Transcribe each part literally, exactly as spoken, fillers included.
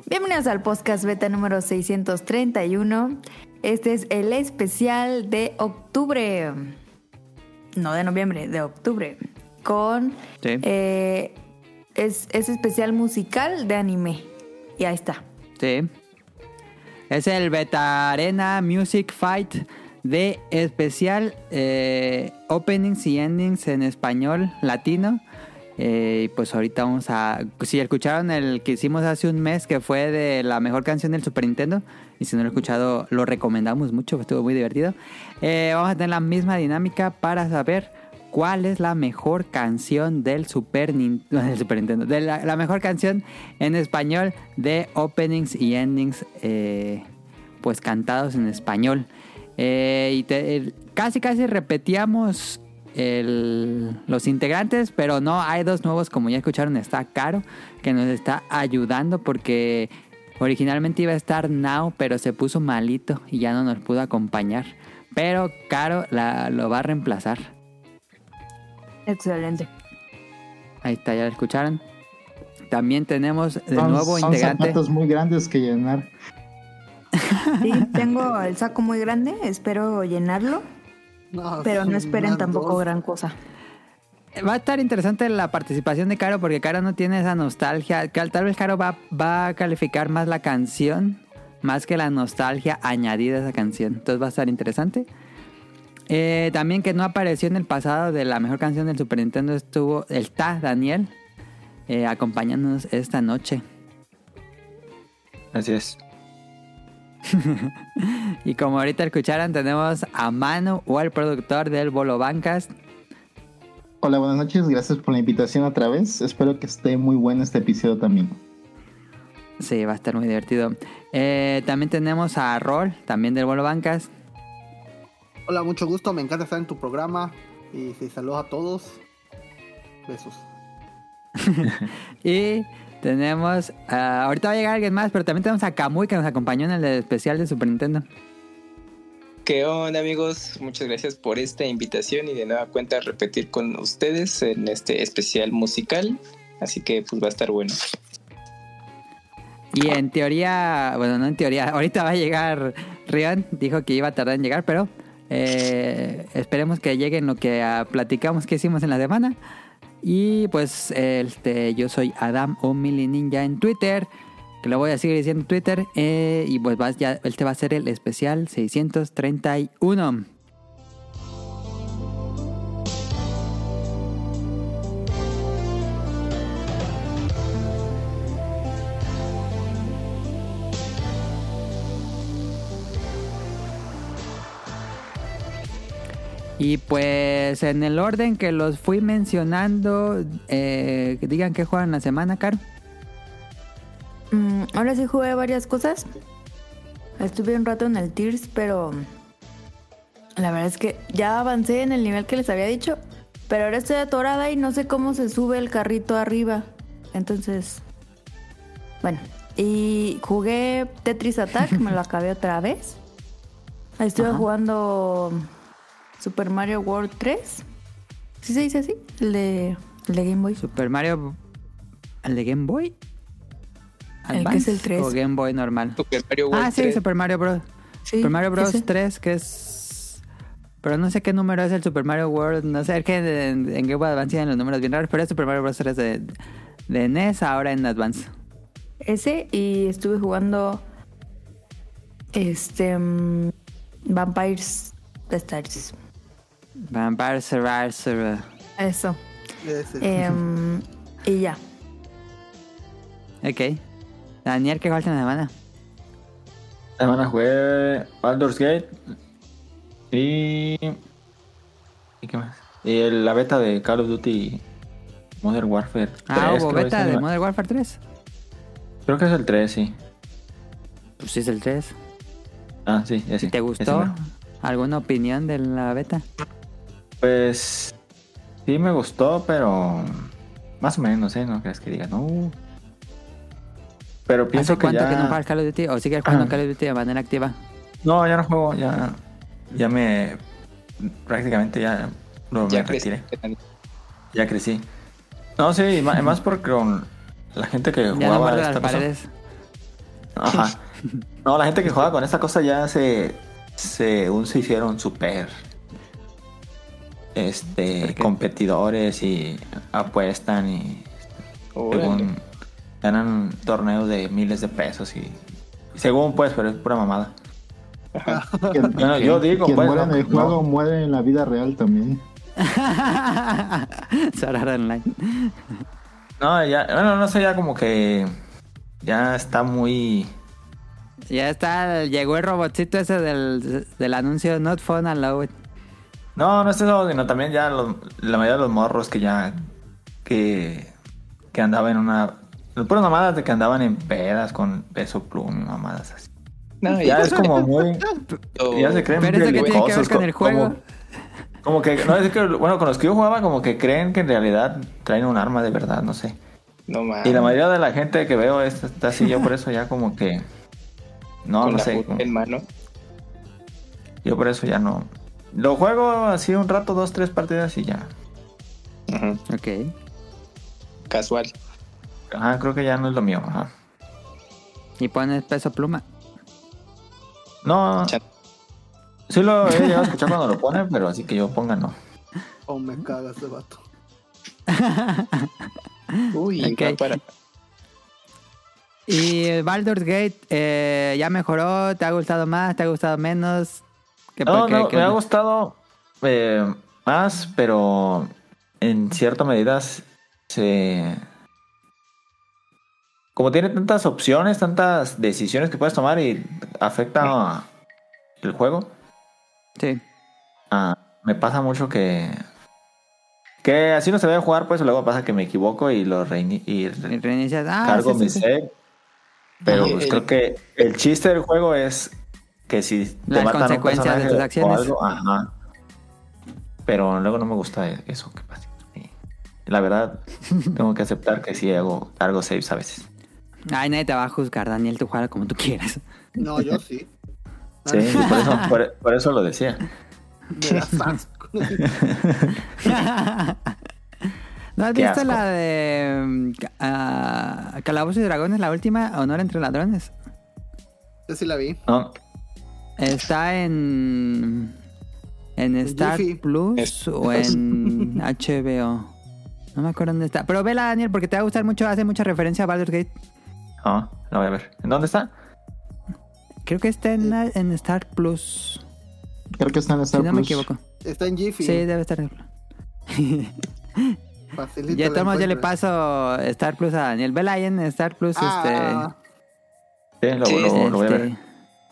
Bienvenidos al podcast beta número seiscientos treinta y uno. Este es el especial de octubre. No de noviembre, de octubre. Con... Sí. Eh, es, es especial musical de anime. Y ahí está. Sí. Es el Beta Arena Music Fight de especial eh, openings y endings en español latino. Eh, y pues ahorita vamos a... Si escucharon el que hicimos hace un mes, que fue de la mejor canción del Super Nintendo, y si no lo he escuchado, lo recomendamos mucho, estuvo muy divertido. Eh, vamos a tener la misma dinámica para saber cuál es la mejor canción del Super, Nin- del Super Nintendo, de la, la mejor canción en español de openings y endings, eh, pues cantados en español. Eh, y te, el, casi casi repetíamos el, los integrantes, pero no, hay dos nuevos, como ya escucharon. Está Caro, que nos está ayudando porque originalmente iba a estar Nao, pero se puso malito y ya no nos pudo acompañar, pero Caro la, lo va a reemplazar. Excelente. Ahí está, ya lo escucharon. También tenemos de son, nuevo son integrante. zapatos muy grandes que llenar. Sí, tengo el saco muy grande, espero llenarlo. No, Pero no son esperen más tampoco dos. gran cosa. Va a estar interesante la participación de Caro porque Caro no tiene esa nostalgia. Tal vez Caro va, va a calificar más la canción más que la nostalgia añadida a esa canción. Entonces va a estar interesante. Eh, también que no apareció en el pasado de la mejor canción del Super Nintendo estuvo el Ta Daniel eh, acompañándonos esta noche. Así es. Y como ahorita escucharon, tenemos a Manu, o el productor del Bolo Bancas. Hola, buenas noches, gracias por la invitación otra vez. Espero que esté muy bueno este episodio también. Sí, va a estar muy divertido. Eh, también tenemos a Rol, también del Bolo Bancas. Hola, mucho gusto, me encanta estar en tu programa. Y sí, saludos a todos. Besos. Y tenemos... Uh, ahorita va a llegar alguien más, pero también tenemos a Kamui, que nos acompañó en el especial de Super Nintendo. ¿Qué onda, amigos? Muchas gracias por esta invitación y de nueva cuenta repetir con ustedes en este especial musical. Así que pues va a estar bueno. Y en teoría... Bueno, no en teoría. Ahorita va a llegar Rion. Dijo que iba a tardar en llegar, pero... Eh, esperemos que llegue en lo que uh, platicamos que hicimos en la semana. Y pues este, yo soy Adam o Mili Ninja en Twitter, que lo voy a seguir diciendo en Twitter. eh, Y pues va, ya, este va a ser el especial seiscientos treinta y uno. Y pues en el orden que los fui mencionando, eh, digan qué juegan la semana, Caro. Mm, ahora sí jugué varias cosas. Estuve un rato en el Tears, pero la verdad es que ya avancé en el nivel que les había dicho. Pero ahora estoy atorada y no sé cómo se sube el carrito arriba. Entonces, bueno. Y jugué Tetris Attack, me lo acabé otra vez. Estuve Ajá. jugando Super Mario World tres. ¿Sí se dice así? El de, el de Game Boy. Super Mario... ¿El de Game Boy? El que es el tres. ¿O Game Boy normal? Super Mario World Ah, sí, tres. Super Mario Bros. Sí, Super Mario Bros. ese. tres, que es... Pero no sé qué número es el Super Mario World. No sé, es que en, en Game Boy Advance tienen los números bien raros. Pero es Super Mario Bros. tres de, de N E S, ahora en Advance. Ese, y estuve jugando este um, Vampires Stars. Vampire Survivor. Eso. Ese. Em, y ya. Ok. Daniel, ¿qué falta en la semana? La semana jugué Baldur's Gate y... ¿Y qué más? Y el- la beta de Call of Duty Modern Warfare tres. Ah, hubo creo beta que se de llama. Modern Warfare tres. Creo que es el tres, sí. Pues sí es el tres. Ah, sí, ese. ¿Te ese gustó? mero. ¿Alguna opinión de la beta? Pues... Sí me gustó, pero... Más o menos, ¿eh? No crees que diga, no... Pero pienso ¿Hace que cuánto ya... que no juegas Call of Duty? ¿O sigues jugando Ah. Call of Duty de manera activa? No, ya no juego, ya... Ya me... Prácticamente ya... Lo Ya me retiré. crecí. Ya crecí. No, sí, y ma- más porque con la gente que Ya no jugaba muerde esta las cosa- paredes. Ajá. No, la gente que juega con esta cosa ya se, según se hicieron súper este competidores y apuestan y Órale. según ganan torneos de miles de pesos y, y según pues, pero es pura mamada. Quien, Bueno, yo digo, quien pues, muere en no, el juego no. muere en la vida real también. Sword Art Online. No, ya, bueno, no sé, ya como que ya está muy... Ya está, llegó el robotcito ese del, del anuncio Not Fun Allowed. No, no es eso, sino también ya los- la mayoría de los morros que ya que, que andaban en una... Los puras mamadas de que andaban en pedas con Peso Pluma y mamadas así. No, Ya es como muy... o- Ya se creen Pero eso que tiene que ver belicosos, con el como- juego. Como que, no, es que, bueno, con los que yo jugaba como que creen que en realidad traen un arma de verdad, no sé. No mames. Y la mayoría de la gente que veo es- está así, yo por eso ya como que... No, con no la sé. puta como- en mano. Yo por eso ya no... Lo juego así un rato, dos, tres partidas y ya. Ujú. Ok. Casual. Ajá, creo que ya no es lo mío, ajá. Y pones Peso Pluma. No, Chan. sí lo he llegado a escuchar cuando lo pone, pero así que yo ponga no. Oh, me caga ese vato. Uy, Ok. va para... Y Baldur's Gate, eh, ¿ya mejoró? ¿Te ha gustado más? ¿Te ha gustado menos? ¿Qué, No, qué- no, qué me ha onda? gustado eh, más, pero en cierta medida se... Como tiene tantas opciones, tantas decisiones que puedes tomar y afecta el juego, Sí. ah, me pasa mucho que... Que así no se debe jugar, pues luego pasa que me equivoco y lo reini y Y reinicias. Ah, cargo sí, mi sí, sí. save. Pero Ajá. pues El- creo que el chiste del juego es que si te Las matan a un consecuencias de personaje tus o acciones. algo, ajá. Pero luego no me gusta eso que pasa. Y la verdad, tengo que aceptar que sí hago, cargo saves a veces. Ay, nadie te va a juzgar, Daniel. Tú juega como tú quieras. No, yo sí. Sí, y por eso, por, por eso lo decía. Me das asco. ¿No has Qué visto asco. la de mm, ah, Calabozos y Dragones, la última, Honor entre Ladrones? Yo sí la vi. No, Está en en Star Jiffy. Plus Es- o en H B O. No me acuerdo dónde está. Pero vela, Daniel, porque te va a gustar mucho. Hace mucha referencia a Baldur's Gate. no, la voy a ver. ¿En dónde está? Creo que está en, en Star Plus. Creo que está en Star Si no me Plus. equivoco. Está en Jiffy. Sí, debe estar en Facilito Ya la todos yo le encuentras. paso Star Plus a Daniel. Vela ahí en Star Plus. Ah, Sí, lo, Sí, lo- este, lo voy a ver. este,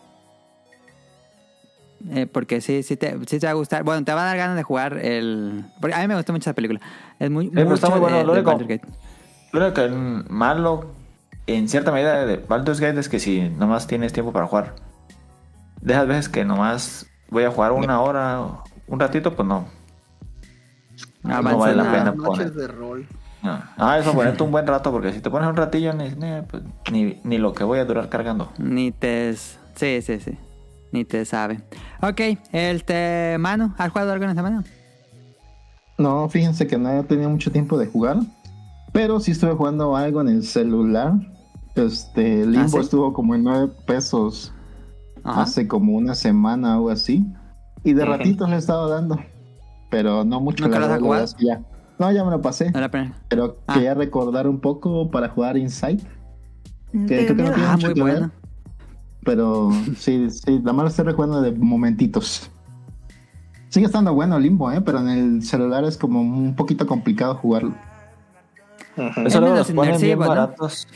eh, porque sí, sí te, sí te va a gustar. Bueno, te va a dar ganas de jugar el... Porque a mí me gustó mucho esa película. Es muy, pero está mucho muy bueno, de- lo de único- Baldur's Gate. Lo único que es malo, en cierta medida, de Baldur's Gate es que si nomás tienes tiempo para jugar, de esas veces que nomás voy a jugar una hora, un ratito, pues no. No no avanza vale la nada. pena noches poner. de rol. No. Ah, eso ponerte un buen rato, porque si te pones un ratillo, ni, ni, pues, ni, ni lo que voy a durar cargando. Ni te... Sí, sí, sí. Ni te sabe. Ok, el te... Manu, ¿has jugado algo en esta semana? No, fíjense que no he tenido mucho tiempo de jugar, pero sí estuve jugando algo en el celular. Este, Limbo ¿Ah, sí? estuvo como en nueve pesos Ajá. hace como una semana o algo así. Y de Ujú. ratitos le he estado dando, pero no mucho. ¿Nunca la lo has verdad, la verdad jugado? es que ya. No, ya me lo pasé, No la pena. pero Ah. quería recordar un poco para jugar Inside, ¿Te que dio creo que no miedo? tiene Ah, mucho muy que ver, bueno. pero sí, sí, la mala estoy recuerdo de momentitos. Sigue estando bueno Limbo, ¿eh? Pero en el celular es como un poquito complicado jugarlo. Ujú. Eso luego los menos ponen bien inmersivo, ¿no? baratos.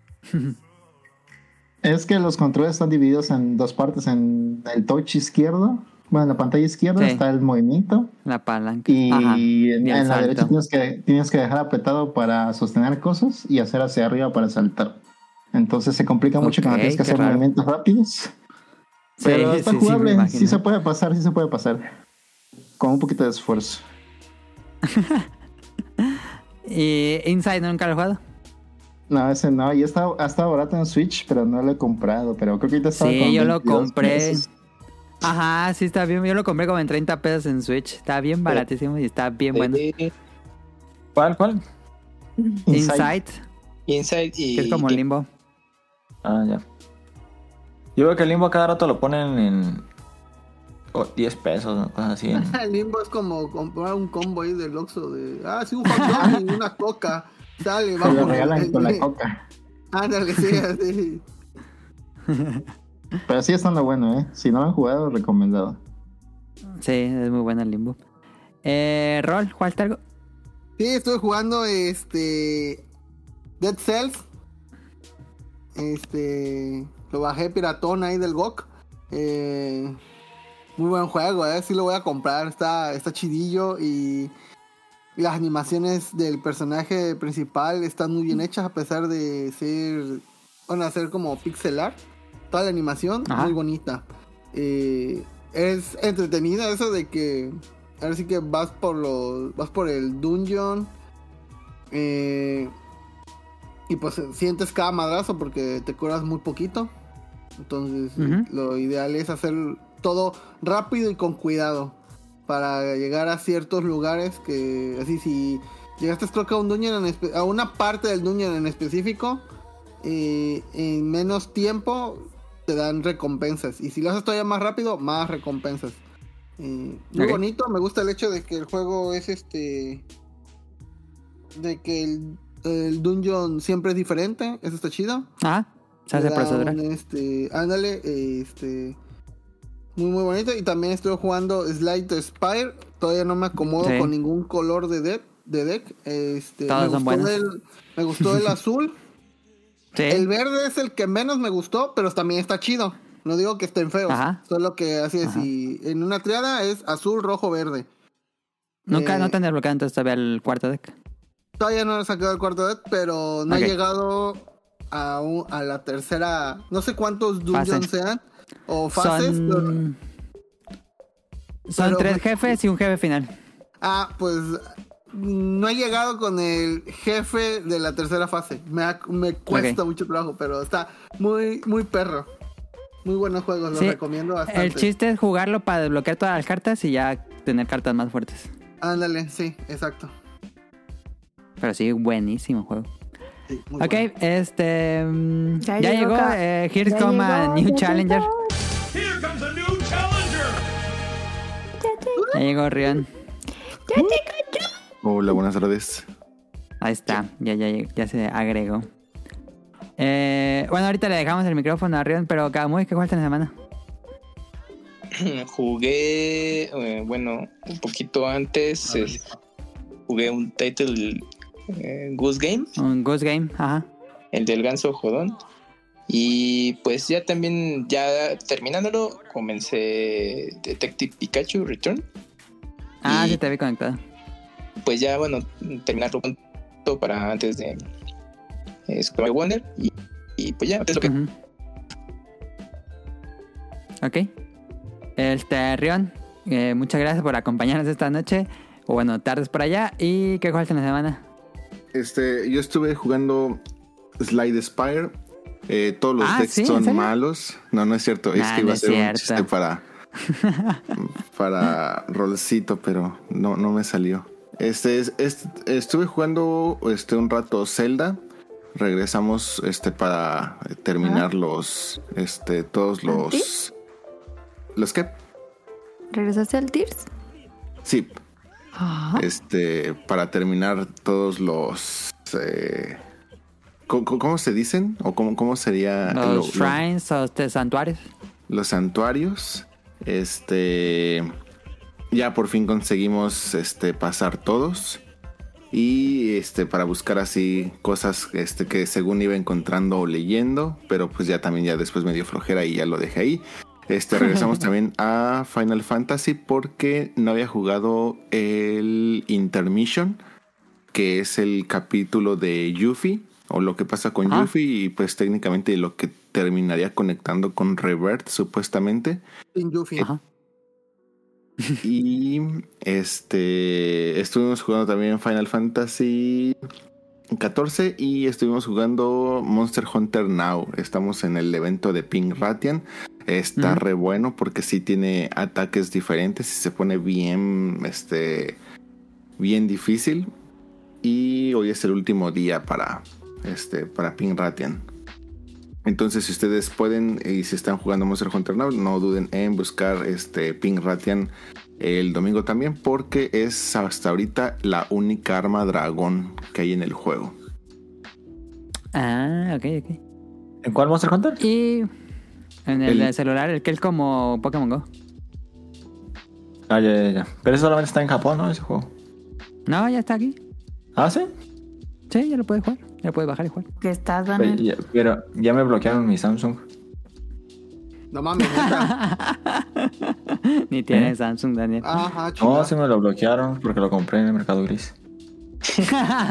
Es que los controles están divididos en dos partes. En el touch izquierdo, bueno, en la pantalla izquierda Sí. está el movimiento. La palanca. Y Ajá. en, Y el en la salto. derecha tienes que, tienes que dejar apretado para sostener cosas y hacer hacia arriba para saltar. Entonces se complica mucho Ok, cuando tienes que qué hacer raro. movimientos rápidos. Sí, Pero está sí, sí, me jugable, imagino. sí se puede pasar, sí se puede pasar. Con un poquito de esfuerzo. ¿Y Inside nunca lo he jugado? No, ese no, y está, ha estado barato en Switch, pero no lo he comprado. Pero creo que ahorita está Sí, con yo lo veintidós compré. pesos. Ajá, sí está bien. Yo lo compré como en treinta pesos en Switch. Está bien baratísimo y está bien bueno. Eh, ¿Cuál, cuál? Inside. Inside, Inside y... que es como Limbo. Ah, ya. Yo veo que el Limbo a cada rato lo ponen en oh, diez pesos, ¿no? Cosas así. En... El Limbo es como comprar un combo ahí del Oxxo de, ah, sí, un hot dog y una coca. Sale, Se vamos. lo regalan con la coca. Ándale, sí, así. Pero sí estando bueno, ¿eh? Si no lo han jugado, recomendado. Sí, es muy bueno el Limbo. Eh, Rol, ¿jugaste algo? Sí, estuve jugando este Dead Cells. Este lo bajé piratón ahí del G O G. Eh, muy buen juego, eh. Sí lo voy a comprar. Está, está chidillo y las animaciones del personaje principal están muy bien hechas a pesar de ser, bueno, hacer como pixel art. Toda la animación, Ajá. muy bonita. Eh, es entretenida eso de que ahora sí que vas por los, vas por el dungeon eh, y pues sientes cada madrazo porque te curas muy poquito. Entonces uh-huh. lo ideal es hacer todo rápido y con cuidado para llegar a ciertos lugares que así si llegaste creo que a un dungeon en espe- a una parte del dungeon en específico eh, en menos tiempo te dan recompensas y si lo haces todavía más rápido más recompensas. Eh, muy okay. bonito, me gusta el hecho de que el juego es este de que el, el dungeon siempre es diferente, eso está chido. Ah, se hace procedural. Este, ándale, este muy muy bonito y también estoy jugando Slay the Spire, todavía no me acomodo sí. con ningún color de deck, de deck. Este, Todos me son gustó buenos. el, me gustó el azul. Sí. El verde es el que menos me gustó, pero también está chido. No digo que estén feos, Ajá. solo que así es. Y en una triada es azul, rojo, verde. Nunca, eh, no te han desbloqueado entonces todavía el cuarto deck. Todavía no he sacado el cuarto deck, pero no okay. he llegado a, un, a la tercera. No sé cuántos dungeons Fase. sean o fases. Son, pero, son pero, tres jefes y un jefe final. Ah, pues no he llegado con el jefe de la tercera fase. Me, ha, me cuesta okay. mucho trabajo, pero está muy, muy perro. Muy buenos juegos, los sí, recomiendo bastante. El chiste es jugarlo para desbloquear todas las cartas y ya tener cartas más fuertes. Ándale, sí, exacto. Pero sí, buenísimo juego. Sí, ok, bueno. este... Ya, ya llegó, llegó eh, Here's come a new challenger. Here comes a new challenger. Ya llegó Rion. Ya llegó. Hola, buenas tardes. Ahí está, ya, ya, ya se agregó. Eh, bueno, ahorita le dejamos el micrófono a Rion, pero Camuy, ¿qué jugaste en la semana? Jugué, eh, bueno, un poquito antes, eh, jugué un title eh, Goose Game. Un Goose Game, ajá. El del ganso jodón. Y pues ya también, ya terminándolo, comencé Detective Pikachu Return. Ah, y, sí te vi conectado. Pues ya, bueno, terminarlo pronto para antes de eh, Super Mario Wonder. Y, y pues ya, es lo que... Uh-huh. Ok. Este, Rion, eh, muchas gracias por acompañarnos esta noche. O bueno, tardes por allá. ¿Y qué jugaste en la semana? Este, yo estuve jugando Slay the Spire. Eh, todos los ah, decks ¿sí? son malos. No, no es cierto. Nah, es que iba no a ser cierto. un chiste para para Rolcito, pero no, no me salió. Este, es, es, estuve jugando este un rato Zelda. Regresamos este para terminar ¿Ah? los este todos los ¿Los qué? ¿Regresaste al Tears? Sí. ¿Ah? Este para terminar todos los eh, ¿cómo, ¿cómo se dicen? ¿O cómo, cómo sería? Los lo, shrines lo, o este, santuarios. Los santuarios. Este. Ya por fin conseguimos este pasar todos. Y este para buscar así cosas este que según iba encontrando o leyendo. Pero pues ya también ya después me dio flojera y ya lo dejé ahí. Este regresamos también a Final Fantasy porque no había jugado el Intermission, que es el capítulo de Yuffie, o lo que pasa con ah. Yuffie, y pues técnicamente lo que terminaría conectando con Rebirth, supuestamente. En Yuffie. Ajá. Y este estuvimos jugando también Final Fantasy catorce y estuvimos jugando Monster Hunter Now. Estamos en el evento de Pink Ratian. Está mm. re bueno porque sí tiene ataques diferentes y se pone bien este bien difícil. Y hoy es el último día para este para Pink Ratian. Entonces, si ustedes pueden y si están jugando Monster Hunter Now, no duden en buscar este Pink Rathian el domingo también, porque es hasta ahorita la única arma dragón que hay en el juego. Ah, ok, ok. ¿En cuál Monster Hunter? Y en el, El- celular, el que es como Pokémon Go. Ah, ya, ya, ya. Pero eso solamente está en Japón, ¿no? Ese juego. No, ya está aquí. ¿Ah, sí? Sí, ya lo puedes jugar. Ya lo puedes bajar y jugar. Que estás, Pero Daniel. ya, pero ya me bloquearon mi Samsung. No mames, neta. Ni tiene ¿Eh? Samsung, Daniel. Ajá, No, chingada. sí me lo bloquearon porque lo compré en el Mercado Gris. Es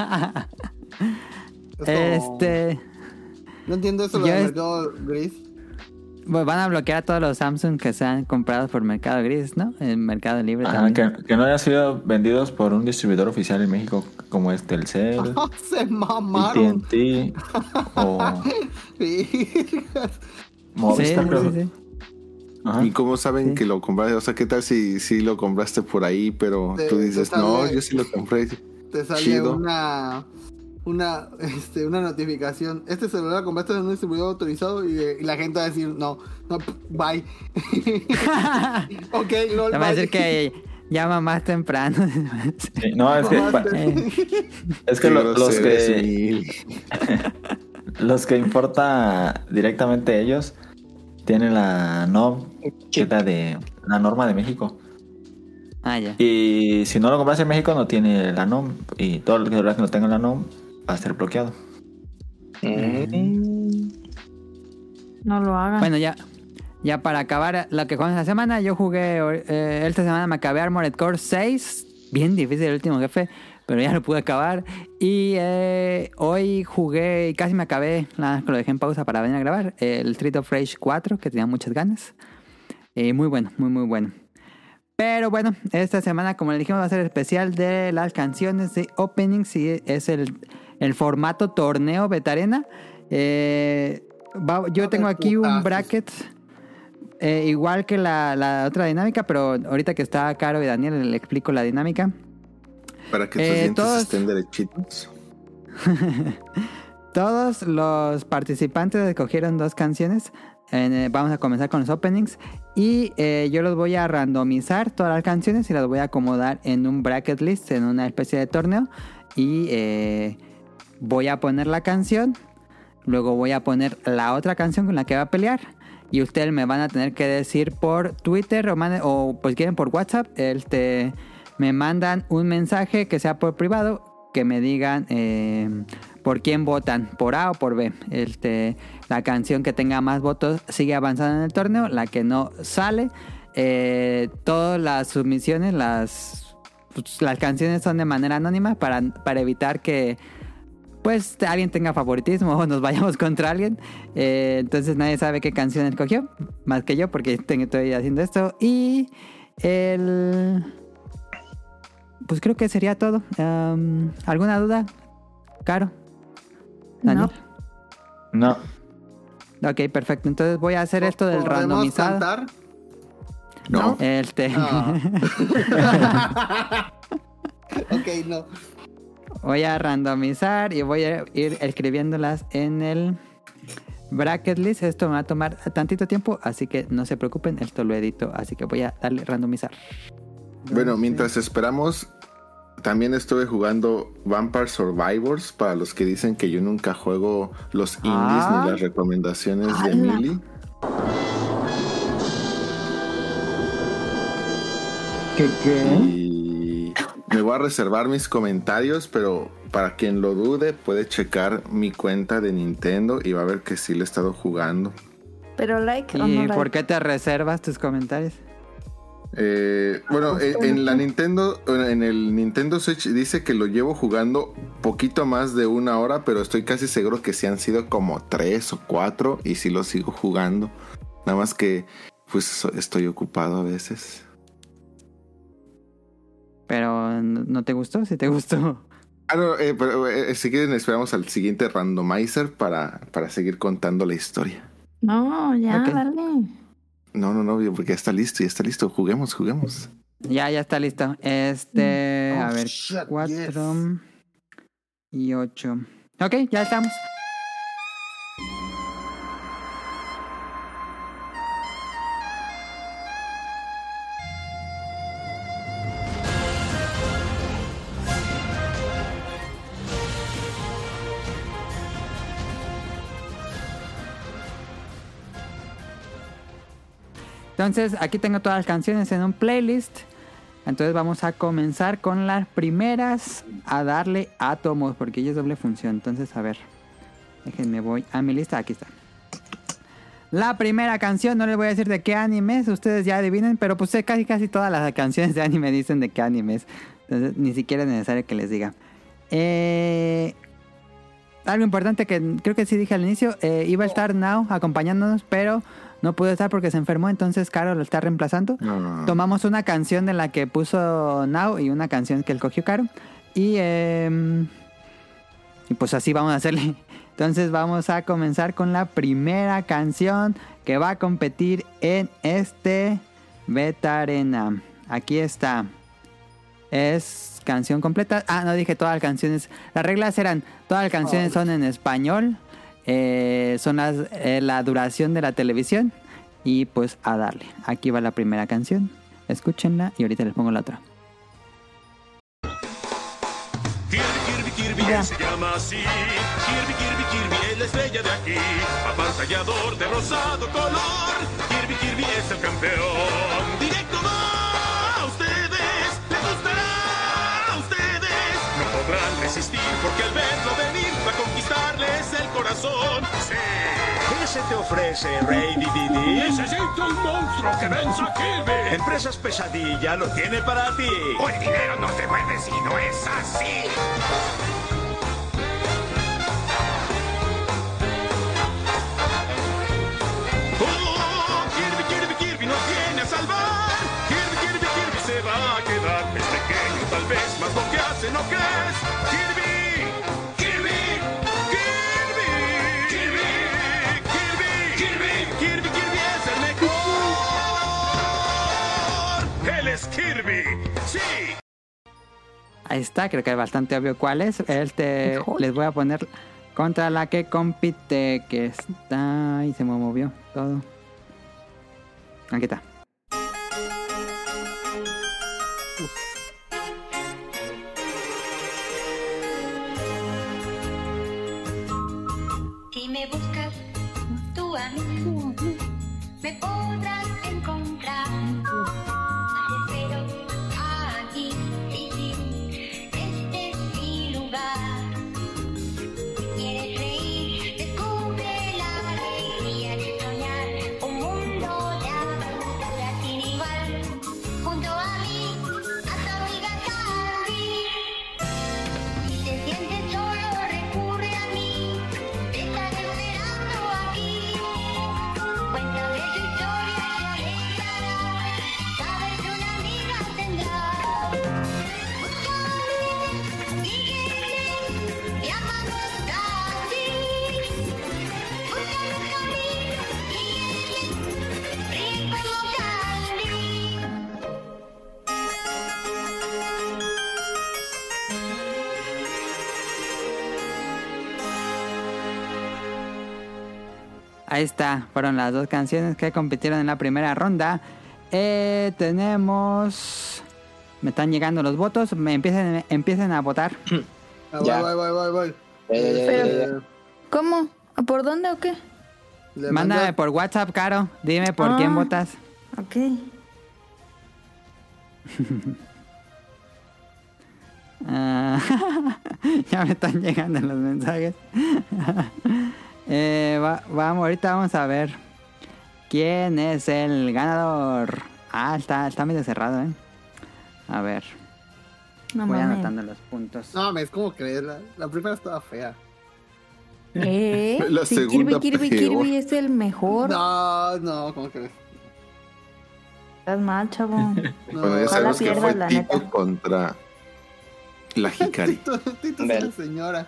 como- este... No entiendo eso, lo Yo del es- mercado gris. Pues van a bloquear a todos los Samsung que sean comprados por Mercado Gris, ¿no? En Mercado Libre Ajá, también. que, que no hayan sido vendidos por un distribuidor oficial en México como es Telcel, Se mamaron. A T and T o Virgas. Movistar, sí, creo. sí, sí. Ajá. ¿Y cómo saben Sí. que lo compraste? O sea, ¿qué tal si, si lo compraste por ahí, pero Te- tú te dices, sale- no, yo sí lo compré? Te sale Chido. una una este una notificación. Este celular lo compraste en un distribuidor autorizado y, y la gente va a decir, no, no, p- bye. Ok, lol, Te va a bye. decir que llama más temprano. Sí, no, es que, pa- Eh, es que Qué lo- los grosero es, que Mil. los que importa directamente ellos tienen la N O M, que es la de la norma de México. ah, ya. Y si no lo compras en México no tiene la N O M y todo el celular que no tenga la N O M va a ser bloqueado. Mm. No lo hagan. Bueno, ya, ya para acabar lo que jugamos la semana, yo jugué, eh, esta semana me acabé Armored Core seis, bien difícil el último jefe, pero ya lo pude acabar. Y eh, hoy jugué y casi me acabé, nada más que lo dejé en pausa para venir a grabar, el Street of Rage cuatro, que tenía muchas ganas. Eh, muy bueno, muy muy bueno. Pero bueno, esta semana, como le dijimos, va a ser especial de las canciones de openings y es el, el formato torneo Betarena. Eh, va- yo A tengo ver, aquí un putazos. bracket eh, igual que la, la otra dinámica, pero ahorita que está Caro y Daniel le explico la dinámica. Para que tus Eh, dientes todos- estén derechitos. Todos los participantes escogieron dos canciones. Eh, vamos a comenzar con los openings. Y eh, yo los voy a randomizar todas las canciones y las voy a acomodar en un bracket list, en una especie de torneo. Y eh, voy a poner la canción. Luego voy a poner la otra canción con la que va a pelear. Y ustedes me van a tener que decir por Twitter o, mande- o pues quieren por WhatsApp. Este, me mandan un mensaje que sea por privado. Que me digan eh, por quién votan, por A o por B. Este, la canción que tenga más votos sigue avanzando en el torneo. La que no sale. Eh, todas las submisiones, las, pues, las canciones son de manera anónima para, para evitar que pues alguien tenga favoritismo o nos vayamos contra alguien. Eh, entonces nadie sabe qué canción escogió, más que yo, porque tengo- estoy haciendo esto. Y el... Pues creo que sería todo. Um, ¿Alguna duda? Caro. Daniel. No. Ok, perfecto. Entonces voy a hacer esto del ¿Podemos randomizado. cantar? No. Este... Ah. Ok, no. Voy a randomizar y voy a ir escribiéndolas en el bracket list. Esto me va a tomar tantito tiempo, así que no se preocupen, esto lo edito, así que voy a darle randomizar. Bueno, mientras esperamos, también estuve jugando Vampire Survivors. Para los que dicen que yo nunca juego los indies Ah. ni las recomendaciones de ¡Hala! Mili. ¿Qué, qué? Y me voy a reservar mis comentarios, pero para quien lo dude puede checar mi cuenta de Nintendo y va a ver que sí le he estado jugando. Pero like o ¿Y no like. por qué te reservas tus comentarios? Eh, bueno, eh, en la Nintendo, en el Nintendo Switch dice que lo llevo jugando poquito más de una hora, pero estoy casi seguro que sí han sido como tres o cuatro y sí lo sigo jugando. Nada más que pues so- estoy ocupado a veces. Pero ¿no no te gustó? ¿Sí te gustó? Ah, no, eh, pero eh, si quieren esperamos al siguiente randomizer para, para seguir contando la historia. No, ya, Ok. dale. No, no, no, porque ya está listo, ya está listo. Juguemos, juguemos. Ya, ya está listo. Este, Oh, a ver, shit, cuatro y ocho. Ok, ya estamos. Entonces, aquí tengo todas las canciones en un playlist. Entonces vamos a comenzar con las primeras a darle átomos, porque ella es doble función. Entonces, a ver, déjenme, voy a mi lista, aquí está. La primera canción, no les voy a decir de qué anime es, ustedes ya adivinen, pero pues casi casi todas las canciones de anime dicen de qué anime es. Entonces ni siquiera es necesario que les diga. Eh, algo importante que creo que sí dije al inicio, eh, iba a estar Now acompañándonos, pero no pudo estar porque se enfermó, entonces Caro lo está reemplazando. No. Tomamos una canción de la que puso Now y una canción que él cogió Caro. Y, eh, y pues así vamos a hacerle. Entonces vamos a comenzar con la primera canción que va a competir en este Beta Arena. Aquí está. Es canción completa. Ah, no dije todas las canciones. Las reglas eran, todas las canciones son en español. Eh, son las, eh, la duración de la televisión. Y pues a darle. Aquí va la primera canción. Escúchenla y ahorita les pongo la otra. Kirby, Kirby, Kirby, él se llama así. Kirby, Kirby, Kirby es la estrella de aquí. Apantallador de rosado color. Kirby, Kirby es el campeón. Directo va a ustedes. Les gustará a ustedes. No podrán resistir porque al verlo venir va a conquistarles el corazón. Sí. ¿Qué se te ofrece, Rey Dididi? Necesito un monstruo que venza a Kirby. Empresas Pesadilla lo tiene para ti. O el dinero no se mueve si no es así. Oh, Kirby, Kirby, Kirby nos viene a salvar. Kirby, Kirby, Kirby se va a quedar. Es pequeño tal vez, más lo que hace no crees. Kirby, Kirby, Kirby, Kirby, Kirby, Kirby, Kirby, Kirby es el mejor. Él es Kirby, sí. Ahí está, creo que es bastante obvio cuál es. Este, les voy a poner contra la que compite, que está... y se me movió todo. Aquí está. Si me buscas tú a mí, me podrás encontrar. Te espero aquí, sí, sí, este es mi lugar. ¿Quieres reír? Descubre la alegría de soñar un mundo de aventura sin igual. Junto a mí, a tu amiga Candy. Si te sientes solo, recurre a mí. Te estaré esperando aquí. Cuéntame tu historia y te alegrará. Sabes que una amiga tendrás. Búscame, sígueme, llámanos Candy. Búscame a mí, sígueme, ríe como Candy. Ahí está, fueron las dos canciones que compitieron en la primera ronda. Eh, tenemos... Me están llegando los votos, me empiecen, empiecen a votar. Ah, Ya. Voy, voy, voy, voy, voy. Ya, ya, ya, ya, ya. Eh, ¿Cómo? ¿Por dónde o qué? le Mándame mandé- por WhatsApp, Caro. Dime por Ah. quién votas. Ok. Ah, ya me están llegando los mensajes. eh, va- vamos, ahorita vamos a ver quién es el ganador. Ah, está, está medio cerrado, eh. A ver, No voy mames. anotando los puntos. No, me es como crees, la, la primera estaba fea. ¿Eh? La Si segunda Kirby, Kirby, peor. Kirby es el mejor. No, no, ¿cómo crees? Estás mal, chavo. No, Bueno, ya Ojalá sabemos que pierdas, fue la Tito neta. contra la Hikari. Tito, Tito es Vel. la señora.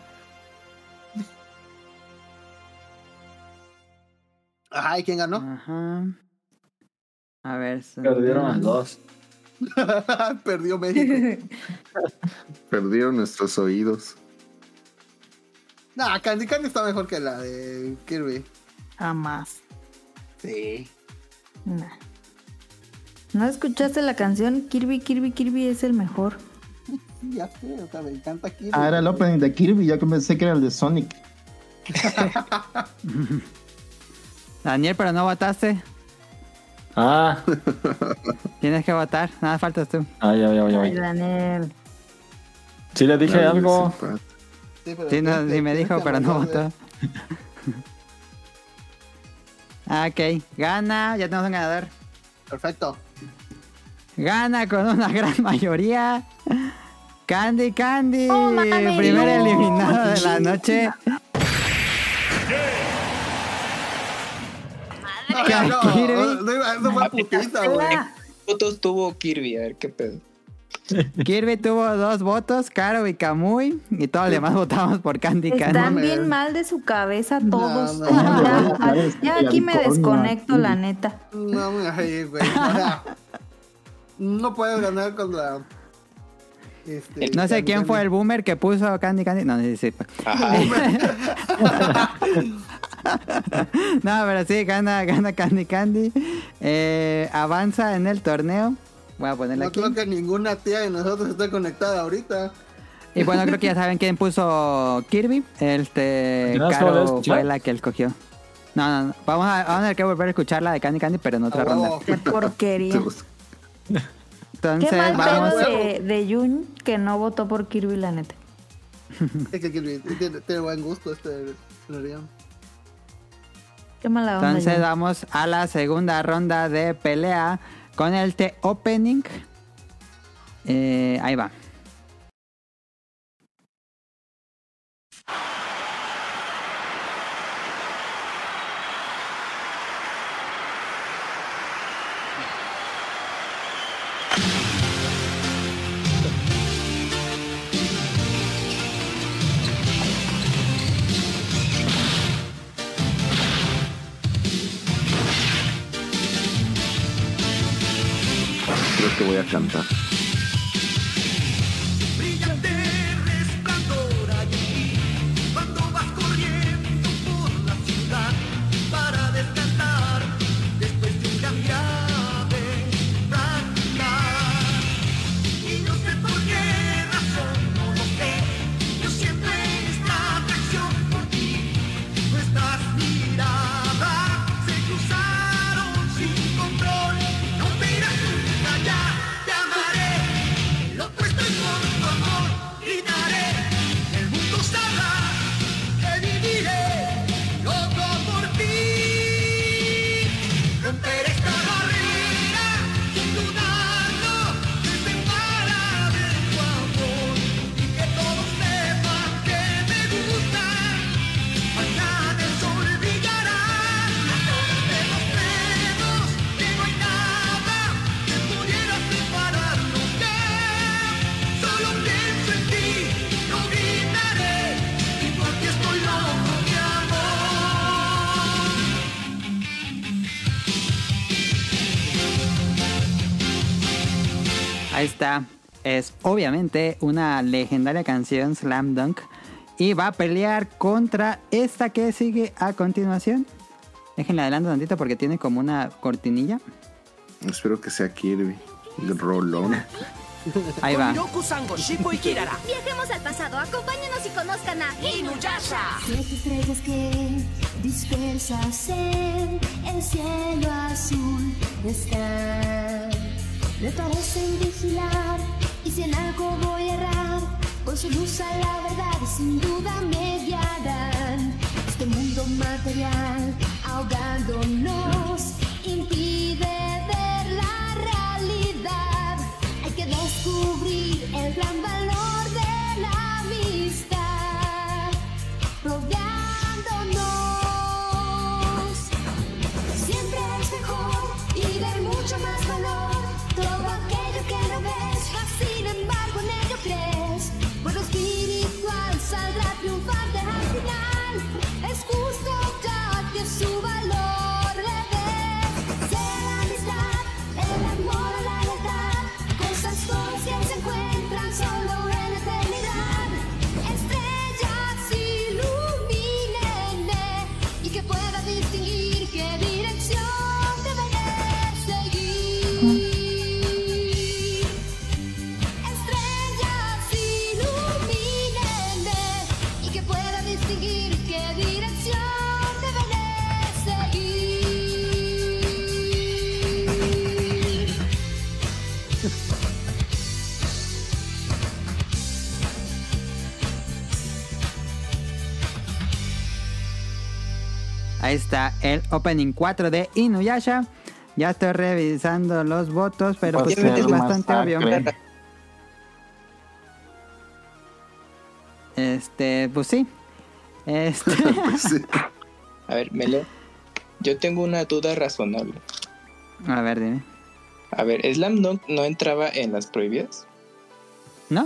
Ay, ¿quién ganó? Ajá. A ver. son- Perdieron las dos. Perdió México. Perdieron nuestros oídos. No, Candy Candy está mejor que la de Kirby. Jamás. Sí. Nah. ¿No escuchaste la canción? Kirby, Kirby, Kirby es el mejor. Sí, ya sé, o sea, me encanta Kirby. Ah, era el opening de Kirby, yo que pensé que era el de Sonic. Daniel, pero no votaste. Ah, Tienes que votar, nada faltas tú. ah ya, ya, ya, Ay, ya. Daniel. Sí le dije Dale, algo. desempate. Sí, pero Sí, no, tienes que- sí me tienes dijo, que pero no amarrarle. votó. Ah, ok, gana, ya tenemos un ganador. Perfecto. Gana con una gran mayoría. Candy Candy, Oh, mami, primer no. eliminado de la noche. No, ya, no, Kirby. no, iba- eso fue putita, güey. Hola. Votos tuvo Kirby, a ver qué pedo. Kirby tuvo dos votos, Caro y Kamui, y todos los demás votamos por Candy Están Candy. bien mal de su cabeza todos. No, no, ya, no, no, no, ya no, aquí me no, desconecto, no. la neta. No me ahí, güey. O sea, no puedes ganar con la. Este, No sé quién fue el boomer que puso Candy Candy. No, sí, sí. Ajá. No, pero sí, gana, gana Candy Candy. Eh, avanza en el torneo. Voy a ponerla No aquí. creo que ninguna tía de nosotros esté conectada ahorita. Y bueno, creo que ya saben quién puso Kirby. Este, ¿No has Caro podido escuchar? fue la que él cogió. No, no, no. Vamos a, vamos a tener que volver a escuchar la de Candy Candy, pero en otra A ronda. huevo. Qué porquería. Entonces, Qué mal vamos. pedo de, de Jun que no votó por Kirby, la neta. Es que Kirby tiene, tiene buen gusto este Florian. Qué mala onda. Entonces Jun. vamos a la segunda ronda de pelea con el T-Opening. Eh, ahí va. Creo que voy a cantar. Brillante resplandor hay en ti cuando vas corriendo por la ciudad para descansar después de un gran viaje practicar. Y no sé por qué razón, no lo sé, yo siempre esta atracción por ti. Nuestras miradas se cruzaron sin control. No me irás nunca, ya te amaré. Lo puesto y con tu amor gritaré. El mundo sabrá que viviré loco por ti. Romper esta barrera sin dudarlo, desembarar de tu amor y que todos sepan que me gusta. Mañana el sol brillará. A todos demostremos que no hay nada que pudiera separarnos ya. Solo pienso en ti, no gritaré, y porque estoy loco de amor. Ahí está. Es obviamente una legendaria canción, Slam Dunk. Y va a pelear contra esta que sigue a continuación. Déjenle adelante tantito porque tiene como una cortinilla. Espero que sea Kirby. El rolón. Ahí va. Viajemos al pasado, acompáñanos y conozcan a Inuyasha. Siete estrellas que dispersas en el cielo azul están. Me parecen vigilar y si en algo voy a errar, con su luz a la verdad y sin duda me guiarán. Este mundo material ahogándonos impide ver la realidad. Hay que descubrir el gran valor de la amistad, rodeándonos. Siempre es mejor y ver mucho más valor. Todo aquello que no ves, mas sin embargo en ello crees. Pues lo espiritual saldrá triunfante al final. Es justo ya que su valor le Ahí está el Opening cuatro de Inuyasha. Ya estoy revisando los votos, pero Va a pues ser es bastante masacre. obvio. Este, pues sí. Este, A ver, Mele, yo tengo una duda razonable. a ver, dime. A ver, ¿Slam Dunk no entraba en las prohibidas? ¿No?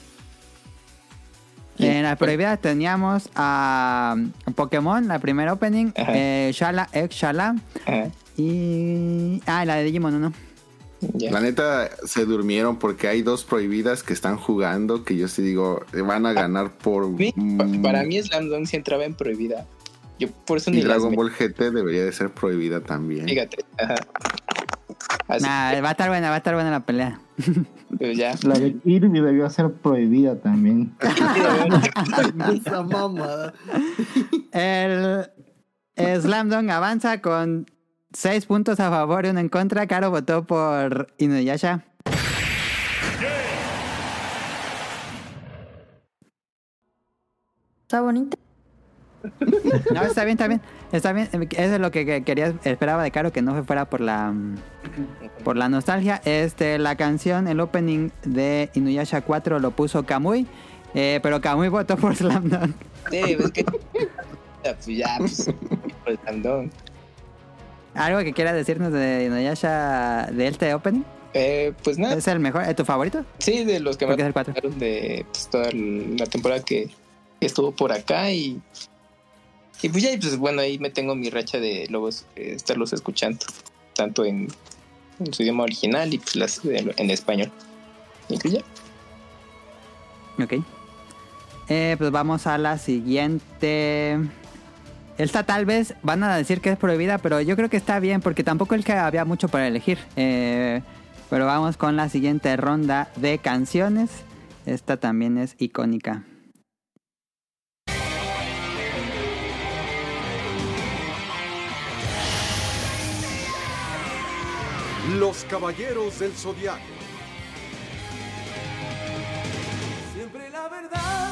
En las prohibidas teníamos a Pokémon, la primera opening, eh, Shala X Shala Ajá. y... Ah, la de Digimon uno. Ya. La neta se durmieron porque hay dos prohibidas que están jugando que yo sí digo van a ganar por Sí, pa- mm, Para mí Slam Dunk sí entraba en prohibida. Yo por eso y ni las Dragon metí, Ball G T debería de ser prohibida también. fíjate. Ajá. Así Nah, va a estar buena, va a estar buena la pelea. que ya. La de Kirby debió ser prohibida también. Esa mamada. El Slam Dunk avanza con seis puntos a favor y uno en contra. Caro votó por Inuyasha. Está bonita. No, está bien, está bien. Está bien. Eso es lo que que quería, esperaba de Caro, que no se fuera por la mm, por la nostalgia. Este, la canción, el opening de Inuyasha cuatro lo puso Kamui. Eh, pero Kamui votó por Slam Dunk. Sí, es que pues ya, pues por Slam Dunk. ¿Algo que quieras decirnos de Inuyasha de este opening? Eh, pues nada, ¿Es el mejor? ¿Es tu favorito? sí, de los que ¿Por qué es me el cuatro? gustaron de pues, toda la temporada que estuvo por acá y y pues ya, pues bueno, ahí me tengo mi racha de luego eh, estarlos escuchando, tanto en, en su idioma original y pues las en, en español. Y pues ya. Ok. Eh, pues vamos a la siguiente. Esta tal vez van a decir que es prohibida, pero yo creo que está bien porque tampoco es que había mucho para elegir. Eh, pero vamos con la siguiente ronda de canciones. Esta también es icónica. Los Caballeros del Zodiaco. Siempre la verdad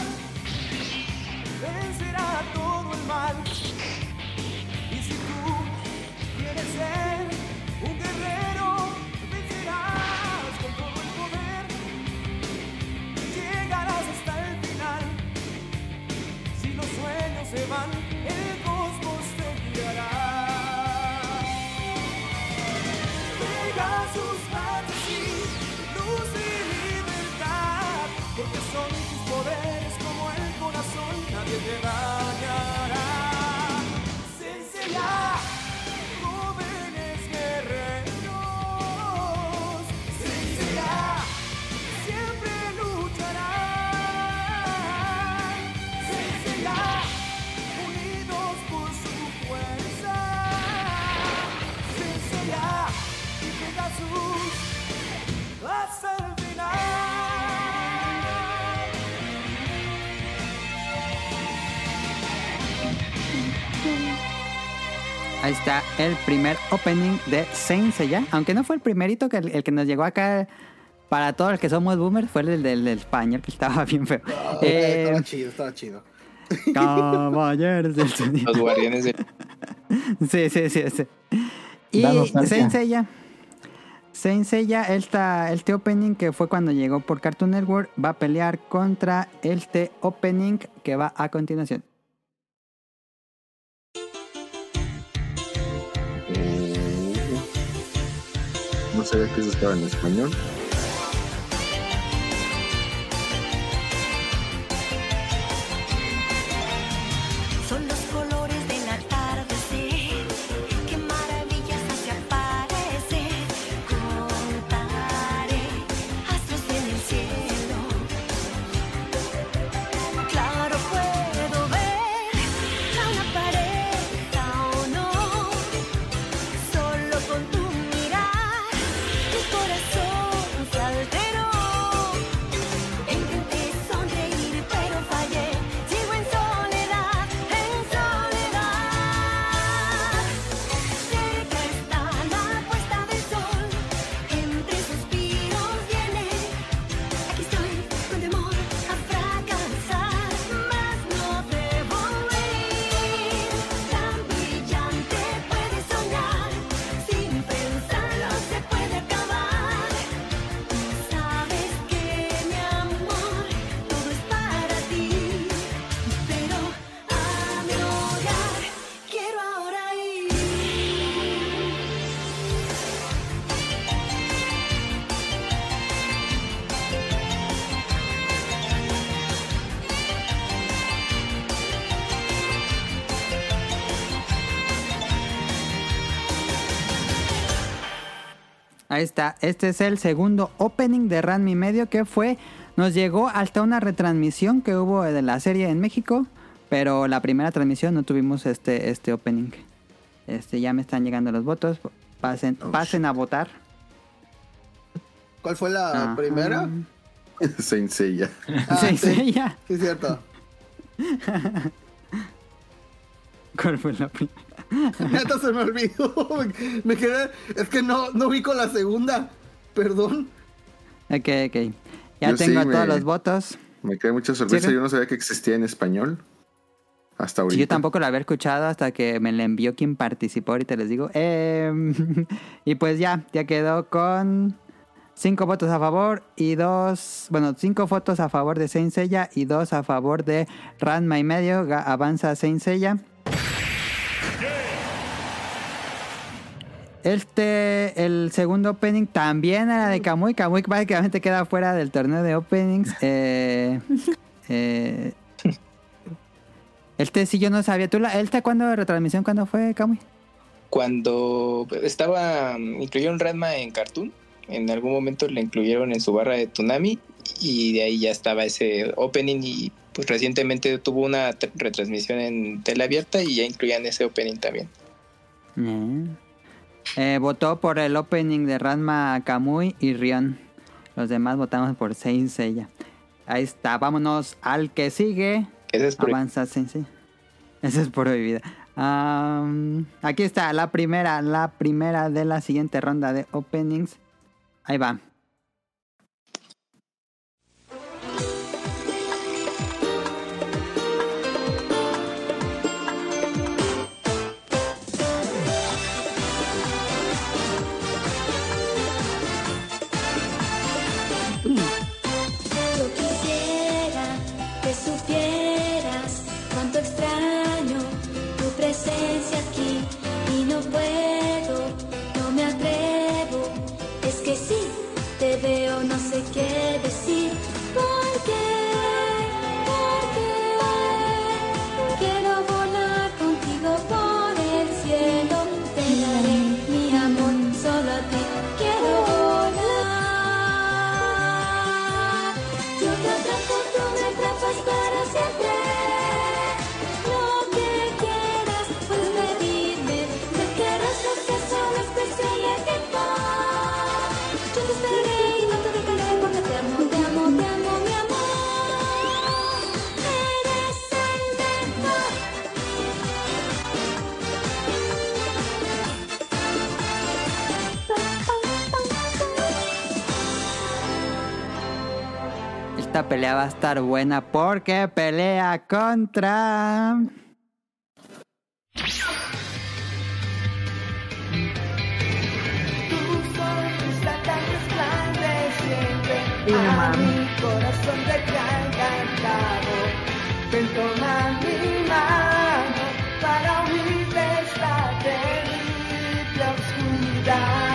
vencerá todo el mal. Y si tú quieres ser un guerrero, vencerás con todo el poder. Llegarás hasta el final. Si los sueños se van, el cosmos te guiará. Sus fantasías, luz y libertad, porque son tus poderes como el corazón, nadie te dañará. Senseiya, jóvenes guerreros, Senseiya, siempre lucharán. Senseiya, unidos por su fuerza. Senseiya, hasta el final. Ahí está el primer opening de Saint Seiya. Aunque no fue el primerito, que el, el que nos llegó acá para todos los que somos boomers fue el del, del español, que estaba bien feo. Ah, Eh, estaba chido, estaba chido. Caballeros del Zodiaco. Los guardianes de Sí, sí, sí, sí. Y Da nostalgia. Saint Seiya. Saint Seiya, esta, este opening que fue cuando llegó por Cartoon Network, va a pelear contra este opening que va a continuación. No sabía que eso estaba en español. Son los colores del atardecer, qué maravillas hace aparecer. Contaré astros en el cielo. Claro puedo ver a una pareja o no. Solo con tu mirar, mi corazón Ahí está. Este es el segundo opening de Ranma y medio que fue... Nos llegó hasta una retransmisión que hubo de la serie en México, pero la primera transmisión no tuvimos este, este opening. Este, ya me están llegando los votos. Pasen, pasen a votar. ¿Cuál fue la Ajá. primera? Saint Seiya. Ah, Saint sí. Seiya. Sí, es cierto. ¿Cuál fue la primera? Neta se me olvidó. Me quedé. Es que no, no vi con la segunda. Perdón. Ok, ok. Ya Yo tengo sí todos me- los votos. Me quedé mucha sorpresa. Sí, Yo no sabía que existía en español. Hasta ahorita. Sí, yo tampoco lo había escuchado hasta que me la envió quien participó, ahorita les digo. Eh, y pues ya, ya quedó con cinco votos a favor y dos... Bueno, cinco votos a favor de Saint Seiya y dos a favor de Ranma y medio. Ga- Avanza Saint Seiya. Este, el segundo opening también era de Kamui. Kamui básicamente queda fuera del torneo de openings. Eh, eh, este sí yo no sabía. ¿Tú la, ¿Esta cuándo de retransmisión? ¿Cuándo fue, Kamui? Cuando estaba, mm, incluyeron Ranma en Cartoon, en algún momento le incluyeron en su barra de Toonami y de ahí ya estaba ese opening y pues recientemente tuvo una t- retransmisión en tele abierta y ya incluían ese opening también. Eh. Eh, votó por el opening de Ranma, Kamui y Rion. Los demás votamos por Saint Seiya. Ahí está, vámonos al que sigue. Ese es por- Avanza Saint Seiya. Esa es prohibida. Um, aquí está la primera, la primera de la siguiente ronda de openings. Ahí va. Yo quisiera que supieras cuánto extraño tu presencia aquí y no puedo, no me atrevo. Es que si te veo no sé qué decir. ¿Por qué? ¿Por qué? Quiero volar contigo por el cielo. Te daré mi amor solo a ti. Quiero volar. Yo te atrapo, tú me atrapas para siempre. Lo que quieras, puedes pedirme. Me querrás porque solo es especial y equipo. Yo te esperaré y no te dejaré porque te amo, te amo, te amo, mi amor. Eres el mejor. Esta pelea va a estar buena porque pelea contra... Tus ojos tan resplandecientes, Y no a mames. mi corazón te ha encantado. Ven, toma mi mano para huir de esta terrible oscuridad.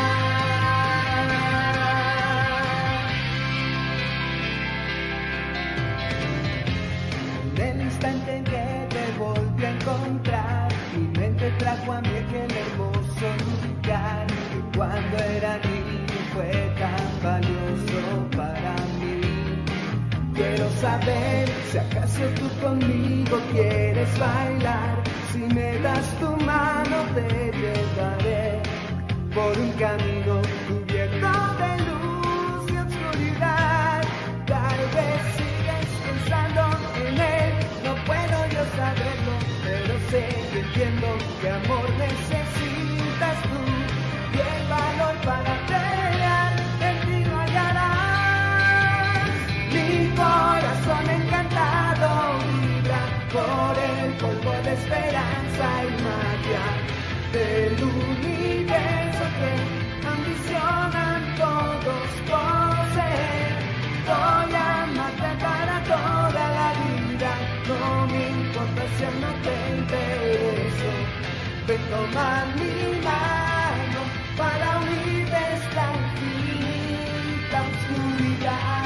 En el instante en que te volví a encontrar, mi mente trajo a mí aquel hermoso lugar que cuando era niño fue tan valioso para mí. Quiero saber si acaso tú conmigo quieres bailar. Si me das tu mano te llevaré por un camino cubierto de luz y oscuridad. Tal vez sigues pensando en él, no puedo yo saberlo, pero sé y entiendo que amor necesitas tú y el valor para pelear en ti lo hallarás. Mi corazón encantado vibra por el polvo de esperanza y magia del universo que ambicionan todos poseer. Voy a amarte para toda la vida, no me importa si no te intereso. Ven, toma mi mano para huir de esta infinita oscuridad.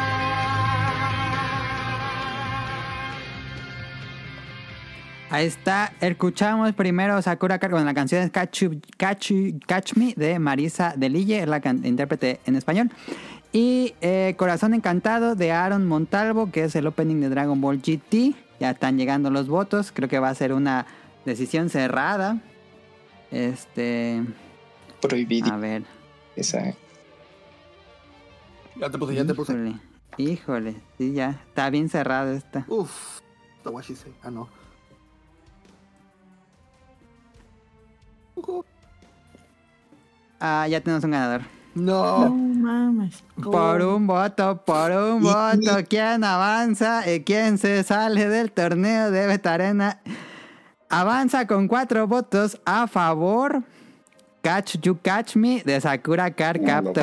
Ahí está. Escuchamos primero Sakura Card con la canción Catch, You- Catch, You- Catch Me de Marisa Delille, es la can- intérprete en español. Y eh, Corazón Encantado de Aaron Montalvo, que es el opening de Dragon Ball G T. Ya están llegando los votos. Creo que va a ser una decisión cerrada. Este. Prohibido. A ver. Esa. Ya te puse, ya te puse. Híjole, híjole. Sí, ya. Está bien cerrada esta. Uf. Tawashise. Ah, no. Ah, ya tenemos un ganador. No. No mames. Por un voto, por un voto. ¿Quién avanza y quién se sale del torneo de Betarena? Avanza con cuatro votos a favor. Catch You Catch Me de Sakura Card Captor.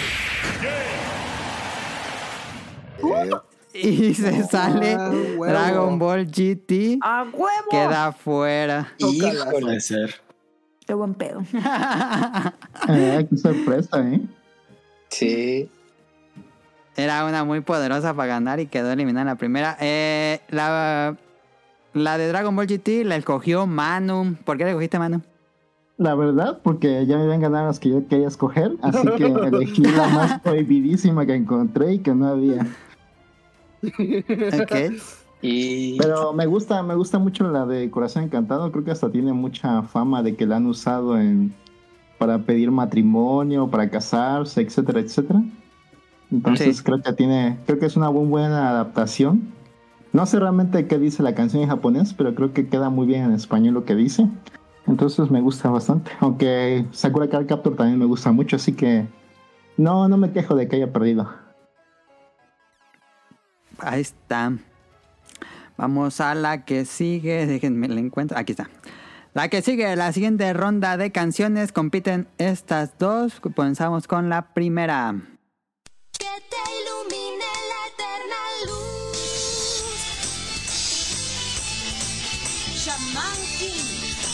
Y se sale Ah, huevo. Dragon Ball G T. ¡A huevo! Queda fuera. Híjole, ser. Qué buen pedo. Eh, qué sorpresa, ¿eh? Sí. Era una muy poderosa para ganar y quedó eliminada en la primera. Eh, la, la de Dragon Ball G T la escogió Manu. ¿Por qué la escogiste, Manu? La verdad, porque ya me habían ganado las que yo quería escoger, así que elegí la más prohibidísima que encontré y que no había. Ok. Y. Pero me gusta, me gusta mucho la de Corazón Encantado. Creo que hasta tiene mucha fama de que la han usado en para pedir matrimonio, para casarse, etcétera, etcétera. Entonces Sí. creo que tiene, creo que es una muy buena adaptación. No sé realmente qué dice la canción en japonés, pero creo que queda muy bien en español lo que dice. Entonces me gusta bastante. Aunque Sakura Card Captor también me gusta mucho, así que no, no me quejo de que haya perdido. Ahí está. Vamos a la que sigue. Déjenme la encuentro. Aquí está. La que sigue, la siguiente ronda de canciones. Compiten estas dos. Comenzamos con la primera. Que te ilumine la eterna luz. Shaman King.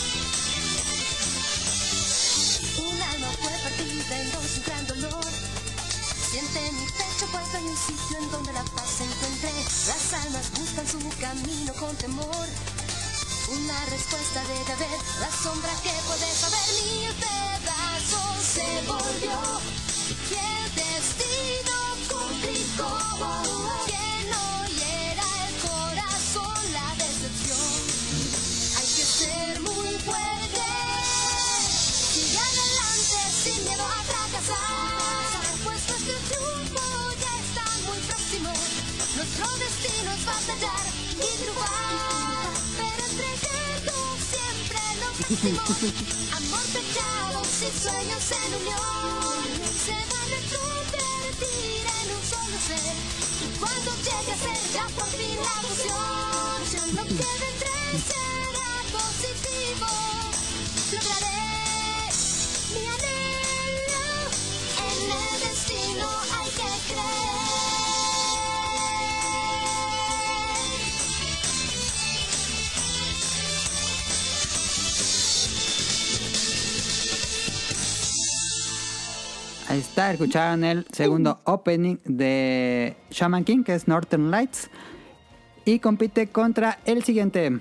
Un alma fue partida en dos, un gran dolor. Siente mi pecho puesto en un sitio en donde la paz se encuentre. Las almas buscan su camino con temor. Una respuesta debe haber, la sombra que puede saber. Mil pedazos se volvió y el destino complicó. Que no hiera el corazón la decepción. Hay que ser muy fuerte. Sigue adelante sin miedo a fracasar. Pues nuestro triunfo ya está muy próximo. Nuestro destino es batallar y triunfar. Pero entregando siempre lo máximo. Amor, pecados y sueños en unión. Se van a convertir en un solo ser. Y cuando llegue a ser ya por fin la fusión, lo que vendré será positivo. Lograré mi anhelo. En el destino hay que creer. Ahí está. Escucharon el segundo opening de Shaman King, que es Northern Lights. Y compite contra el siguiente.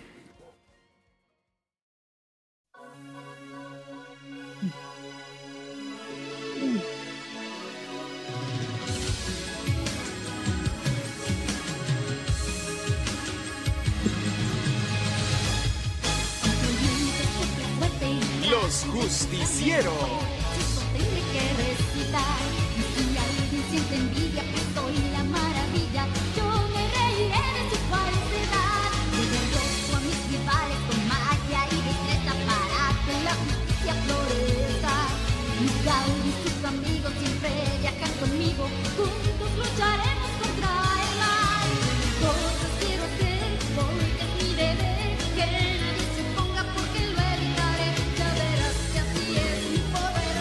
Los justicieros. Tendré que recitar. Y si alguien siente envidia, pues soy la maravilla. Yo me reiré de su falsedad. Le derroto a mis rivales con magia y destreza para que la justicia florezca. Miguel y sus amigos siempre viajan conmigo. Juntos lucharemos contra el mal. Cosas quiero hacer porque es mi deber. Que nadie se ponga porque lo evitaré. Ya verás que así es mi poder.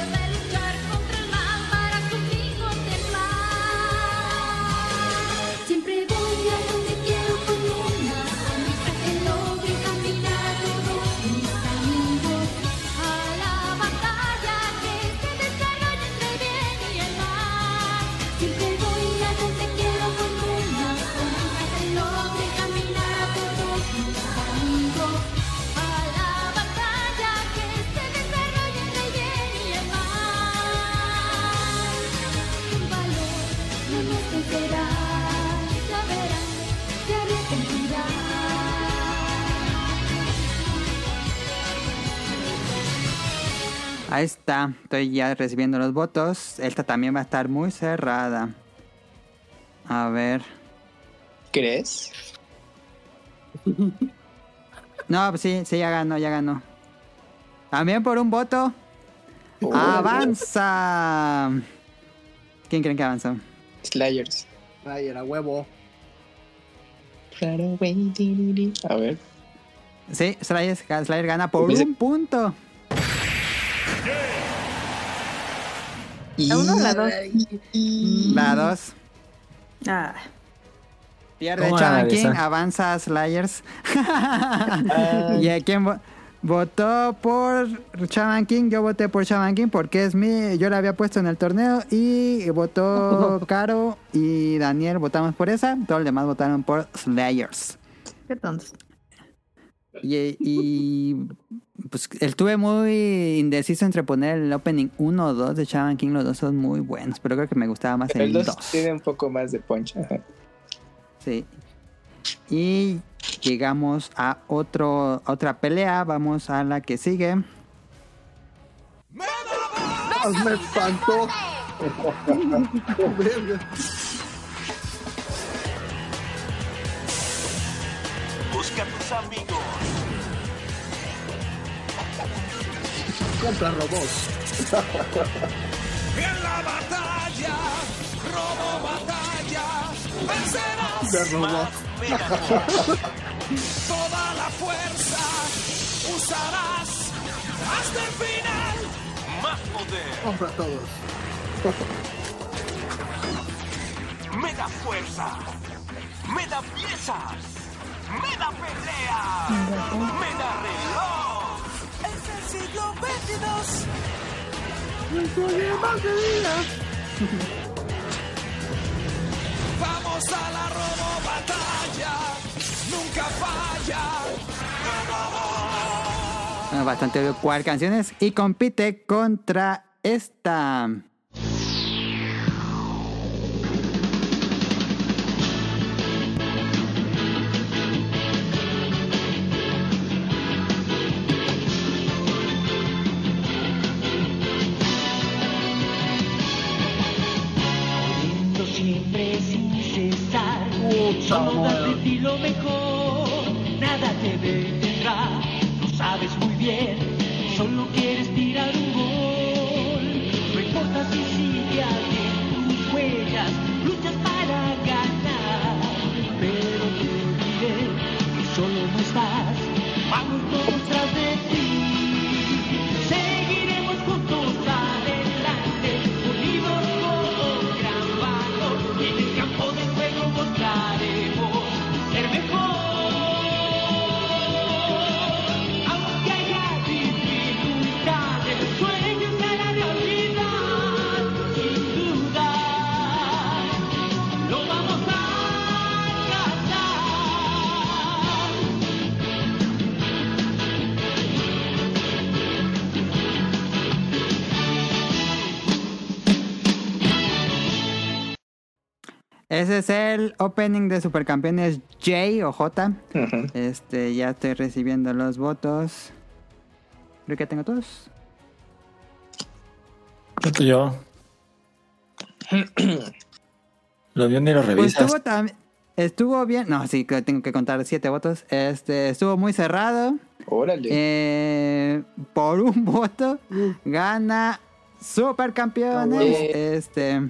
Ahí está, estoy ya recibiendo los votos. Esta también va a estar muy cerrada. A ver. ¿Crees? No, pues sí, sí, ya ganó, ya ganó. También por un voto. Oh. ¡Avanza! ¿Quién creen que avanzó? Slayers. Ay, era huevo. Claro, güey. A ver. Sí, Slayers, Slayer gana por Dice- un punto. ¿La uno o la dos? La dos. Ah, Pierde ¿Cómo Shaman King, analiza? avanza Slayers. ¿Y a quién vo- votó por Shaman King? Yo voté por Shaman King porque es mi. Yo la había puesto en el torneo y votó Caro y Daniel. Votamos por esa. Todos los demás votaron por Slayers. qué tontos. Y, y pues estuve muy indeciso entre poner el opening uno o dos de Shaman King. Los dos son muy buenos, pero creo que me gustaba más Pero el el dos. dos tiene un poco más de punch. Ajá. Sí. Y llegamos a otro otra pelea. Vamos a la que sigue. Ah, me espantó. Verga. Busca a tus amigos. Contra robots. En la batalla, robo batalla, vencerás. De robots. Toda la fuerza usarás hasta el final. Más poder. Contra todos. Me da fuerza. Me da piezas. Me da pelea. Me da reloj. Es el siglo veintidós. Vamos a la robo batalla. Nunca falla. Bueno, bastante obvio cuál canciones. Y compite contra esta. Corriendo siempre sin cesar, solo das de ti lo mejor, nada te detendrá, lo sabes muy bien, solo quieres tirar un gol, no importa si sigue alguien tus huellas, luchas para ganar, pero te diré que solo no estás, vamos todos tras de ti, seguiremos juntos adelante, unidos con gran valor, y en el campo de juego mostraremos ser mejor. Aunque haya dificultades, sueños será realidad, sin duda, lo vamos a alcanzar. Ese es el opening de Supercampeones J o J. Ujú. Este, ya estoy recibiendo los votos. Creo que tengo todos. Voto yo. Lo vio ni lo Pues revisas. estuvo tam- estuvo bien. No, sí, que tengo que contar siete votos. Este, estuvo muy cerrado. Órale. Eh, por un voto gana Supercampeones. Ah, bueno. Este,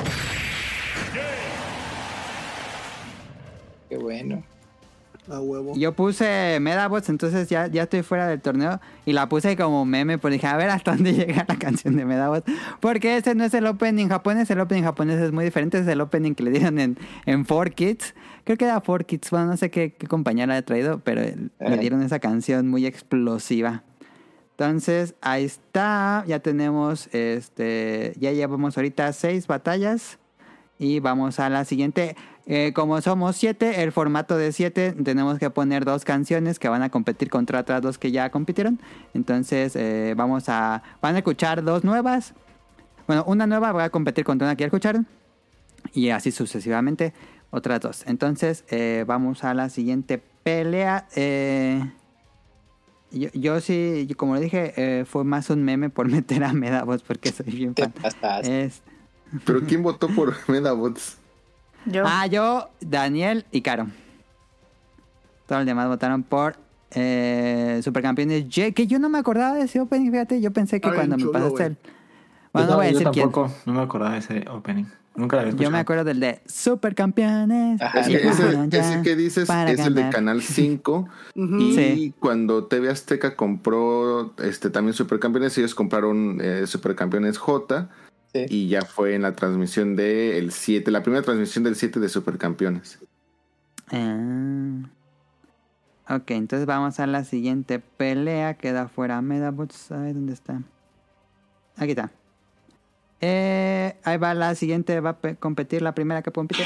Qué bueno. A huevo. yo puse Medabots, entonces ya, ya estoy fuera del torneo. Y la puse como meme, porque dije, a ver hasta dónde llega la canción de Medabots. Porque ese no es el opening japonés, el opening japonés es muy diferente. Es el opening que le dieron en, en four kids. Creo que era four kids, bueno, no sé qué, qué compañía la ha traído, pero le Ajá. dieron esa canción muy explosiva. Entonces, ahí está. Ya tenemos, este, ya llevamos ahorita seis batallas. Y vamos a la siguiente. Eh, como somos siete, el formato de siete, tenemos que poner dos canciones que van a competir contra otras dos que ya compitieron. Entonces, eh, vamos a... Van a escuchar dos nuevas. Bueno, una nueva va a competir contra una que ya escucharon. Y así sucesivamente, otras dos. Entonces, eh, vamos a la siguiente pelea. Eh, Yo, yo sí, yo como le dije, eh, fue más un meme por meter a Medabots porque soy bien Te fan. pasaste. Es- Pero ¿quién votó por Medabots? Yo. Ah, yo, Daniel y Caro. Todos los demás votaron por eh, Supercampeones J, que yo no me acordaba de ese opening, fíjate. Yo pensé que Está cuando bien me chulo, pasaste güey. el... Bueno, no voy a yo decir quién. tampoco, no me acordaba de ese opening. Nunca lo había escuchado. Yo me acuerdo del de Supercampeones. Ajá. Ese, y ese- jugaron ya ese que dices para es el de ganar. Canal cinco. Ujú. Y Sí. cuando T V Azteca compró este también Supercampeones, ellos compraron eh, Supercampeones J. Sí. Y ya fue en la transmisión del siete, la primera transmisión del siete de Supercampeones. Ah. Ok, entonces vamos a la siguiente pelea. Queda fuera Medabots. Ay, ¿dónde está? Aquí está. Eh, ahí va la siguiente. Va a pe- competir la primera que compite.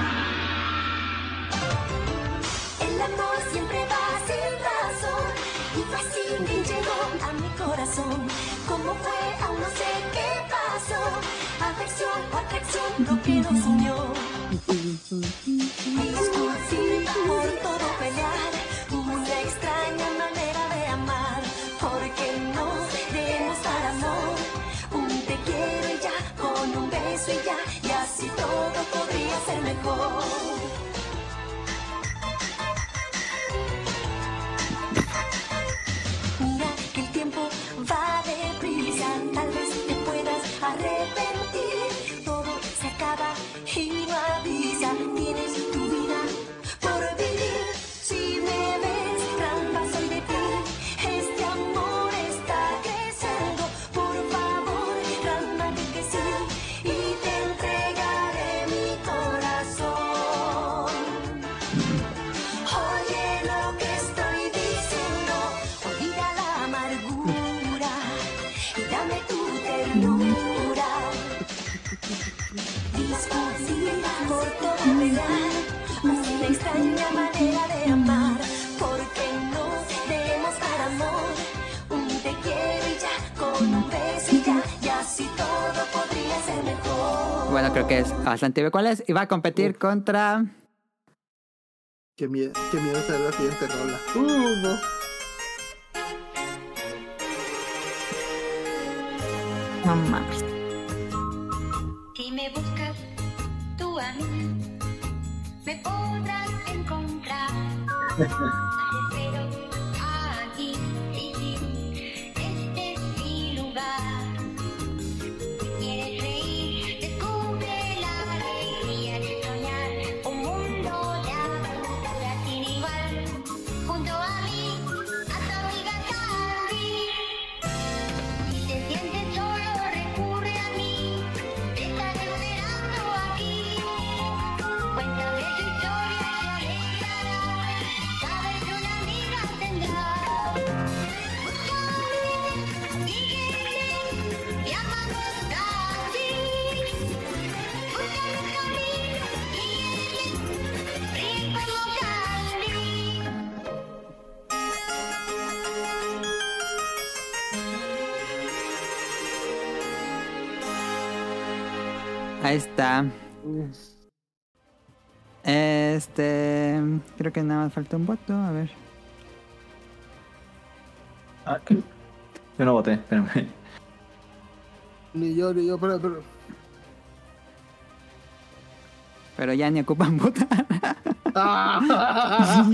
El amor siempre va sin razón y fácil que llegó a mi corazón. ¿Cómo fue? Aún no sé qué pasó. Afección o atracción, lo que nos unió. Discutir, por todo pelear, una extraña manera de amar. Porque no debemos dar amor. Un te quiero y ya, con un beso y ya, y así todo podría ser mejor. Mira que el tiempo va deprisa, tal vez te puedas arrepentir. Todo se acaba y no avisa, tienes tu vida por vivir. Si me ves, trampa soy de ti, este amor está creciendo. Por favor, calma que sí, y te entregaré mi corazón. Oye lo que estoy diciendo, olvida la amargura y dame tu ternura. Discutir por todo pelear, una extraña manera de amar. Porque no debemos dar amor, un te quiero y ya, con un beso y ya, y así todo podría ser mejor. Bueno, creo que es bastante obvio cuál es. Y va a competir contra... Qué miedo, qué miedo saber la siguiente rola. Uh, no. No mames. Si me buscas tú a mí, me podrás encontrar. Espero aquí, sí, sí, este es mi lugar. ¿Quieres reír? Descubre la alegría de soñar un mundo de aventura sin igual. Junto a mí, a tu amiga Candy. Si te sientes solo, recurre a mí. Te estaré esperando aquí. Cuéntame tu historia y te alegrará. Sabes que una amiga tendrás. Búscame, sígueme, llámame Candy. Búscame a mí, sígueme, ríe como Candy. Ahí está. Este... Creo que nada más falta un voto. A ver. Ah, ¿qué? Yo no voté, espérame. Ni yo, ni yo, pero, pero. Pero ya ni ocupan votar. Ah.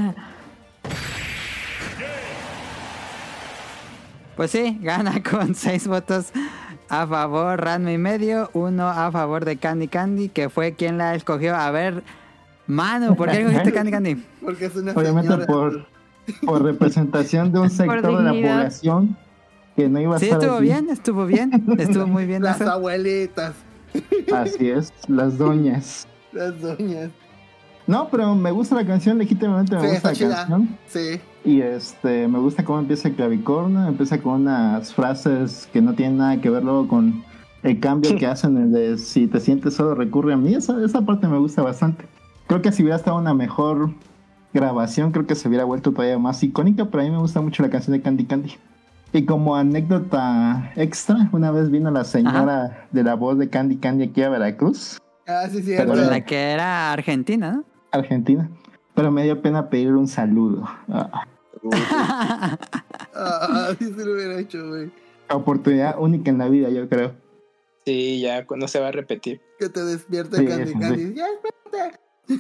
Pues sí, gana con seis votos a favor, Ranma y medio, uno a favor de Candy Candy, que fue quien la escogió. A ver, Manu, ¿por qué escogiste Candy Candy? Porque es una Obviamente señora. por, por representación de un sector de la dignidad. población que no iba a Sí, estar estuvo aquí. bien, estuvo bien, estuvo muy bien Las eso. abuelitas, Así es, las doñas. las doñas. No, pero me gusta la canción, legítimamente me Sí, gusta está la chida. canción. Sí. Y este, me gusta cómo empieza el clavicornio, empieza con unas frases que no tienen nada que ver luego con el cambio que hacen, el de si te sientes solo recurre a mí. Esa, esa parte me gusta bastante. Creo que si hubiera estado una mejor grabación, creo que se hubiera vuelto todavía más icónica, pero a mí me gusta mucho la canción de Candy Candy. Y como anécdota extra, una vez vino la señora de la voz de Candy Candy aquí a Veracruz, Ah, sí, sí. Pero La que era argentina, ¿no? Argentina, pero me dio pena pedirle un saludo. Ah. Ah, sí se lo hubiera hecho, güey. Oportunidad única en la vida, yo creo. Sí, ya no se va a repetir. Que te despierte Sí, Candy sí, Candy. sí. Ya, espérate.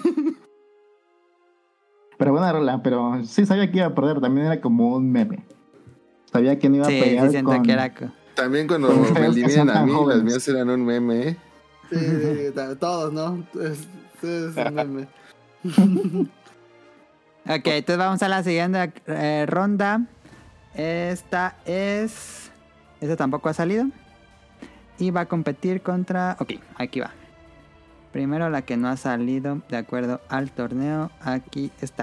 Pero buena rola, pero sí sabía que iba a perder, también era como un meme. Sabía que no iba Sí, a pegar sí siento con... que era... co- También cuando Con me feos que eliminan son a tan mí, las jóvenes. mías eran un meme, ¿eh? Sí, sí, sí, todos, ¿no? Es, es un meme. Ok, entonces vamos a la siguiente eh, ronda. Esta es... Esta tampoco ha salido. Y va a competir contra... Ok, aquí va. Primero la que no ha salido de acuerdo al torneo. Aquí está.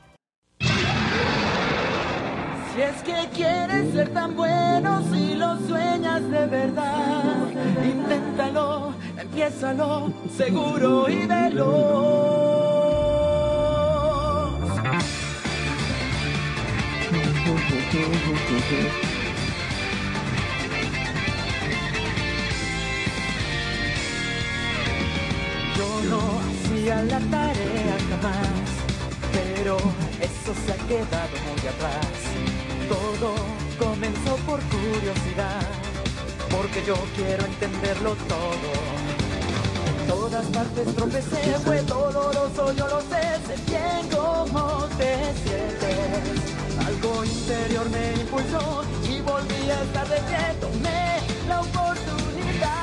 Si es que quieres ser tan bueno, si lo sueñas de verdad, inténtalo, empiézalo, seguro y veloz. Yo no hacía la tarea jamás, pero eso se ha quedado muy atrás. Todo comenzó por curiosidad, porque yo quiero entenderlo todo. En todas partes tropecé, fue doloroso, yo lo sé, sé bien cómo te sientes. Algo interior me impulsó y volví a estar de pie, tomé la oportunidad.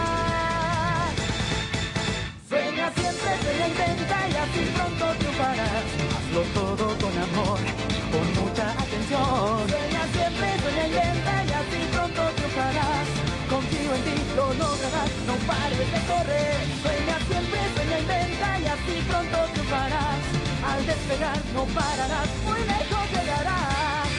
Sueña siempre, sueña, intenta y así pronto triunfarás. Hazlo todo con amor y con mucha atención. Sueña siempre, sueña, intenta y así pronto triunfarás. Confío en ti, lo lograrás, no pares de correr. Sueña siempre, sueña, intenta y así pronto triunfarás. Al despegar no pararás, muy lejos llegarás.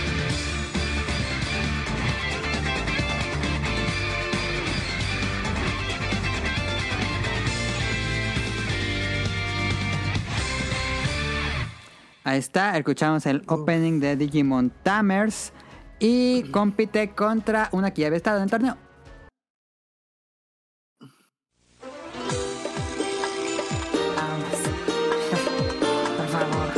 Ahí está, escuchamos el opening de Digimon Tamers. Y compite contra una que ya había estado en el torneo. Por favor.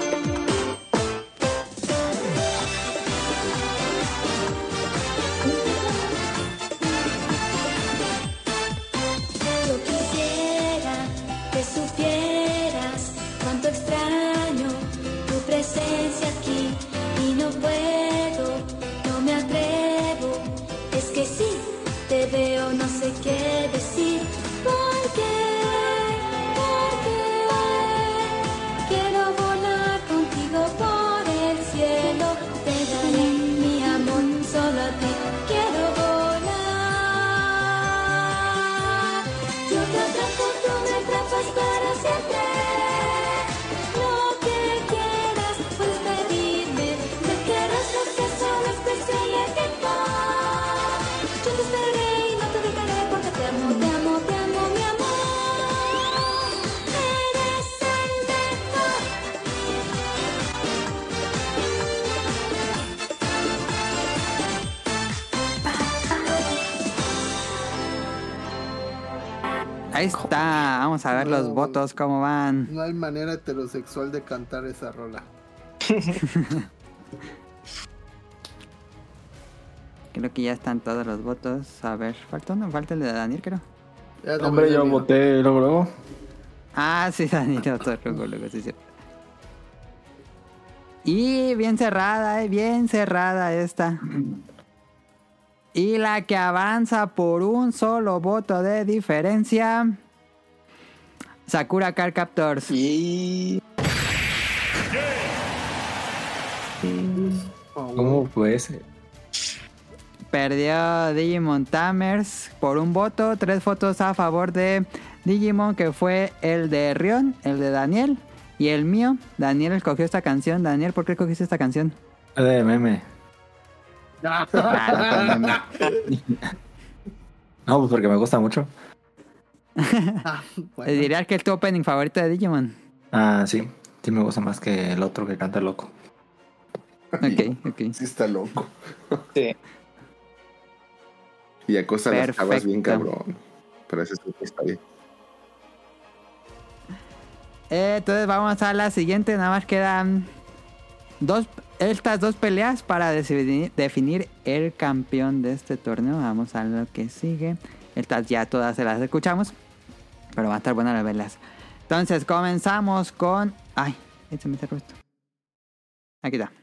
Yo quisiera que supieras cuánto extraño tu presencia aquí y no puedo, no me atrevo. Es que si te veo no sé qué decir. ¿Por qué? ¿Por qué? Quiero volar contigo por el cielo. Te daré mi amor solo a ti. Quiero volar. Yo te atrapo, tú me atrapas para siempre. Lo que quieras, puedes pedirme. Me querrás lo que solo es cuestión de tiempo. Yo te esperaré y no te dejaré porque te amo, te amo, te amo, mi amor. Eres el mejor. Ahí está, vamos a ver los No. votos, cómo van. No hay manera heterosexual de cantar esa rola. Creo que ya están todos los votos. A ver, falta uno, falta el de Daniel, creo. Ya te Hombre, voy a yo decir. voté luego, luego. Ah, sí, Daniel, otro, luego, luego, sí, sí. Y bien cerrada, eh, bien cerrada esta. Y la que avanza por un solo voto de diferencia, Sakura Card Captors. Y ¿Cómo fue ese? Perdió Digimon Tamers por un voto, tres votos a favor de Digimon, que fue el de Rion, el de Daniel y el mío. Daniel escogió esta canción. Daniel, ¿por qué escogiste esta canción? Es de meme. Ah, no, no, no. No, pues porque me gusta mucho. Ah, bueno. Dirías que es tu opening favorito de Digimon. Ah, sí. Sí me gusta más que el otro que canta loco. Ok, ok. Sí está loco. sí. Y acosa a las chavas bien Perfecto. cabrón. Pero esa es otra historia. Eh, entonces vamos a la siguiente. Nada más quedan dos, estas dos peleas para definir, definir el campeón de este torneo. Vamos a lo que sigue. Estas ya todas se las escuchamos, pero va a estar buena las verlas. Entonces comenzamos con... Ay, se me cerró esto. Aquí está.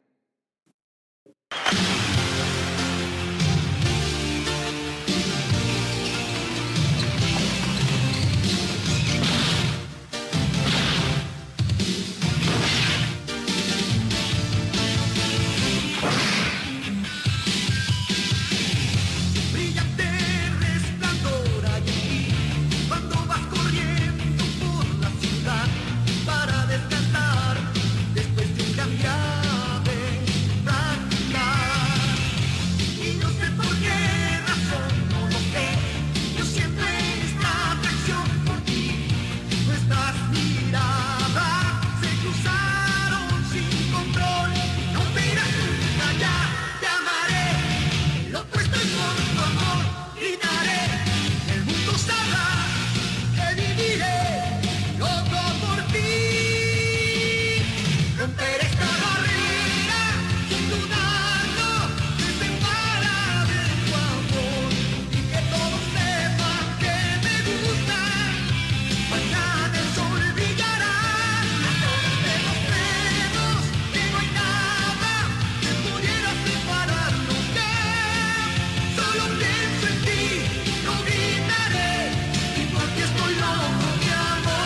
Brillante resplandor hay en ti cuando vas corriendo por la ciudad para descansar después de un gran viaje practicar. Y no sé por qué razón, no lo sé, yo siempre en esta atracción por ti. Nuestras miradas se cruzaron sin control. No miras nunca, ya te amaré. Loco estoy por tu amor, gritaré. El mundo sabrá que viviré loco por ti. Romper esta barrera sin dudarlo que separa de tu amor y que todos sepan que me gusta. Mañana el sol brillará. A todos demostremos que no hay nada que pudiera separarnos ya. Solo pienso en ti, no gritaré, y porque estoy loco de amor.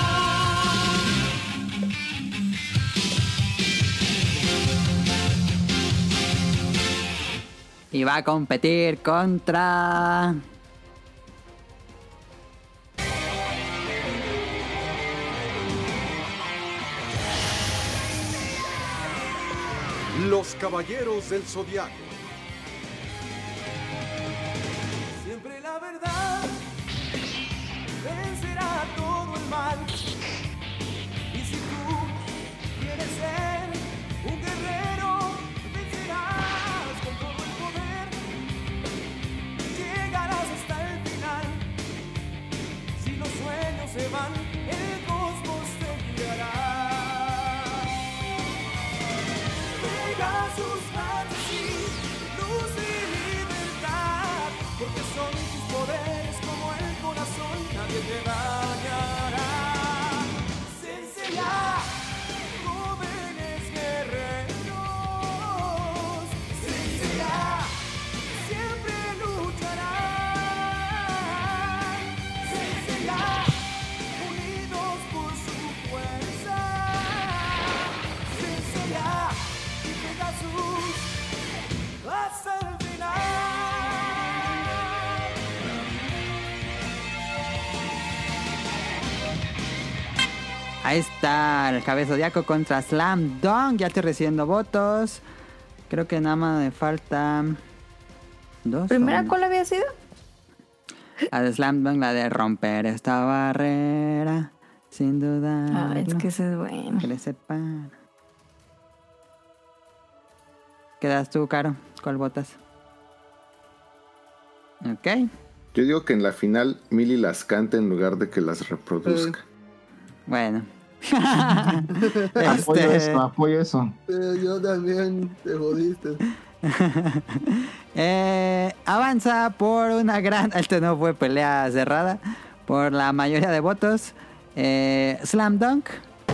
Y va a competir contra... Los Caballeros del Zodiaco. Siempre la verdad vencerá todo el mal. Y si tú quieres ser un guerrero, vencerás con todo el poder. Llegarás hasta el final. Si los sueños se van, el cosmos te guiará. Pegasus Fantasy, luz y libertad, porque son tus poderes como el corazón, nadie te dañará. Senseiya, jóvenes guerreros, Senseiya, siempre lucharán. Senseiya, unidos por su fuerza. Senseiya, y Pegasus hasta el final. Ahí está el Cabeza Zodiaco contra Slam Dunk. Ya estoy recibiendo votos. Creo que nada más me faltan dos. ¿Primera o- cuál había sido? La de Slam Dunk, la de romper esta barrera. Sin duda. Ah, es que ese es bueno. Que le sepan. ¿Quedas tú, Caro? ¿Cuál votas? Ok. Yo digo que en la final Millie las cante en lugar de que las reproduzca. Bueno. Apoyo Este, eso, apoyo eso. Eh, yo también te jodiste. eh, avanza por una gran... Este no fue pelea cerrada. Por la mayoría de votos. Eh, Slam Dunk.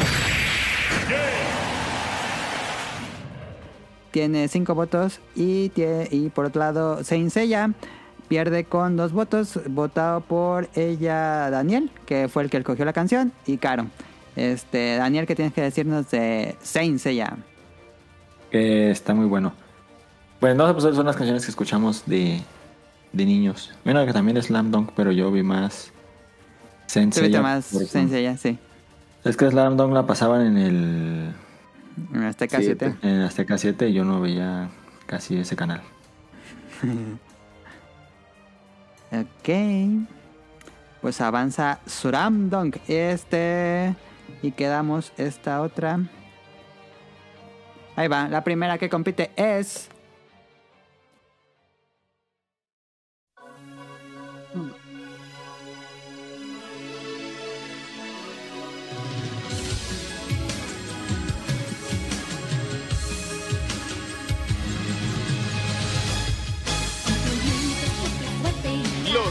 Tiene cinco votos. Y, tie- y por otro lado, Saint Seiya pierde con dos votos. Votado por ella, Daniel, que fue el que escogió la canción. Y Caro. Este, Daniel, ¿qué tienes que decirnos de Saint Seiya? Que está muy bueno. Bueno, no, pues son las canciones que escuchamos de, de niños. Bueno, que también es Slam Dunk, pero yo vi más Saint Tuviste Seiya. más porque- Saint Seiya, sí. Es que Slam Dunk la pasaban en el En Azteca siete. en Azteca siete y yo no veía casi ese canal. Ok. Pues avanza Slam Dunk. Este. Y quedamos esta otra. Ahí va. La primera que compite es.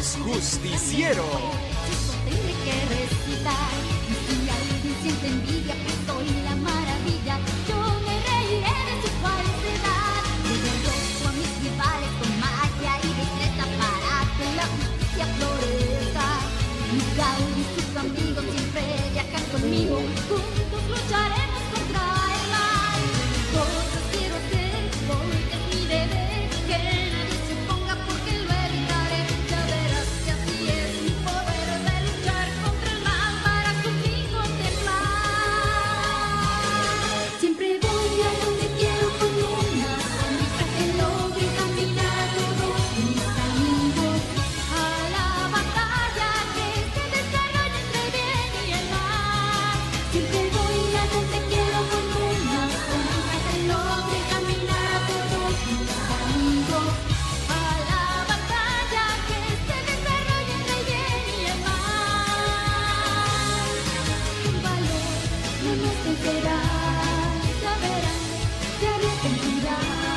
Los Justicieros. Tendré que recitar. Y si alguien siente envidia, que soy la maravilla, yo me reiré de su falsedad. Le derroto a mis rivales con magia y destreza para que la justicia florezca. Y Gaudi y sus amigos siempre viajan conmigo. Juntos lucharemos contra el mal. Cosas quiero hacer porque es mi deber. Que nadie se ponga porque lo evitaré. Ya verás que así es mi poder de luchar contra el mal para conmigo temblar. Siempre voy a donde quiero con una sonrisa que logre caminar todos mis amigos a la batalla que se desarrolla entre el bien y el mal. Siempre voy a donde quiero con una sonrisa que logre caminar todos mis amigos a la batalla que se desarrolla entre el bien y el mal. Con valor no nos vencerá, ya verás, te arrepentirás.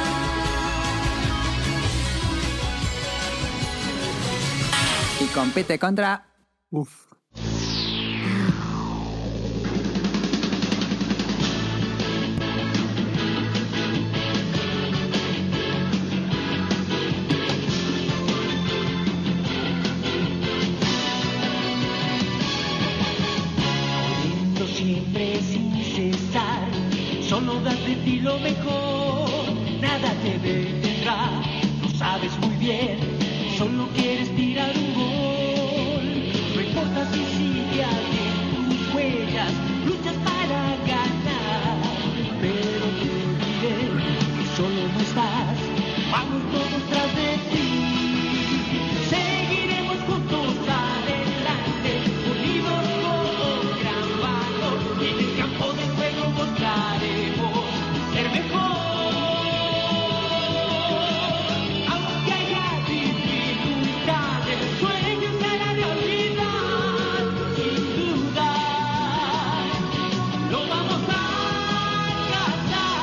Y compite contra... Uf. Corriendo siempre sin cesar, solo das de ti lo mejor, nada te detendrá, lo sabes muy bien, solo quieres tirar un gol, no importa si sigue alguien tus huellas, luchas para ganar, pero te diré que solo no estás, vamos todos tras de ti, seguiremos juntos adelante, unidos con gran valor, y en el campo de juego mostraremos ser mejor, aunque haya dificultades, sueños será realidad, sin duda, lo vamos a alcanzar.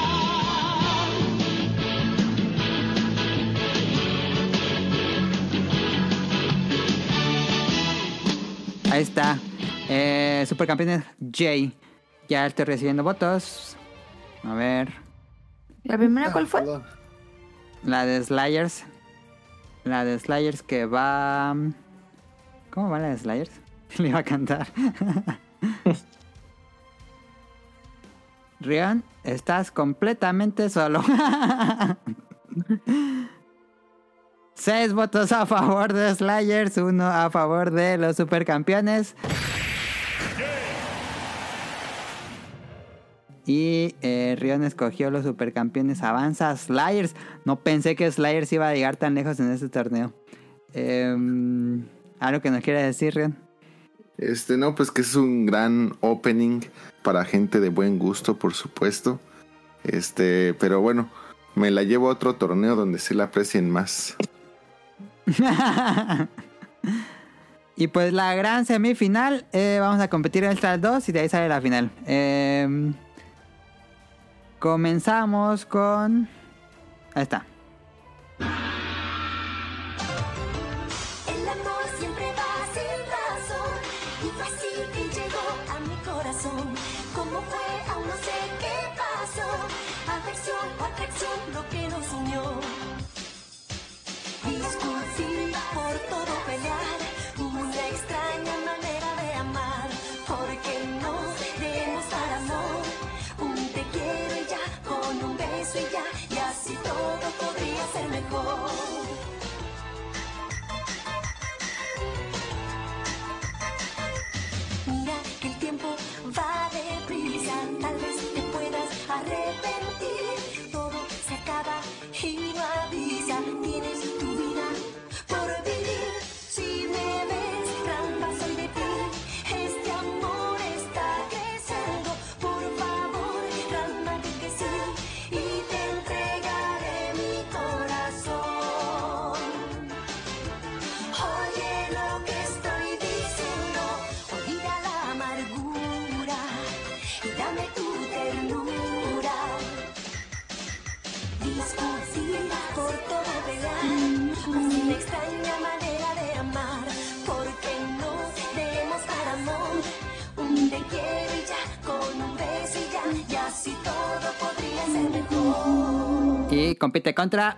Ahí está. Eh, Supercampeones J. Ya estoy recibiendo votos. A ver. ¿La primera cuál fue? Perdón. La de Slayers. La de Slayers que va... ¿Cómo va la de Slayers? Le iba a cantar. Rion, estás completamente solo. Seis votos a favor de Slayers, uno a favor de los Supercampeones. Y eh, Rion escogió los Supercampeones. Avanza Slayers. No pensé que Slayers iba a llegar tan lejos en este torneo. Eh, ¿Algo que nos quiere decir, Rion? Este, no, pues que es un gran opening para gente de buen gusto, por supuesto. Este, pero bueno, me la llevo a otro torneo donde se la aprecien más. Y pues la gran semifinal, eh, vamos a competir en el Stars dos y de ahí sale la final. Eh, comenzamos con... Ahí está. El amor siempre va sin razón y fácil que llegó a mi corazón. ¿Cómo fue? Aún no sé qué pasó. Afección o atracción, lo que nos unió. Discutir, por todo pelear, una extraña manera de amar. Porque no debemos dar amor, un te quiero y ya, con un beso y ya, y así todo podría ser mejor. Mira que el tiempo va deprisa, tal vez te puedas arrepentir. Todo se acaba y no avisa, tienes tu vida por vivir. Si me ves, gran paso de ti, este amor está creciendo. Por favor, gran que sí, y te entregaré mi corazón. Y compite contra...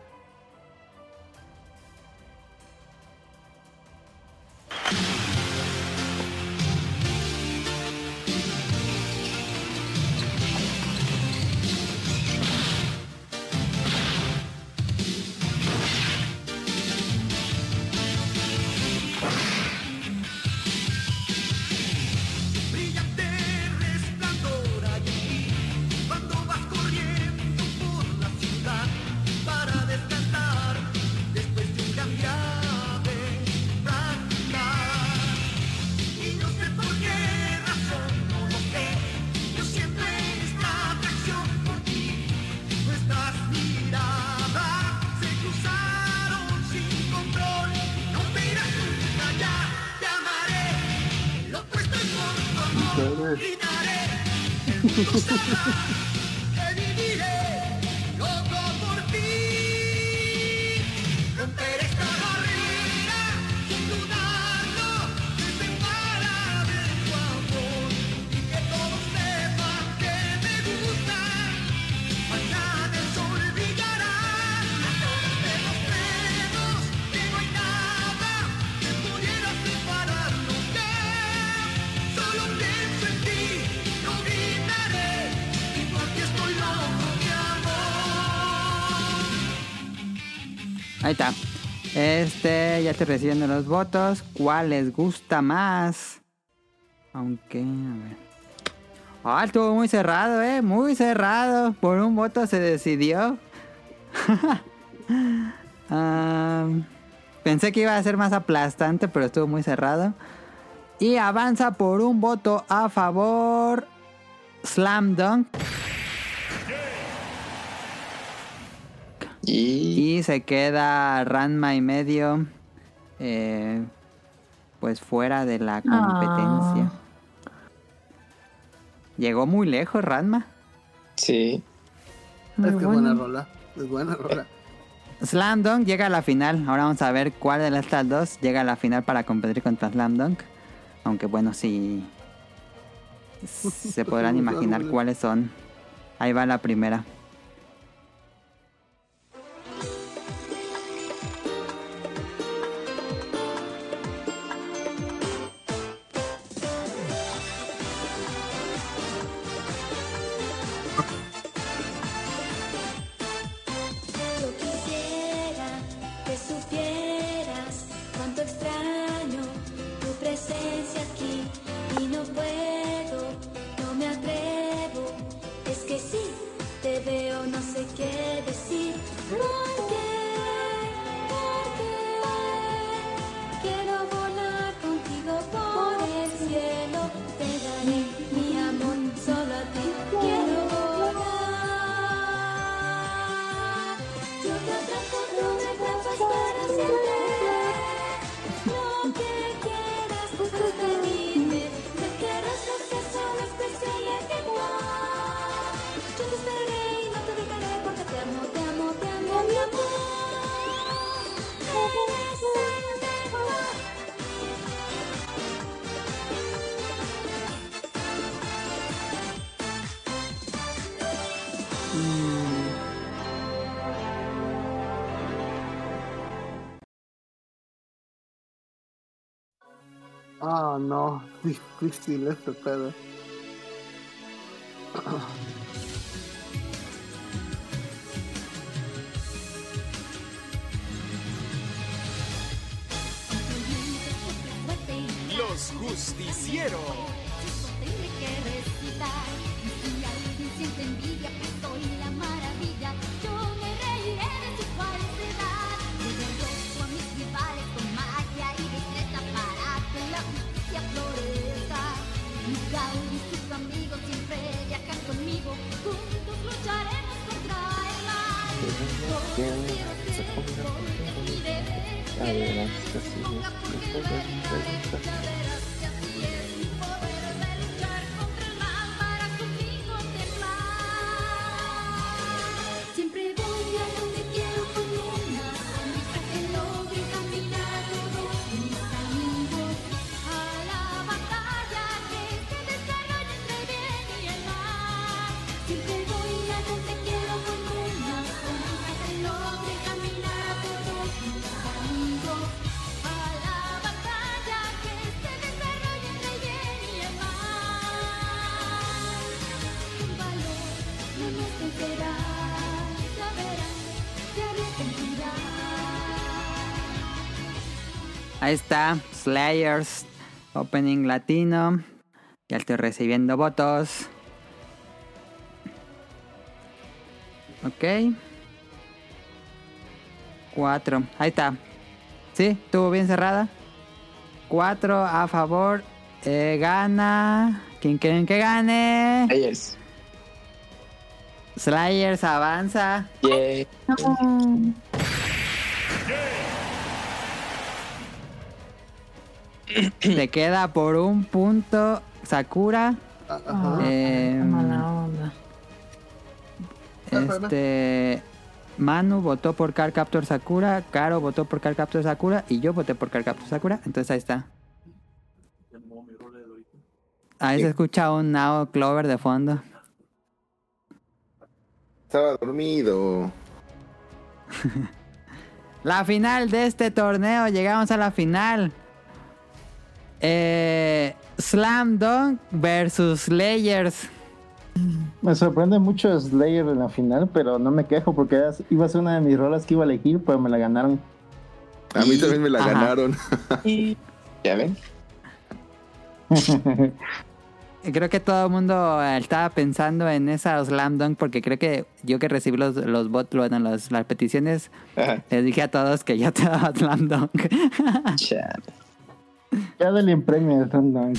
Brillante resplandor hay en ti cuando vas corriendo por la ciudad para descansar después de un gran viaje practicar. Y no sé por qué razón, no lo sé, yo siempre esta atracción por ti. Nuestras miradas se cruzaron sin control. No miras nunca, ya te amaré. Lo puesto en tu amor, gritaré. El mundo sabrá que viviré loco por ti. Romper esta barrera sin dudarlo, que separa de tu amor. Y que todos sepan que me gusta. Mañana el sol brillará. Demostremos que no hay nada que pudiera separarnos. Que solo pienso en ti, no gritaré. Y porque estoy loco de amor. Ahí está. Este, ya estoy recibiendo los votos. ¿Cuál les gusta más? Aunque, a ver. Ah, estuvo muy cerrado, eh. Muy cerrado. Por un voto se decidió. Ah, pensé que iba a ser más aplastante, pero estuvo muy cerrado. Y avanza por un voto a favor Slam Dunk. Y Y se queda Ranma y medio. eh, pues fuera de la competencia. Llegó muy lejos Ranma. sí, Muy Es que es bueno. buena rola. Es buena rola. Slam Dunk llega a la final. Ahora vamos a ver cuál de estas dos llega a la final para competir contra Slam Dunk. Aunque bueno, sí. Se podrán imaginar cuáles son. Ahí va la primera. Yo quisiera que supieras cuánto extraño tu presencia aquí y no puedo, no me atrevo. Es que sí, te veo, no sé qué decir. ¿Por qué? ¿Por qué? Quiero volar contigo por el cielo. Te daré mi amor solo a ti. Quiero volar. Yo te atrapo, tú me atrapas para siempre. Lo que quieras, tú pedirme. Me querrás porque solo es especial y igual. Yo te esperaré y no te dejaré porque te amo, te amo, te amo, mi amor. Eres el mejor. Ah, no. Difícil este pedo. Los justicieros. Tendré que recitar. Y si alguien siente envidia, pues soy la maravilla. Yo me reiré de su falsedad. De vergonzo a mis rivales con magia y destreza para que la justicia florezca. Mi Gaul y sus amigos siempre viajan conmigo. Juntos lucharemos contra el mal. Todos quiero ser, porque es mi deber. Que nadie se ponga porque el vengaré. Ya verás que así es mi poder de luchar contra el mal para conmigo templar. Siempre voy a donde quiero con una sonrisa que logre caminar todos mis amigos a la batalla que se desarrolla entre el bien y el mal. Siempre voy a donde quiero vencerás, ya verás, te arrepentirás. Ahí está, Slayers, opening latino. Ya estoy recibiendo votos. Ok. Cuatro. Ahí está. Sí, estuvo bien cerrada. Cuatro a favor. Eh, gana. ¿Quién quieren que gane? Slayers. Slayers avanza. Yeah. Se queda por un punto Sakura. Ah, Eh, mala onda. Este. Manu votó por Cardcaptor Sakura. Caro votó por Cardcaptor Sakura. Y yo voté por Cardcaptor Sakura. Entonces ahí está. Ahí se escucha un Nao Clover de fondo. Estaba dormido. La final de este torneo. Llegamos a la final. Eh, Slam Dunk versus Slayers. Me sorprende mucho Slayer en la final, pero no me quejo porque iba a ser una de mis rolas que iba a elegir, pero me la ganaron. A mí también me la Ajá. ganaron. ¿Ya ven? Creo que todo el mundo estaba pensando en esa Slam Dunk porque creo que yo que recibí los, los votos, bueno, los, las peticiones, Ajá. les dije a todos que yo te daba Slam Dunk. Chale. Ya del premio de Slam Dunk.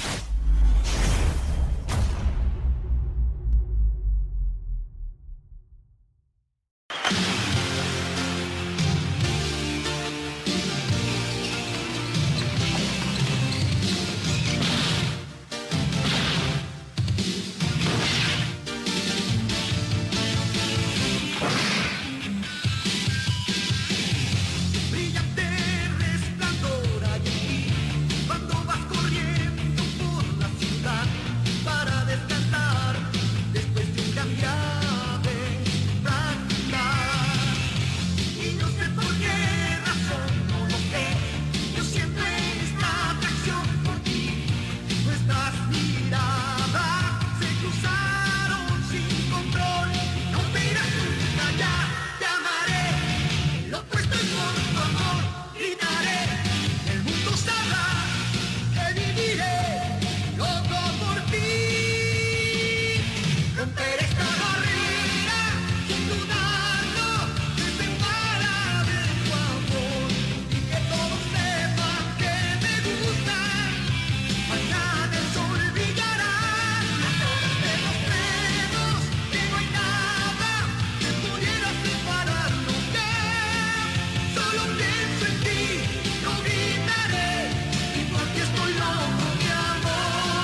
Brillante resplandor hay aquí cuando vas corriendo por la ciudad para descansar después de un gran viaje practicar. Y no sé por qué razón, no lo sé, yo siempre en esta atracción por ti. Nuestras miradas se cruzaron sin control. No miras nunca, ya te amaré. Lo puesto y con tu amor gritaré. El mundo sabrá que viviré loco por ti. Romper esta barrera sin dudarlo desde para ver tu amor y que todos sepan que me gusta. Mañana el sol brillará. A todos demostremos que no hay nada que pudiera separarnos. Que solo pienso en ti, no gritaré, y porque estoy loco de amor.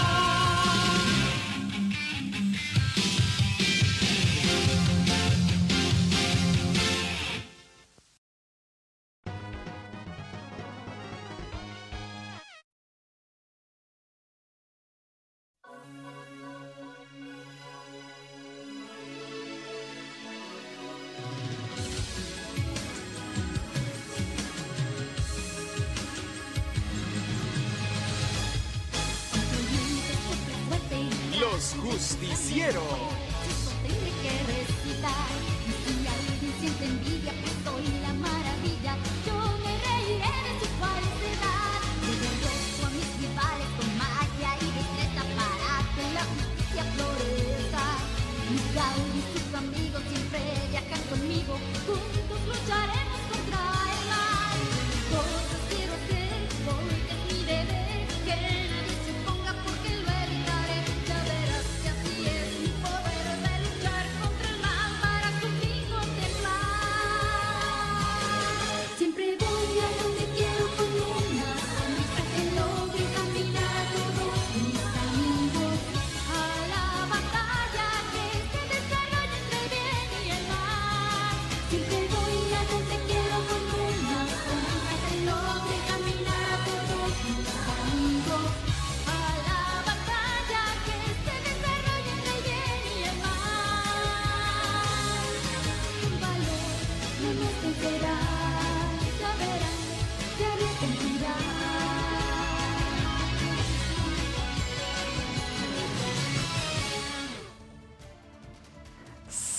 Los justicieros. Tendré que recitar. Y si alguien siente envidia, pues soy la maravilla. Yo me reiré de su falsedad. Le derroto a mis rivales con magia y destreza para que la justicia florezca. Miguel y sus amigos siempre viajan conmigo. Juntos lucharemos contra el mal. Cosas quiero hacer porque es mi deber. Que nadie se ponga porque lo evitaré. Ya verás que así es mi poder.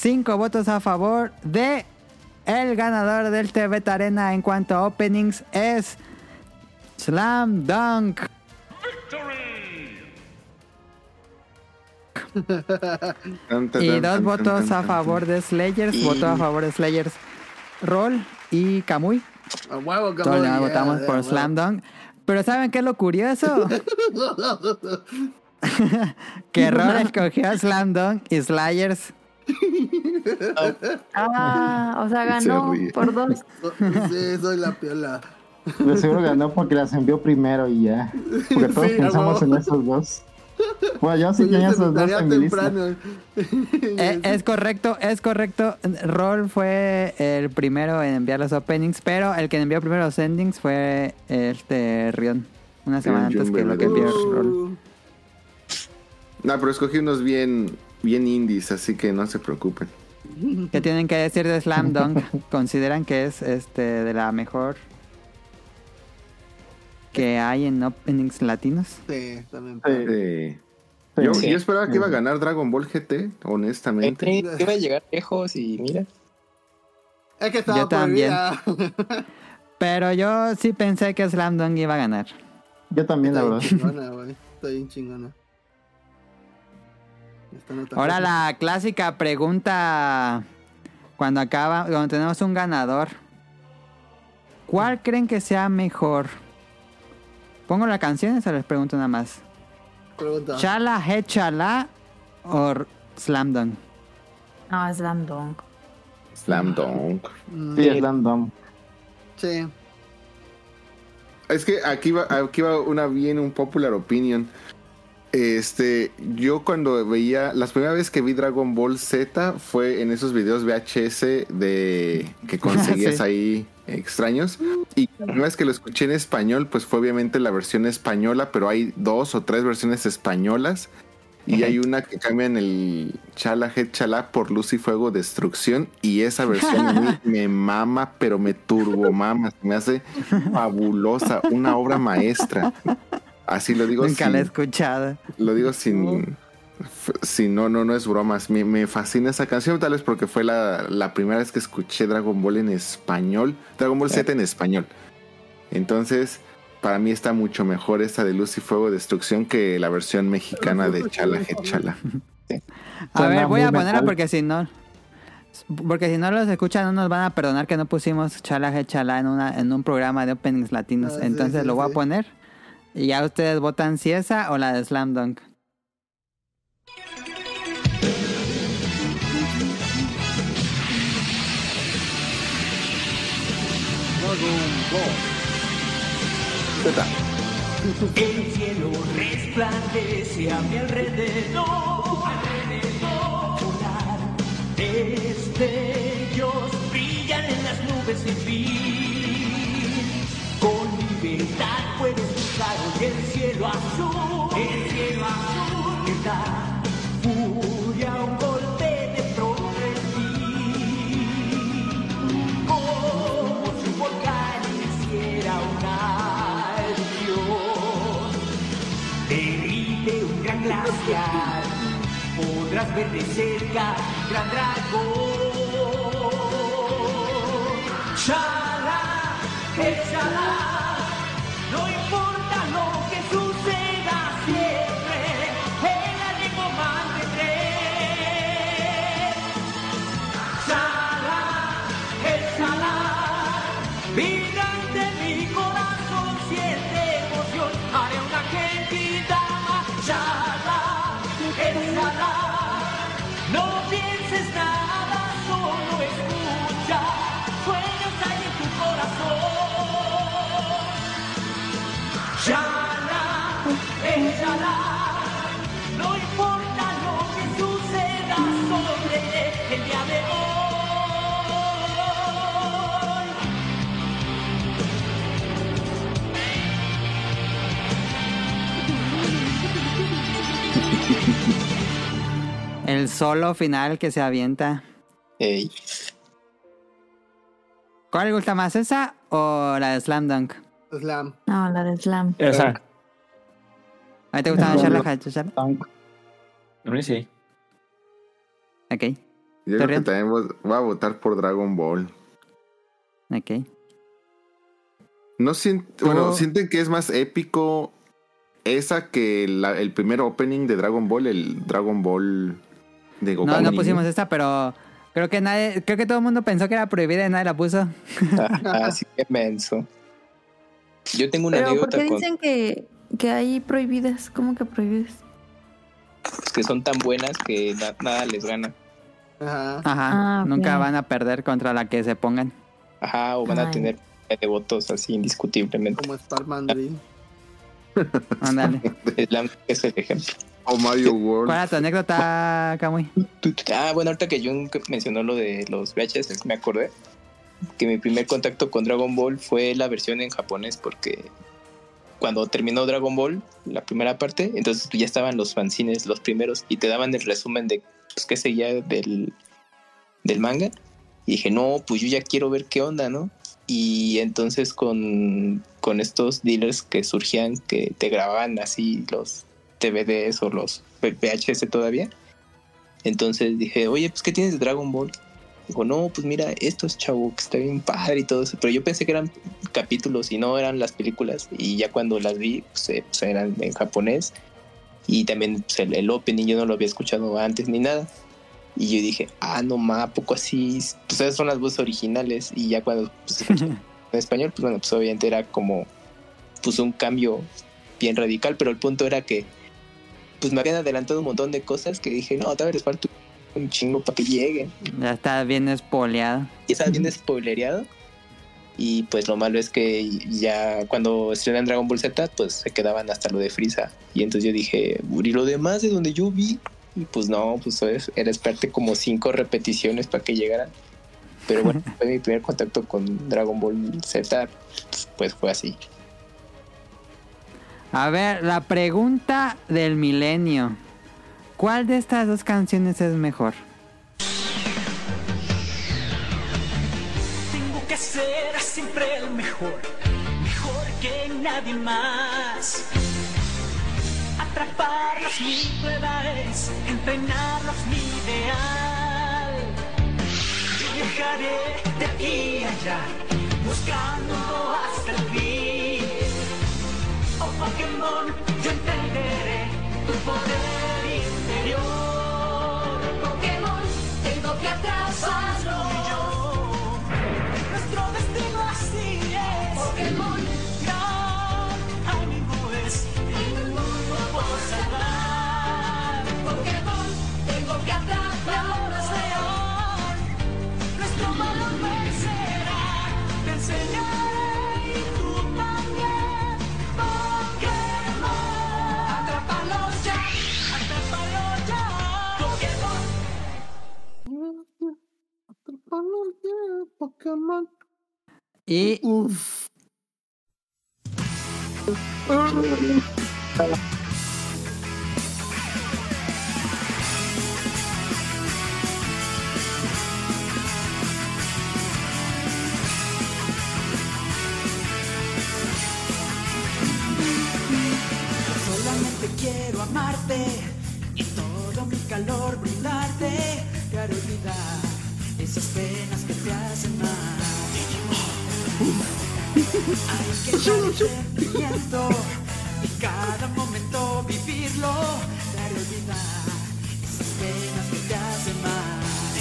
cinco votos a favor de el ganador del T V Beta Arena en cuanto a openings es Slam Dunk. Y dos votos a favor de Slayers, Y- votó a favor de Slayers Roll y Kamui. A huevo, Todos le yeah, votamos yeah, por huevo. Slam Dunk. Pero ¿saben qué es lo curioso? Que Roll escogió a Slam Dunk y Slayers. Ah, o sea, ganó Se ríe. por dos. Sí, soy la piola. De seguro ganó porque las envió primero y ya. Porque todos Sí, pensamos a huevo. en esos dos. Bueno, yo sí Oye, tenía se esos me dos tarea en mi lista. temprano. Eh, es correcto, es correcto. Roll fue el primero en enviar los openings, pero el que envió primero los endings fue este Rion. Una semana Rion antes que lo que Jumbo. envió Roll. Uh, No, pero escogí unos bien, bien indies, así que no se preocupen. ¿Qué tienen que decir de Slam Dunk? ¿Consideran que es este de la mejor que hay en openings latinos? Sí, también. Sí. Eh, Sí. yo, Sí. yo esperaba que iba a ganar Dragon Ball G T, honestamente. Eh, iba a llegar lejos y mira. Es que estaba Yo también. prohibida. Pero yo sí pensé que Slam Dunk iba a ganar. Yo también, la Está verdad. bien chingona, güey. Está bien chingona. Esta nota Ahora fue- la clásica pregunta cuando acaba, cuando tenemos un ganador. ¿Cuál creen que sea mejor? ¿Pongo la canción o se les pregunto nada más? Pregunta. ¿Chala He Chala o Slam Dunk? No, es Slam Dunk. Slam Dunk. Mm, Sí, es random. sí. Es que aquí va, aquí va una bien un popular opinion. Este, yo cuando veía, las primeras veces que vi Dragon Ball Z fue en esos videos V H S de que conseguías Sí. ahí extraños. Y la primera vez que lo escuché en español, pues fue obviamente la versión española, pero hay dos o tres versiones españolas. Y hay una que cambia en el Chala Head Chala por Luz y Fuego Destrucción. Y esa versión a mí me mama, pero me turbomama. Se me hace fabulosa, una obra maestra. Así lo digo. Nunca sin- la he escuchado. lo digo sin... f- sin no, no, no es bromas. Me, me fascina esa canción, tal vez porque fue la, la primera vez que escuché Dragon Ball en español. Dragon Ball Z en español. Entonces, para mí está mucho mejor esta de Luz y Fuego Destrucción que la versión mexicana de Chala He Chala. A Suena ver, voy a muy ponerla metal. porque si no... Porque si no los escuchan no nos van a perdonar que no pusimos Chala He Chala en, una, en un programa de openings latinos. Ah, sí, Entonces sí, lo voy sí. a poner. Y ya ustedes votan si esa o la de Slam Dunk. El cielo resplandece a mi alrededor, alrededor. Volar. Destellos brillan en las nubes sin fin. Con libertad puedes buscar hoy el cielo azul, el cielo azul que da furia, un golpe de progresir. Como si un volcán hiciera un adiós. Derrite un gran glaciar, podrás ver de cerca gran dragón. Chala, échala, no importa lo que suceda siempre, el ánimo mantendré. Chala, échala, vida de mi corazón siente emoción, haré una gentida. Chala, échala, no pienses nada, solo escucha, sueños hay en tu corazón. Chala, échala, no importa lo que suceda, solo creeré el día de hoy. El solo final que se avienta. Ey. ¿Cuál le gusta más, esa o la de Slam Dunk? Slam. No, la de Slam. Esa. ¿A ti te gusta Slam Chala Dunk. He Chala? Dunk. A mí sí. Ok. Yo creo que también voy a votar por Dragon Ball. Ok. No siento, bueno, sienten que es más épico esa que la, el primer opening de Dragon Ball, el Dragon Ball de Goku. No, no pusimos esta, pero creo que nadie, creo que todo el mundo pensó que era prohibida y nadie la puso. Ah, sí, qué menso. Yo tengo una Pero ¿por anécdota qué con dicen que, que hay prohibidas? ¿Cómo que prohibidas? que son tan buenas que na- nada les gana. Ajá. Ajá, Ah, ok. nunca van a perder contra la que se pongan. Ajá, o van a Ay. tener de votos así indiscutiblemente. Como Starman Drill. Ándale. Slam es el ejemplo. O Mario World. ¿Cuál era tu anécdota, Kamui? Ah, bueno, ahorita que Jun mencionó lo de los V H S, me acordé que mi primer contacto con Dragon Ball fue la versión en japonés, porque cuando terminó Dragon Ball, la primera parte, entonces ya estaban los fanzines, los primeros, y te daban el resumen de pues, qué seguía del, del manga. Y dije, no, pues yo ya quiero ver qué onda, ¿no? Y entonces con, con estos dealers que surgían, que te grababan así los D V Ds o los V H S todavía, entonces dije, oye, pues ¿qué tienes de Dragon Ball? Dijo, no, pues mira, esto es chavo, que está bien padre y todo eso. Pero yo pensé que eran capítulos y no eran las películas. Y ya cuando las vi, pues, eh, pues eran en japonés. Y también pues, el, el opening yo no lo había escuchado antes ni nada. Y yo dije, ah, no ma, ¿a poco así? Pues esas son las voces originales. Y ya cuando pues, escuché en español, pues bueno, pues obviamente era como pues un cambio bien radical. Pero el punto era que pues me habían adelantado un montón de cosas que dije, no, tal vez les falta un chingo para que lleguen. Ya está bien espoleado. Y estaba bien spoilereado. Y pues lo malo es que ya cuando estrenan Dragon Ball Z, pues se quedaban hasta lo de Frieza. Y entonces yo dije, y lo demás de donde yo vi. Y pues no, pues era esperarte como cinco repeticiones para que llegaran. Pero bueno, fue mi primer contacto con Dragon Ball Z, pues fue así. A ver, la pregunta del milenio. ¿Cuál de estas dos canciones es mejor? Tengo que ser siempre el mejor, mejor que nadie más. Atraparlos mi prueba es, entrenarlos mi ideal. Yo viajaré de aquí a allá, buscando hasta el fin. Oh Pokémon, yo entenderé tu poder interior. Pokémon, tengo que atraparlo. Nuestro destino así es. Pokémon, Gran amigo es el mundo por salvar. Pokémon, tengo que atraparlo. Nuestro valor vencerá. Te enseñaré y tú también. Pokémon, Atrápalos ya. atrápalo ya. Pokémon. Pokémon. Y Uf. Solamente quiero amarte y todo mi calor brindarte. Te haré olvidar esas penas que te hacen mal. Hay que dar el sentimiento y cada momento vivirlo. Te haré olvidar esas penas que te hacen mal.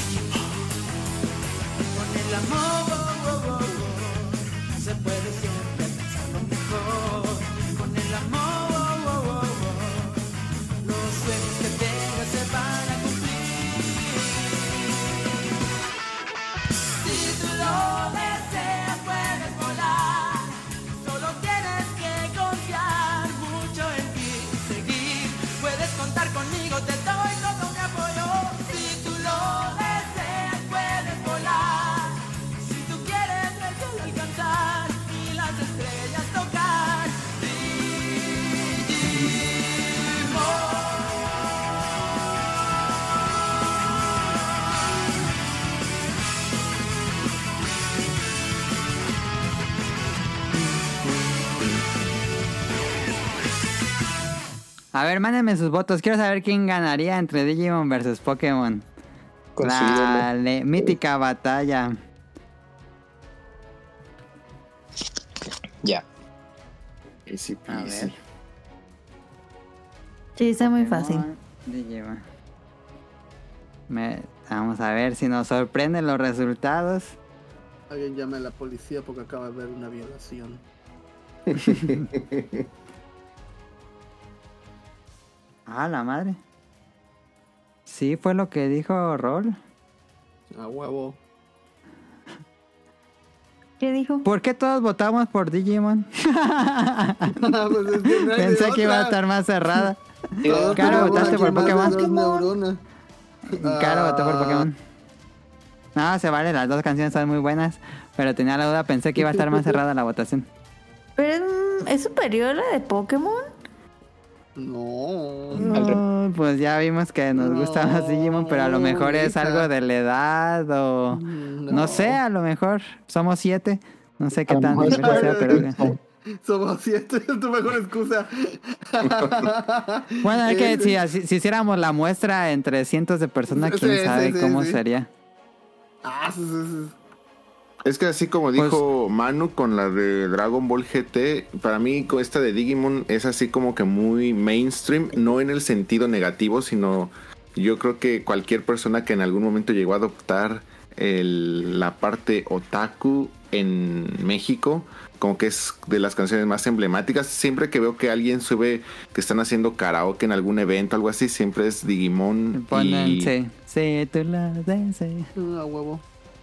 Con el amor oh, oh, oh, se puede siempre pensar lo mejor. Con el amor oh, oh, oh, los sueños que tengas se van a cumplir. Si tú lo deseas puedes volar. Solo tienes que confiar mucho en ti y seguir. Puedes contar conmigo, te doy todo mi apoyo. Si tú lo deseas puedes volar. Si tú quieres el cielo alcanzar y las estrellas tocar. a ver, mándenme sus votos. Quiero saber quién ganaría entre Digimon versus Pokémon. Con su La ídolo. le- mítica batalla. Ya. Easy A peasy. ver. Sí, está muy fácil. Pokémon Digimon. Me- Vamos a ver si nos sorprenden los resultados. Alguien llame a la policía porque acaba de haber una violación. Ah, la madre. Sí, fue lo que dijo Rol. A huevo. ¿Qué dijo? ¿Por qué todos votamos por Digimon? Pues es que no hay de Pensé que iba a otra. estar más cerrada. Todos Caro, tenemos votaste aquí por más de Pokémon. dos neuronas. Caro votó por Ah. Pokémon. No, se vale, las dos canciones son muy buenas. Pero tenía la duda, pensé que iba a estar más cerrada la votación. ¿Pero es, es superior la de Pokémon? No. No, pues ya vimos que nos gusta más Digimon, pero a lo mejor es hija. algo de la edad o... No. No sé, a lo mejor somos siete. No sé qué A lo tan mejor es difícil sea, pero... por- Somos siete, es tu mejor excusa. Bueno, es que Eh, si, así- si hiciéramos la muestra entre cientos de personas, Sí, quién sí, sabe sí, cómo sí. sería. Ah, sí, sí, sí. Es que así como Pues- dijo Manu con la de Dragon Ball G T, para mí con esta de Digimon es así como que muy mainstream, no en el sentido negativo, sino yo creo que cualquier persona que en algún momento llegó a adoptar el- la parte otaku en México, como que es de las canciones más emblemáticas. Siempre que veo que alguien sube que están haciendo karaoke en algún evento, algo así, siempre es Digimon. Ponen, y... sí, sí, tú la ves, sí. A huevo.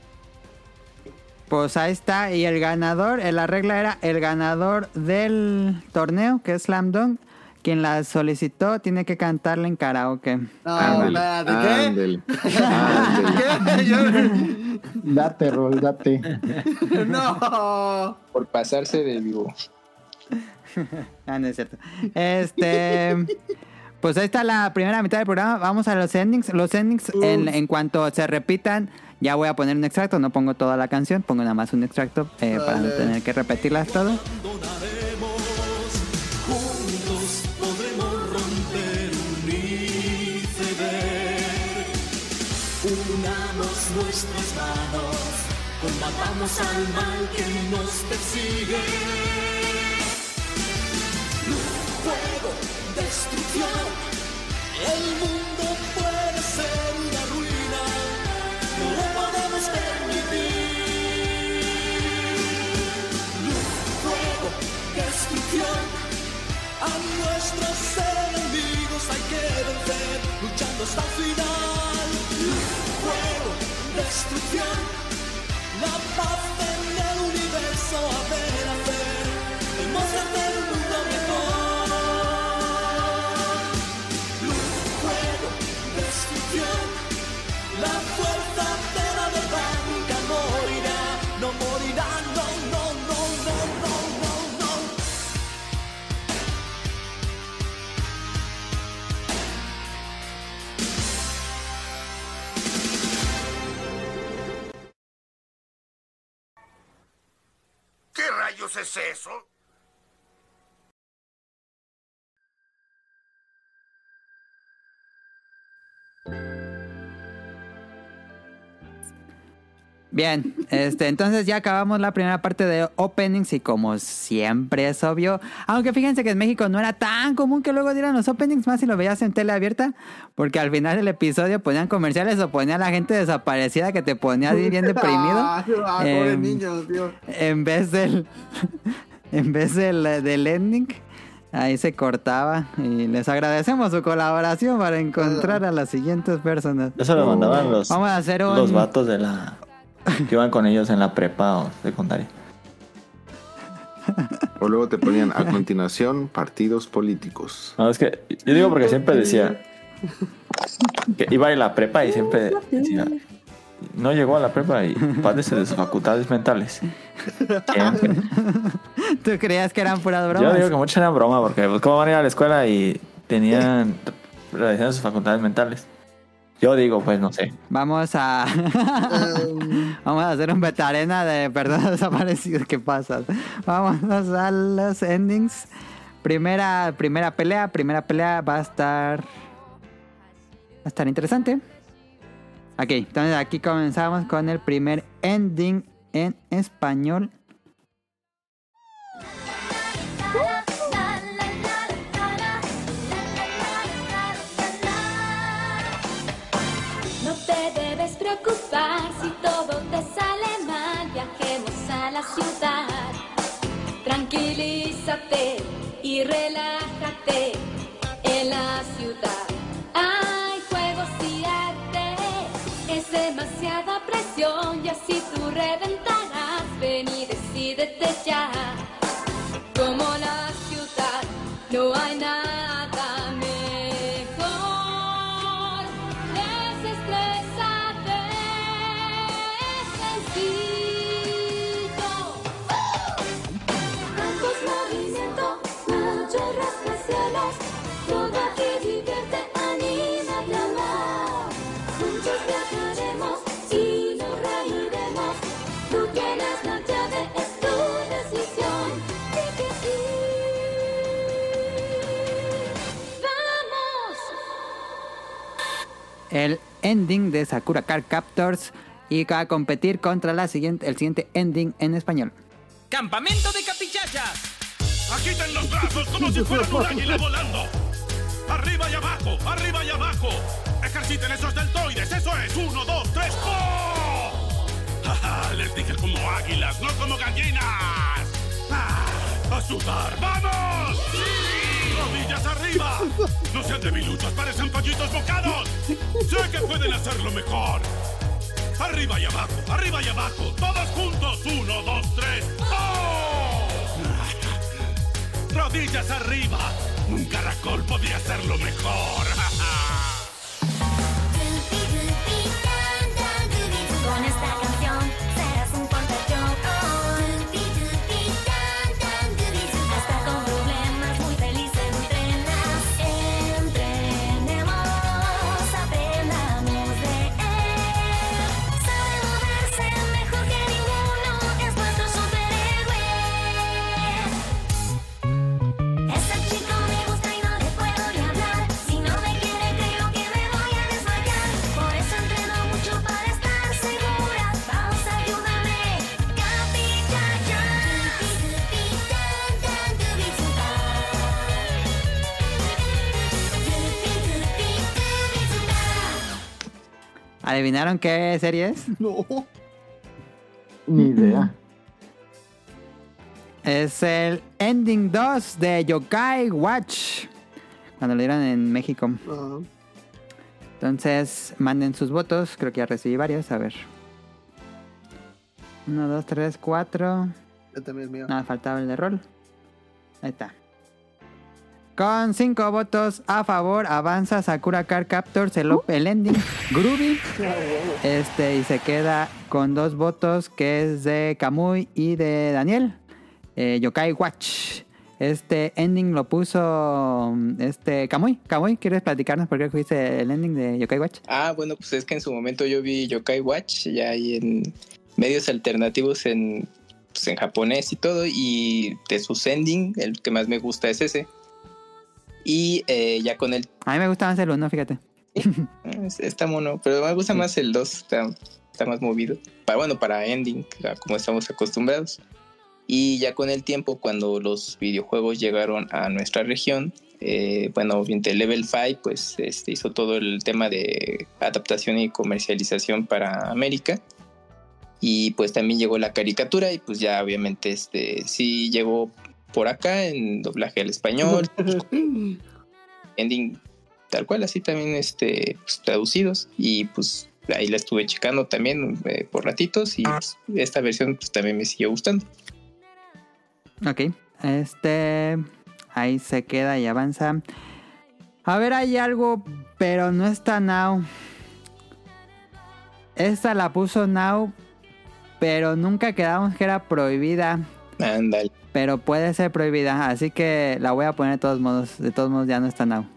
Pues ahí está, y el ganador, eh, la regla era el ganador del torneo, que es Slam Dunk, quien la solicitó tiene que cantarla en karaoke. No, Ándale, espérate, ándale, ándale. ¿qué? ¿Qué? Date, Rol, date. Yo- No. Por pasarse de vivo. Ah, no es cierto. Este... Pues ahí está la primera mitad del programa. Vamos a los endings. Los endings, en, en cuanto se repitan, ya voy a poner un extracto. No pongo toda la canción, pongo nada más un extracto eh, para no Vale. tener que repetirlas todo. Juntos podremos romper un iceberg. Unamos nuestras manos, combatamos al mal que nos persigue. Luz, fuego, destrucción. El mundo puede ser una ruina, no lo podemos permitir. Luz, fuego, destrucción. A nuestros enemigos hay que vencer, luchando hasta el final. Luz, fuego, destrucción. La paz en el universo a ver hacer. Hemos de hacer un mundo mejor. Luz, fuego, destrucción. La fuerza de la verdad nunca morirá. No morirá, no, no, no, no, no, no, no. ¿Qué rayos es eso? Bien, este, entonces ya acabamos la primera parte de openings y como siempre es obvio, aunque fíjense que en México no era tan común que luego dieran los openings más si lo veías en tele abierta, porque al final del episodio ponían comerciales o ponía a la gente desaparecida que te ponía ahí bien deprimido. Ah, ah, pobre Em, niño, tío. En vez del en vez del, del ending, ahí se cortaba y les agradecemos su colaboración para encontrar a las siguientes personas. Eso lo mandaban los, Vamos a hacer un... los vatos de la que iban con ellos en la prepa o secundaria. O luego te ponían a continuación partidos políticos. No, es que yo digo porque siempre decía que iba a la prepa y siempre decía, no llegó a la prepa y padece de sus facultades mentales. Siempre. ¿Tú creías que eran puras Yo bromas? digo que muchos eran broma porque pues cómo van a ir a la escuela y tenían realizaban sus facultades mentales. Yo digo, pues no sé. Vamos a vamos a hacer un beta arena de personas desaparecidas. ¿Qué pasa? Vamos a los endings. Primera, primera pelea. Primera pelea va a estar va a estar interesante. Ok, entonces aquí comenzamos con el primer ending en español. No te debes preocupar si todo te sale mal, viajemos a la ciudad. Tranquilízate y relájate en la ciudad. Hay juegos y arte, es demasiada presión y así tú reventarás. Ven y decídete ya. Como la ciudad, no hay nada mejor. Desestrésate, es sencillo. Campos, movimiento, muchos rascacielos. Todo aquí divierte, anima y amor. Juntos viajaremos y nos reiremos. Tú tienes la llave, es tu decisión. Di que sí. ¡Vamos! El ending de Sakura Card Captors y va a competir contra la siguiente, el siguiente ending en español. ¡Campamento de capichachas! Agiten los brazos como si fueran un águila volando. Arriba y abajo, arriba y abajo. Ejerciten esos deltoides, eso es. Uno, dos, tres, ¡oh! ¡Ja, ja! Les dije como águilas, no como gallinas. ¡Ah! ¡A sudar! ¡Vamos! ¡Sí! ¡Rodillas arriba! No sean debiluchos, parecen pollitos bocados. Sé que pueden hacerlo mejor. Arriba y abajo, arriba y abajo. Todos juntos. Uno, dos, tres, ¡oh! Rodillas arriba. Un caracol podía hacerlo mejor. Con esta canción serás un portachón. Hasta con problemas muy feliz entrenas. Entrenemos, aprendamos de él. Sabe moverse mejor que ninguno, es nuestro superhéroe. Ese chico me gusta y no le puedo ni hablar. Si no me quiere creo que me voy a desmayar. Por eso entreno mucho para estar segura. Vamos, ayúdame, capichacha. ¿Adivinaron qué serie es? No. Ni idea. Es el ending dos de Yokai Watch. Cuando lo dieron en México. Ah. Entonces, manden sus votos. Creo que ya recibí varios. A ver. Uno, dos, tres, cuatro. Este también es mío. Nada, faltaba el de rol. Ahí está. Con cinco votos a favor, avanza Sakura Card Captors, el, op- el ending Groovy. Este, y se queda con dos votos, que es de Kamui y de Daniel. Eh, Yokai Watch. Este ending lo puso este Kamui. Kamui, ¿quieres platicarnos por qué fuiste el ending de Yokai Watch? Ah, bueno, pues es que en su momento yo vi Yokai Watch ya ahí en medios alternativos en, pues en japonés y todo, y de su ending, el que más me gusta es ese. Y eh, ya con el... A mí me gusta más el uno, fíjate. Es- Está mono, pero me gusta más el dos, está, está más movido. Para, bueno, para ending, como estamos acostumbrados. Y ya con el tiempo, cuando los videojuegos llegaron a nuestra región, eh, bueno, obviamente Level cinco pues este, hizo todo el tema de adaptación y comercialización para América. Y pues también llegó la caricatura y pues ya obviamente este sí llegó por acá en doblaje al español. Ending tal cual, así también este pues, traducidos, y pues ahí la estuve checando también eh, por ratitos, y pues, esta versión pues también me siguió gustando. Ok, este... Ahí se queda y avanza. A ver, hay algo, pero no está Now. Esta la puso Now, pero nunca quedamos que era prohibida. Ándale. Pero puede ser prohibida, así que la voy a poner de todos modos. De todos modos ya no está Now.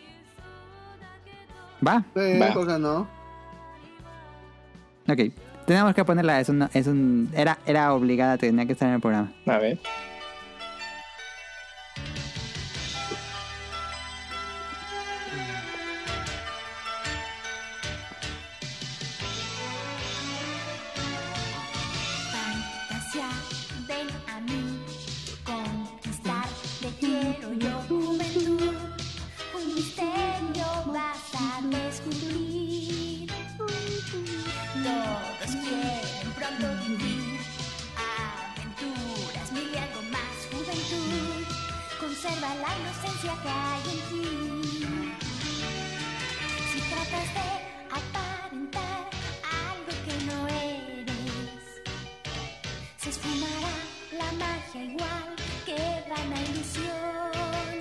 ¿Va? Sí, Va. ¿por qué no? Ok, tenemos que ponerla. Es un, es un, era, era obligada, tenía que estar en el programa. A ver. vivir aventuras, mil y algo más, juventud. Conserva la inocencia que hay en ti. Si tratas de aparentar algo que no eres, se esfumará la magia igual que vana ilusión.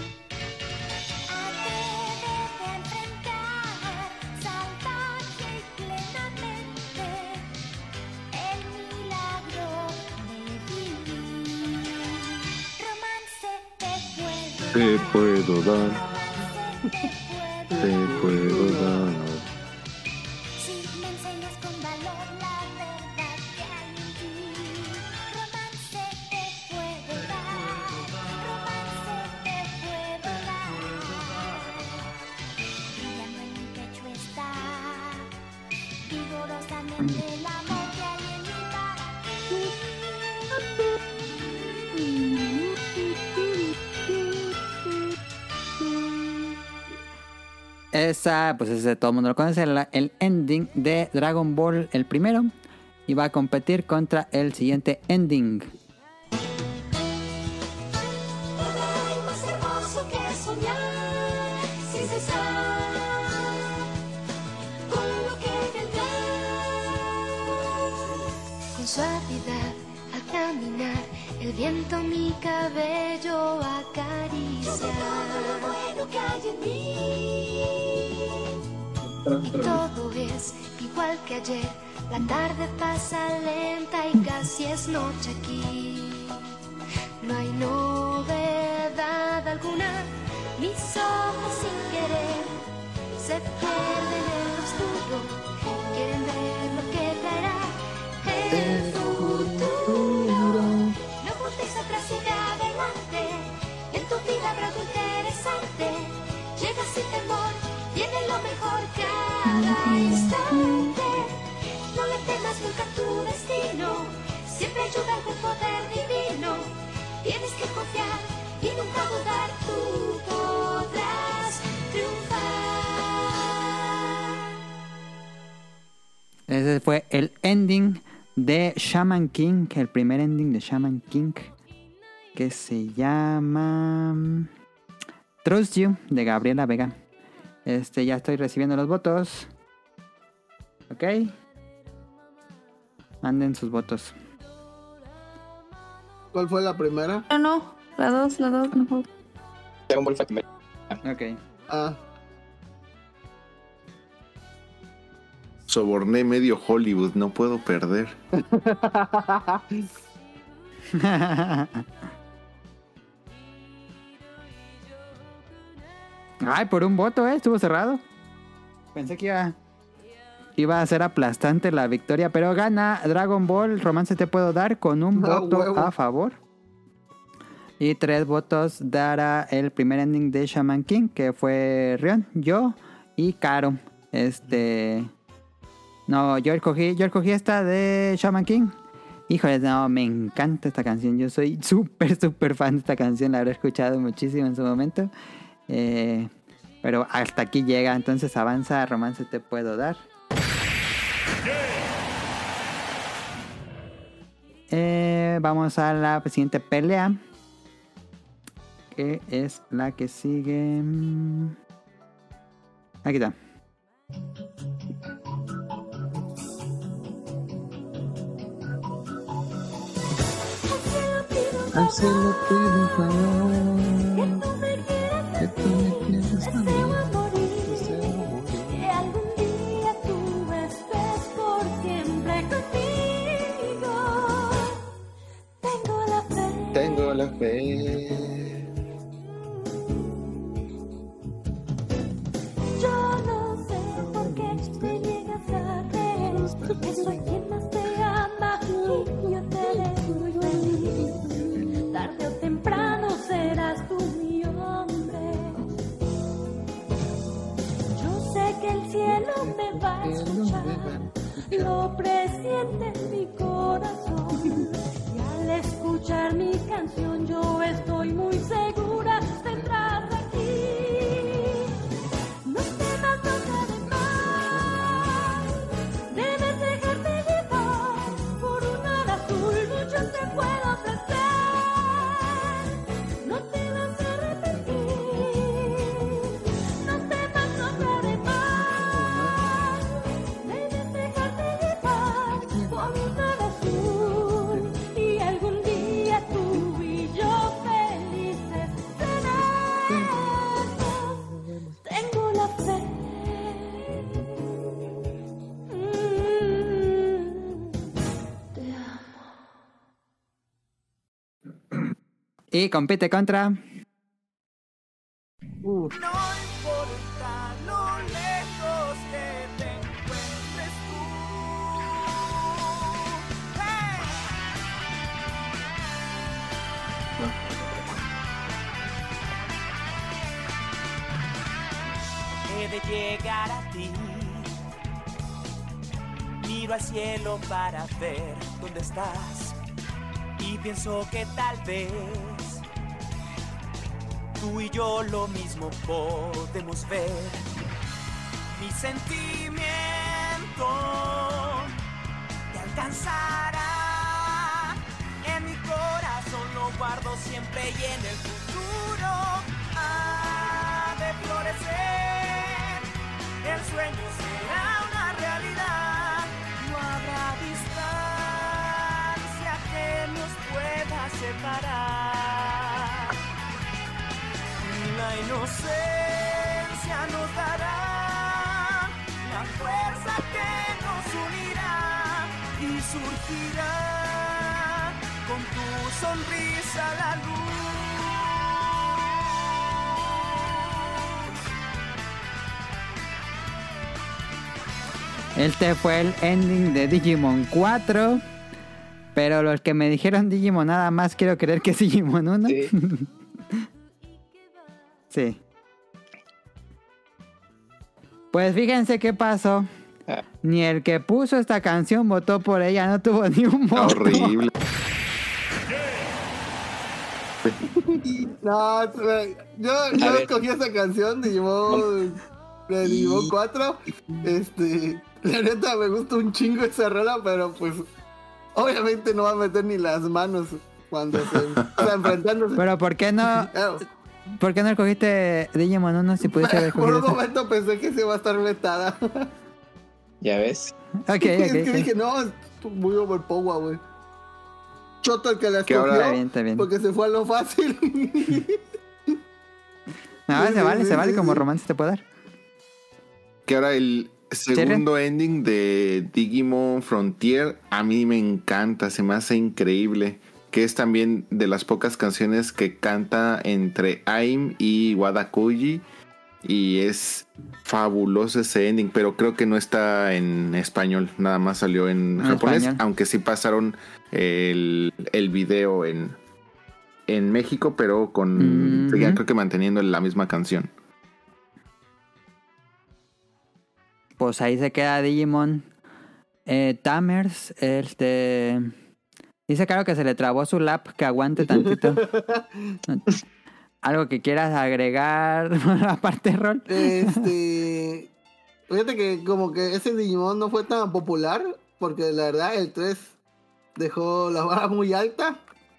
Atrévete a enfrentar salvaje y plenamente el milagro de vivir. Romance te Te puedo puedo dar, te puedo dar. Si me enseñas con valor la verdad que hay en ti. Romance te puedo dar, romance te puedo dar. Brillando en mi pecho está vigorosamente el amor que hay en mí para ti. Esa, pues ese todo el mundo lo conoce, el, el ending de Dragon Ball, el primero. Y va a competir contra el siguiente ending. Hay más hermoso que soñar sin cesar con lo que vendrá. Con suavidad al caminar, el viento mi cabello acaricia. Lo bueno que hay en mí. Y todo es igual que ayer. La tarde pasa lenta y casi es noche aquí. No hay novedad alguna. Mis ojos sin querer se pierden en lo oscuro. Quieren ver lo que traerá el futuro. No voltees atrás, sigue adelante. En tu vida habrá algo interesante. Llega sin temor, viene lo mejor cada instante. No le temas nunca a tu destino. Siempre ayuda algún poder divino. Tienes que confiar y nunca dudar. Tú podrás triunfar. Ese fue el ending de Shaman King, el primer ending de Shaman King, que se llama Trust You, de Gabriela Vega. Este, ya estoy recibiendo los votos. Ok. Manden sus votos. ¿Cuál fue la primera? No, no, la dos, la dos, mejor. Dragon Ball fue primero. Ok. Ah, Soborné medio Hollywood, no puedo perder. Ay, por un voto, eh, estuvo cerrado. Pensé que iba, iba a ser aplastante la victoria, pero gana Dragon Ball Romance Te Puedo Dar con un Ah, voto huevo. a favor. Y tres votos dará el primer ending de Shaman King, que fue Rion, yo y Caro. Este... No, yo escogí, yo escogí esta de Shaman King. Híjole, no, me encanta esta canción. Yo soy súper, súper fan de esta canción. La habré escuchado muchísimo en su momento. Eh, pero hasta aquí llega. Entonces avanza Romance Te Puedo Dar. Eh, vamos a la siguiente pelea, que es la que sigue. Aquí está. Al cielo pido un favor, que tú me quieras a mí. Que algún día tú estés por siempre conmigo. Tengo la fe. Tengo la fe. Yo no sé por qué te llegas a creer que soy quien más te ama y yo te dejo feliz. Tarde o temprano serás tú mi hombre. Yo sé que el cielo me va a escuchar, lo presiente en mi corazón. Y al escuchar mi canción yo estoy muy segura, vendrás aquí. No temas nunca de más, debes dejarte llevar por Y compite contra... Uh, No importa lo lejos que te encuentres tú. Hey. He de llegar a ti. Miro al cielo para ver dónde estás. Y pienso que tal vez tú y yo lo mismo podemos ver. Mi sentimiento te alcanzará. En mi corazón lo guardo siempre y en el futuro ha de florecer. El sueño será una realidad. No habrá distancia que nos pueda separar. La inocencia nos dará la fuerza que nos unirá y surgirá con tu sonrisa la luz. Este fue el ending de Digimon cuatro. Pero los que me dijeron Digimon nada más, quiero creer que es Digimon uno. Sí. Sí. Pues fíjense qué pasó. Ah. Ni el que puso esta canción votó por ella, no tuvo ni un voto. Horrible. no, yo, yo escogí esa canción de Digimon, de Digimon cuatro. Este, la neta me gusta un chingo esa rola, pero pues obviamente no va a meter ni las manos cuando se está enfrentándose. Pero ¿por qué no? ¿Por qué no escogiste Digimon uno si pudiste haber Por un escogido esa? momento pensé que se va a estar vetada. ¿Ya ves? Ok, es ok, que sí. dije, no, es muy overpower, güey. Choto el que la Que ahora- escogió Está bien, está bien. porque se fue a lo fácil. No, Sí, se vale, sí, se vale, sí, como sí. romance te puede dar. Que ahora el segundo ending de Digimon Frontier a mí me encanta, se me hace increíble. Que es también de las pocas canciones que canta entre Aim y Wadakuji. Y es fabuloso ese ending, pero creo que no está en español, nada más salió en En japonés, español. aunque sí pasaron el, el video en, en México, pero con Ujú. ya creo que manteniendo la misma canción. Pues ahí se queda Digimon. Eh, Tamers, este... Dice claro que se le trabó su lap, que aguante tantito. ¿Algo que quieras agregar aparte, Rol? Este. Fíjate que como que ese Digimon no fue tan popular, porque la verdad el tres dejó la vara muy alta.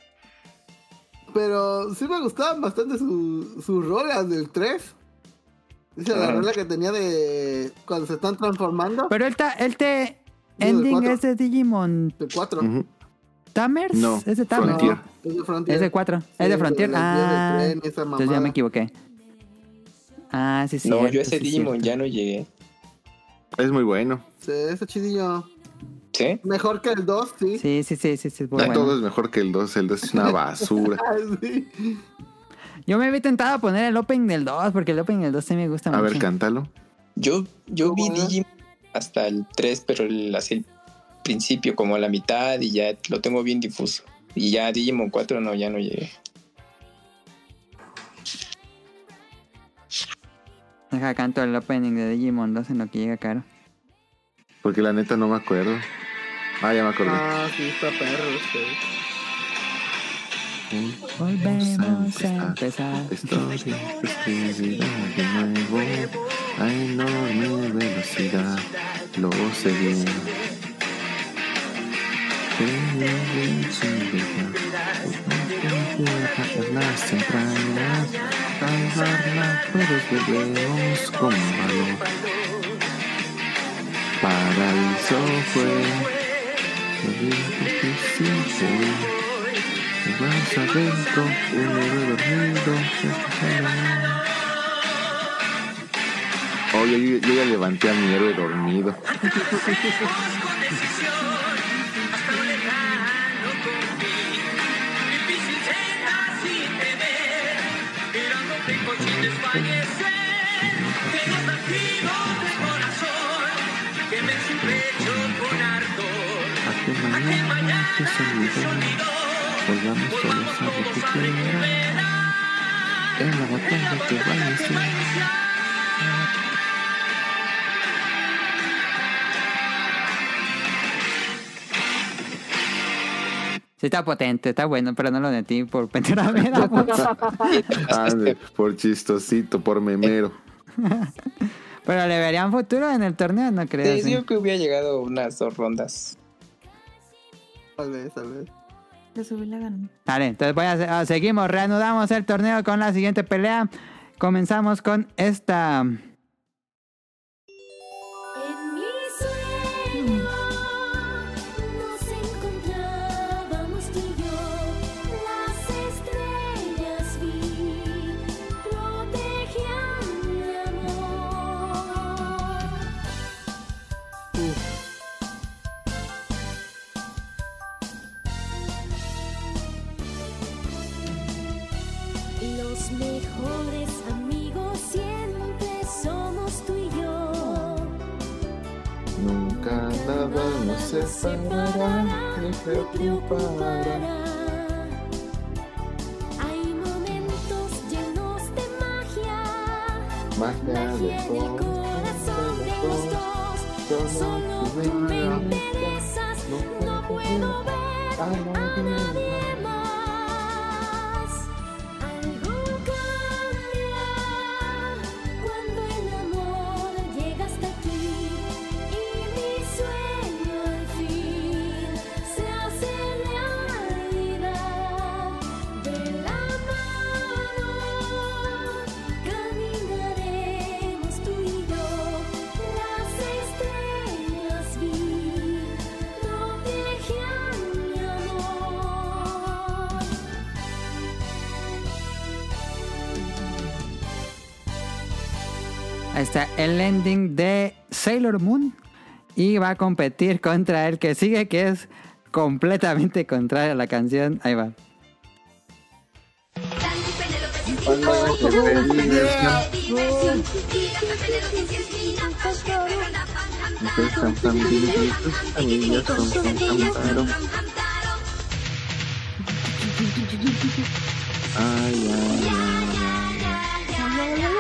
Pero sí me gustaban bastante su- sus rolas del tres. Dice la Ah. rola que tenía de cuando se están transformando. Pero el, ta- el te del ending cuatro. es de Digimon De cuatro. Ujú. Tamers. No, es de Tamers. Frontier. No, es de Frontier. Es de cuatro. Sí, es de Frontier. las vías del Ah, tren, esa entonces ya mamada. me equivoqué. Ah, sí, sí. No, yo ese Digimon ya no llegué. Es muy bueno. Sí, ese chidillo. ¿Sí? Mejor que el dos, sí. Sí, sí, sí, sí, sí, es muy Ya bueno. todo es mejor que el dos, el dos es una basura. Ah, sí. Yo me había intentado poner el opening del dos, porque el opening del dos sí me gusta A ver, mucho. cántalo. Yo, yo vi ¿Cómo era? Digimon hasta el tres, pero el, hacia el principio, como a la mitad, y ya lo tengo bien difuso. Y ya Digimon cuatro no, ya no llegué. Deja canto el opening de Digimon dos en lo que llega Caro. Porque la neta no me acuerdo. Ah, ya me acordé. Ah, sí, está perro este. Volvemos a empezar. Historia escribirá de nuevo a enorme velocidad. Lo sé bien. Pero bien sin dejar en las entrañas, salvarla todos debemos con valor. Paraíso fue, lo difícil fue. Vas adentro, un héroe dormido. Oh, yo, yo- yo ya levanté a mi héroe dormido. fallecer, pero latido de corazón, que me su pecho con ardor. Aquel Aquel mañana mañana que se que se olvidó, olvidó, volvamos volvamos todos a todos a recuperar recuperar en la en la batalla que va a batalla que va a iniciar. iniciar. Sí, está potente, está bueno, pero no lo metí por Pentaramera. Ande, por chistosito, por memero. Pero le verían futuro en el torneo, no creo. Sí, sí. digo que hubiera llegado unas dos rondas. Tal vez, tal vez. Le subí la gana. Vale, entonces voy a, hacer- ah, seguimos, reanudamos el torneo con la siguiente pelea. Comenzamos con esta. En mi sueño nos encontrábamos tú y yo, las estrellas vi, protegían mi amor. Los mejores amigos siempre somos tú y yo. Nunca nada nos separará ni preocupará. Hay momentos llenos de magia, Magia magia de en el corazón de los dos. Solo tú me interesas, no puedo ver a nadie más. Algo cambia cuando el amor llega hasta aquí y mi sueño al fin se hace realidad. De la mano caminaremos tú y yo, las estrellas vi, protegían mi amor. Ahí está el ending de Sailor Moon. Y va a competir contra el que sigue, que es completamente contrario a la canción. Ahí va. Están tan bonitos, sus amigas son tan Hamtaro. Ay, ay, ay, ay.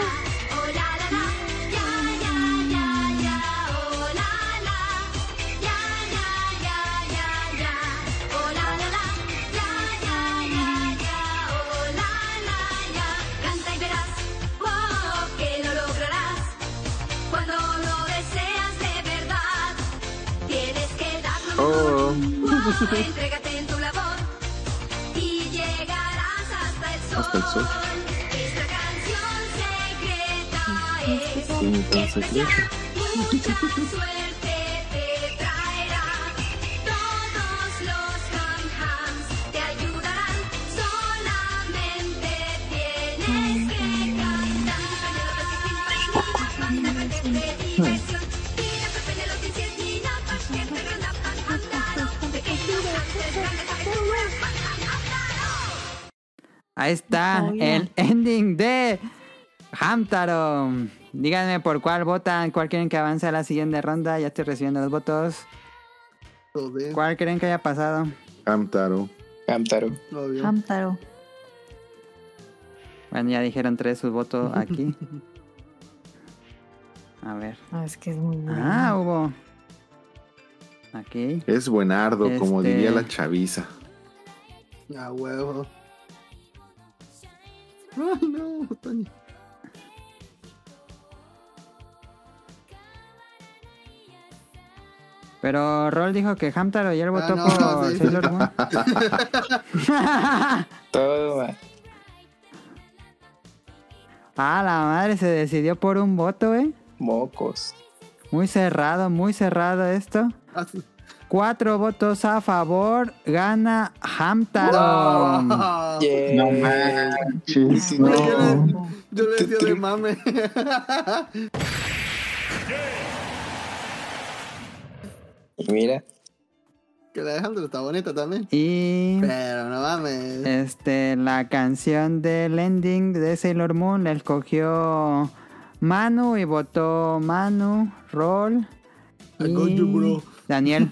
Canta y verás, oh, que lo lograrás. Cuando lo deseas de verdad, tienes que darlo Oh. todo. Oh, entrégate en tu labor y llegarás hasta el sol. Hasta el sol. Esta canción secreta es Sí, tan especial. secreta. Mucha suerte te traerá. Todos los Ham Hams te ayudarán. Solamente tienes que cantar. Ahí está Oh, yeah. el ending de Hamtaro. Díganme por cuál votan, cuál quieren que avance a la siguiente ronda. Ya estoy recibiendo los votos. Joder, ¿Cuál creen que haya pasado? Hamtaro. Hamtaro. obvio. Hamtaro. Bueno, ya dijeron tres sus votos aquí. A ver. Ah, es que es muy bueno. Ah, hubo. Aquí. Es buenardo, como Este- diría la chaviza. A huevo. Ay, no, Tony. Pero Rol dijo que Hamtaro y él votó no, por sí. Sailor Moon. Todo va. Ah, la madre se decidió por un voto, eh. Mocos. Muy cerrado, muy cerrado esto. Ah, sí. Cuatro votos a favor. Gana Hamtaro. Ah, Yeah. No manches, no. Yo le, yo le decía de mame. Y mira, Que la de Alejandro está bonita también. Y Pero no mames. este la canción del ending de Sailor Moon la escogió Manu y votó Manu, Rol I got y you, bro. Daniel.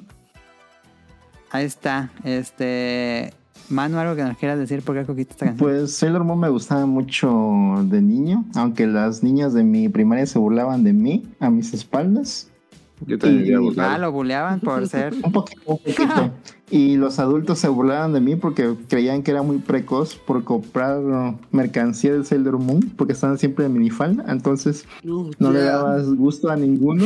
Ahí está. Este Manu, algo que nos quieras decir por qué escogiste esta canción. Pues Sailor Moon me gustaba mucho de niño, aunque las niñas de mi primaria se burlaban de mí a mis espaldas. Yo también Y- había Ah, burlado. lo buleaban por ser. Un poquito, un poquito. Y los adultos se burlaban de mí porque creían que era muy precoz por comprar uh, mercancía de Sailor Moon, porque estaban siempre en minifalda, entonces Uh, no le yeah. dabas gusto a ninguno.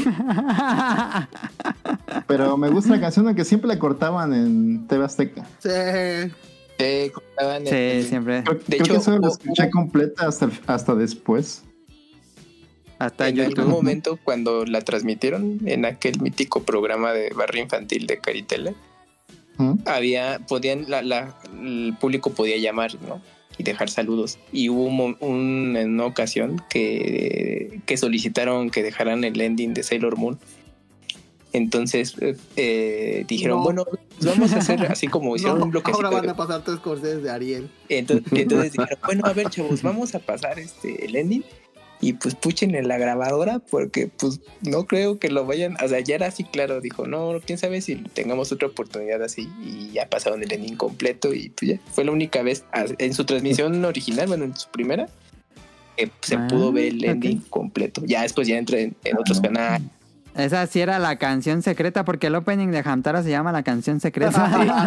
Pero me gusta la canción, aunque siempre la cortaban en T V Azteca. Sí. Eh, contaban Sí, el- siempre. Creo, De creo hecho, que eso lo hubo- escuché completa hasta, hasta después. Hasta en algún YouTube. momento cuando la transmitieron en aquel mítico programa de barrio infantil de Caritele, ¿Mm? había, podían, la, la- el público podía llamar, ¿no? Y dejar saludos. Y hubo un, mo- un- en una ocasión que, que solicitaron que dejaran el ending de Sailor Moon. Entonces eh, eh, dijeron, No. bueno, pues vamos a hacer así como hicieron No, un bloquecito. ahora van de- a pasar tres cortes de Ariel. Entonces, entonces dijeron, bueno, a ver, chavos, vamos a pasar este el ending y pues puchen en la grabadora porque pues no creo que lo vayan, o sea, ya era así claro, dijo, no, quién sabe si tengamos otra oportunidad así, y ya pasaron el ending completo y pues ya, fue la única vez a- en su transmisión original, bueno, en su primera, que se Ah, pudo ver el ok. ending completo. Ya después ya entré en, en otros canales. Esa sí era la canción secreta, porque el opening de Hamtaro se llama la canción secreta.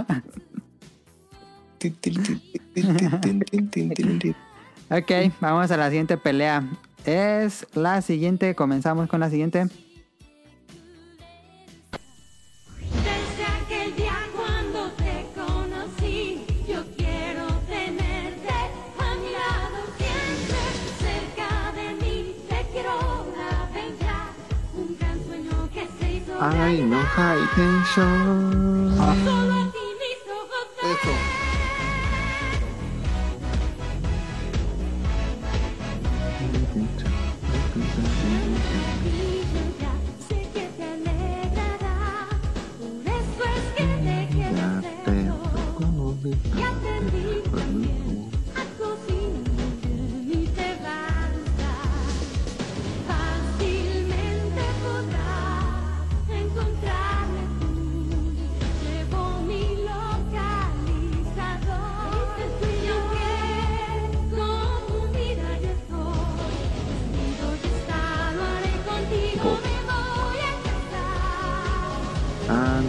Ok, vamos a la siguiente pelea. Es la siguiente, comenzamos con la siguiente. Desde aquel día cuando te conocí, yo quiero tenerte a mi lado siempre, cerca de mí, te quiero aventar, un gran sueño que se hizo Ay, no, high tension. solo a ti mis ojos ven. Eso. Y yo ya sé que te alegrará, por eso es que te quiero hacer. Y aprendí también a cocinar y te basta. Fácilmente podrás encontrarme tú. Llevo mi localizador. Y aunque confundida yo estoy, decidido ya está, lo haré contigo, me voy a casar.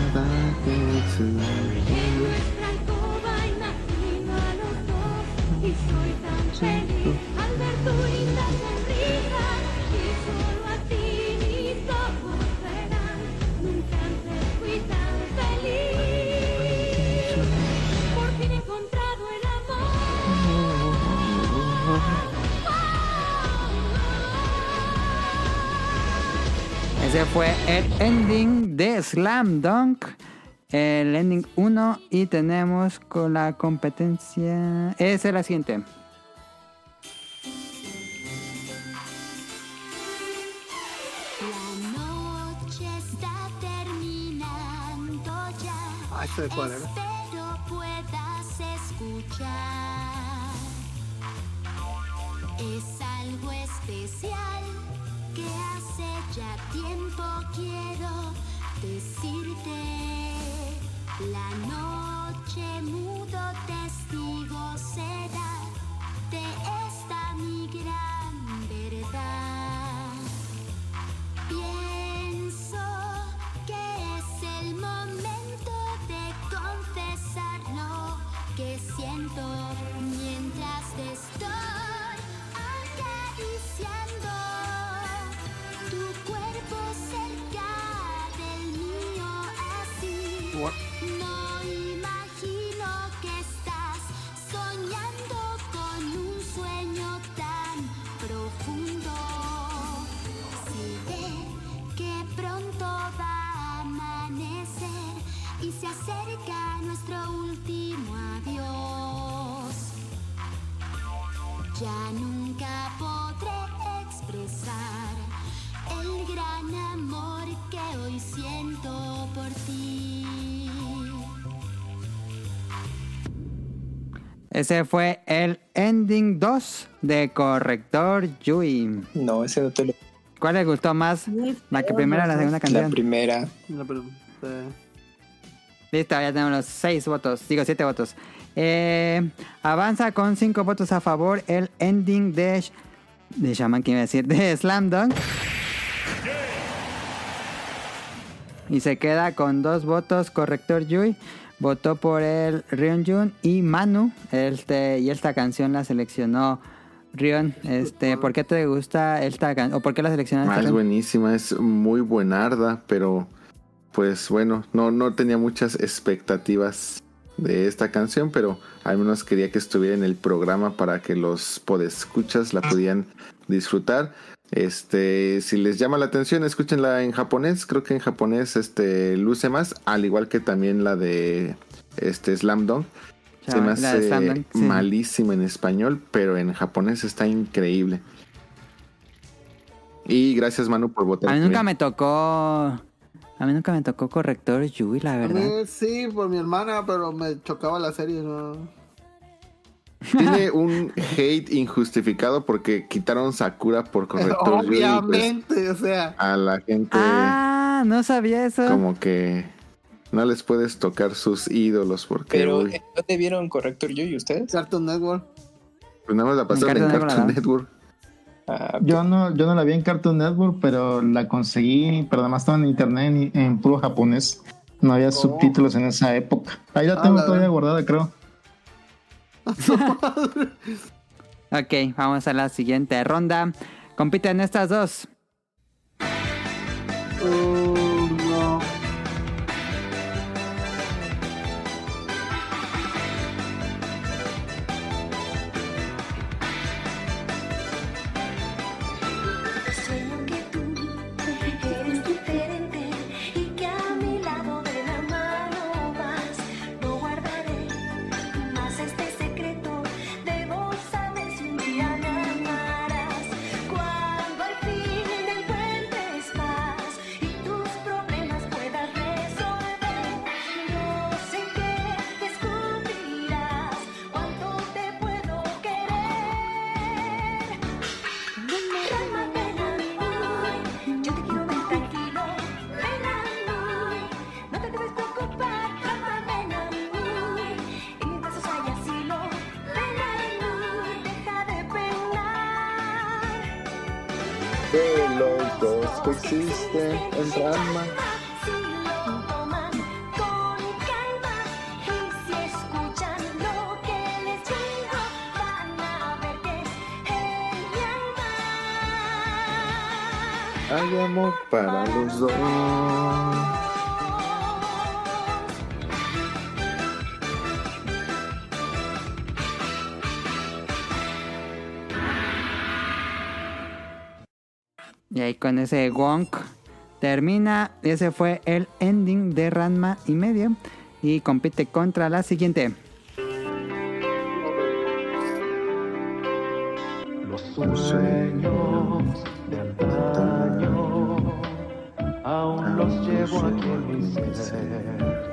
En nuestra alcoba imagino a los dos y soy tan feliz al ver tu linda sonrisa y solo a ti mis ojos verán. Nunca antes fui tan feliz. Por fin he encontrado el Ese fue el ending de Slam Dunk. El ending uno. Y tenemos con la competencia. Esa es la siguiente. La noche está terminando ya. Ay, sé cuál era. Espero puedas escuchar. Es algo especial que hace ya tiempo quiero decirte. La noche mudo testigo será de esta mi gran verdad. Pienso que es el momento de confesar lo que siento mientras te estoy acariciando. Tu cuerpo cerca del mío así. What? No imagino que estás soñando con un sueño tan profundo. Si ve que pronto va a amanecer y se acerca nuestro último adiós, ya nunca podré expresar el gran amor que hoy siento por ti. Ese fue el ending dos de Corrector Yui. No, ese no te lo... ¿Cuál les gustó más? ¿La que primera o la segunda canción? La primera. No, pero, eh, Listo, ya tenemos los seis votos. Digo, siete votos. Eh, avanza con cinco votos a favor el ending de... Sh- de Shaman, ¿qué iba a decir? De Slam Dunk. Y se queda con dos votos Corrector Yui. Votó por el Ryonjun y Manu. Este, y esta canción la seleccionó Rion. Este, ¿por qué te gusta esta canción? ¿O por qué la seleccionaste? Ah, es buenísima, es muy buenarda, pero pues bueno, no, no tenía muchas expectativas de esta canción, pero al menos quería que estuviera en el programa para que los podescuchas la pudieran disfrutar. Este, si les llama la atención, escúchenla en japonés. Creo que en japonés este luce más, al igual que también la de este Slam Dunk. Ya, Se me la de Slam hace Dunk, sí. malísima en español, pero en japonés está increíble. Y gracias, Manu, por votar. A mí por nunca mí. me tocó... A mí nunca me tocó Corrector Yui, la a verdad. mí sí, por mi hermana, pero me chocaba la serie, ¿no? Tiene un hate injustificado porque quitaron Sakura por Corrector Yui, y, pues, Obviamente, o sea. a la gente Ah, no sabía eso. como que no les puedes tocar sus ídolos porque Pero, uy, ¿en ¿dónde vieron Corrector Yui ustedes? Cartoon Network. pues nada más la pasaron en Cartoon Cartoon Network, Network. Ah, Yo no, yo no la vi en Cartoon Network, pero la conseguí, pero además estaba en internet en, en puro japonés. No había subtítulos en esa época. Ahí la Ah, tengo la todavía verdad. guardada, creo. Ok, vamos a la siguiente ronda. Compiten estas dos. Oh, no. Sueño que tú eres diferente y que a mi lado de la mano vas. No guardaré más este secreto. Debo saber si un día me amarás. Cuando al fin del puente estás y tus problemas puedas resolver. No sé qué descubrirás. Cuánto te puedo querer. Rama, ven a mí, yo te quiero ver tranquilo. Ven a mí, no te debes preocupar. Rama, ven a mí, y mientras os haya asilo. Ven a mí, deja de penar. Que los dos coexisten en Ranma. Si lo toman con calma y si escuchan lo que les digo, van a ver que en mi alma Hay amor para los dos. Y ahí con ese wonk termina. Ese fue el ending de Ranma y medio. Y compite contra la siguiente. Los sueños de antaño aún los llevo aquí en mi ser.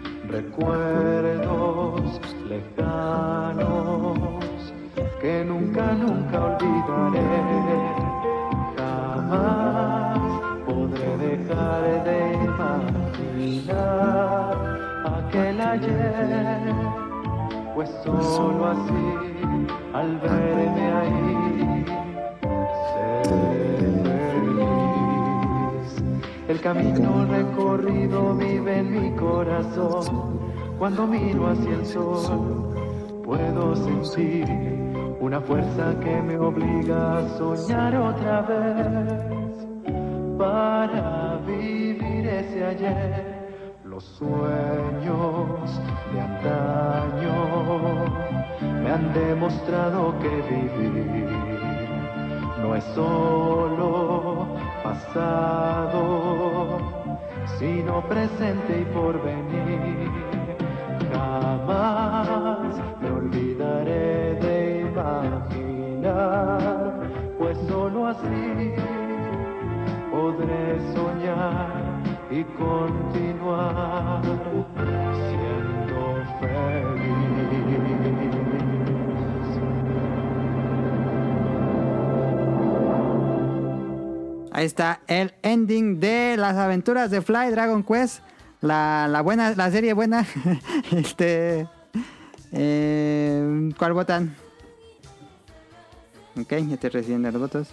Recuerdos lejanos que nunca, nunca olvidaré. Jamás podré dejar de imaginar aquel ayer, pues solo así, al verme ahí, seré feliz. El camino recorrido vive en mi corazón. Cuando miro hacia el sol, puedo sentir una fuerza que me obliga a soñar otra vez para vivir ese ayer. Los sueños de antaño me han demostrado que vivir no es solo pasado, sino presente y porvenir. Jamás me olvidaré de imaginar, pues solo así podré soñar y continuar siendo feliz. Ahí está el ending de las aventuras de Fly Dragon Quest. La, la buena, la serie buena. este. Eh, ¿Cuál votan? Ok, ya estoy recibiendo los votos.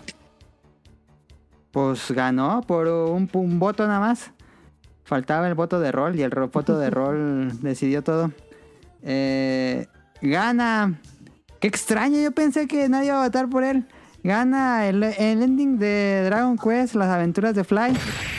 Pues ganó por un, un voto nada más. Faltaba el voto de rol y el ro- voto de rol decidió todo. Eh, gana. Qué extraño, yo pensé que nadie iba a votar por él. Gana el, el ending de Dragon Quest, las aventuras de Fly.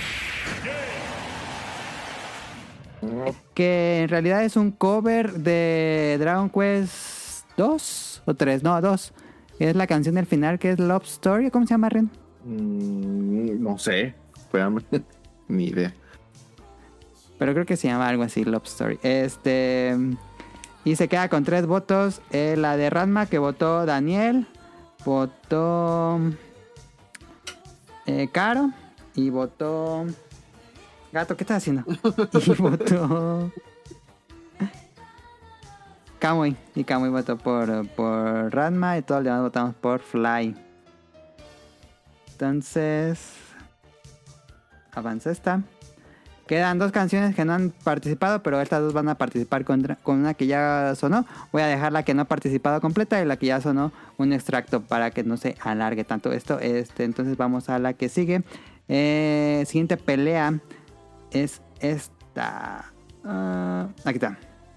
Que en realidad es un cover de Dragon Quest dos o tres, no, dos. Es la canción del final que es Love Story. ¿Cómo se llama, Ren? Mm, no sé. Espérame. Ni idea. Pero creo que se llama algo así, Love Story. Este. Y se queda con tres votos. Eh, la de Ranma que votó Daniel. Votó. Eh, Caro. Y votó. Gato, ¿qué estás haciendo? Y votó. Kamui. Y Kamui votó por, por Ranma. Y todos los demás votamos por Fly. Entonces. Avanza esta. Quedan dos canciones que no han participado, pero estas dos van a participar con, con una que ya sonó. Voy a dejar la que no ha participado completa y la que ya sonó un extracto para que no se alargue tanto esto. Este, entonces vamos a la que sigue. Eh, siguiente pelea es esta. Uh, aquí está.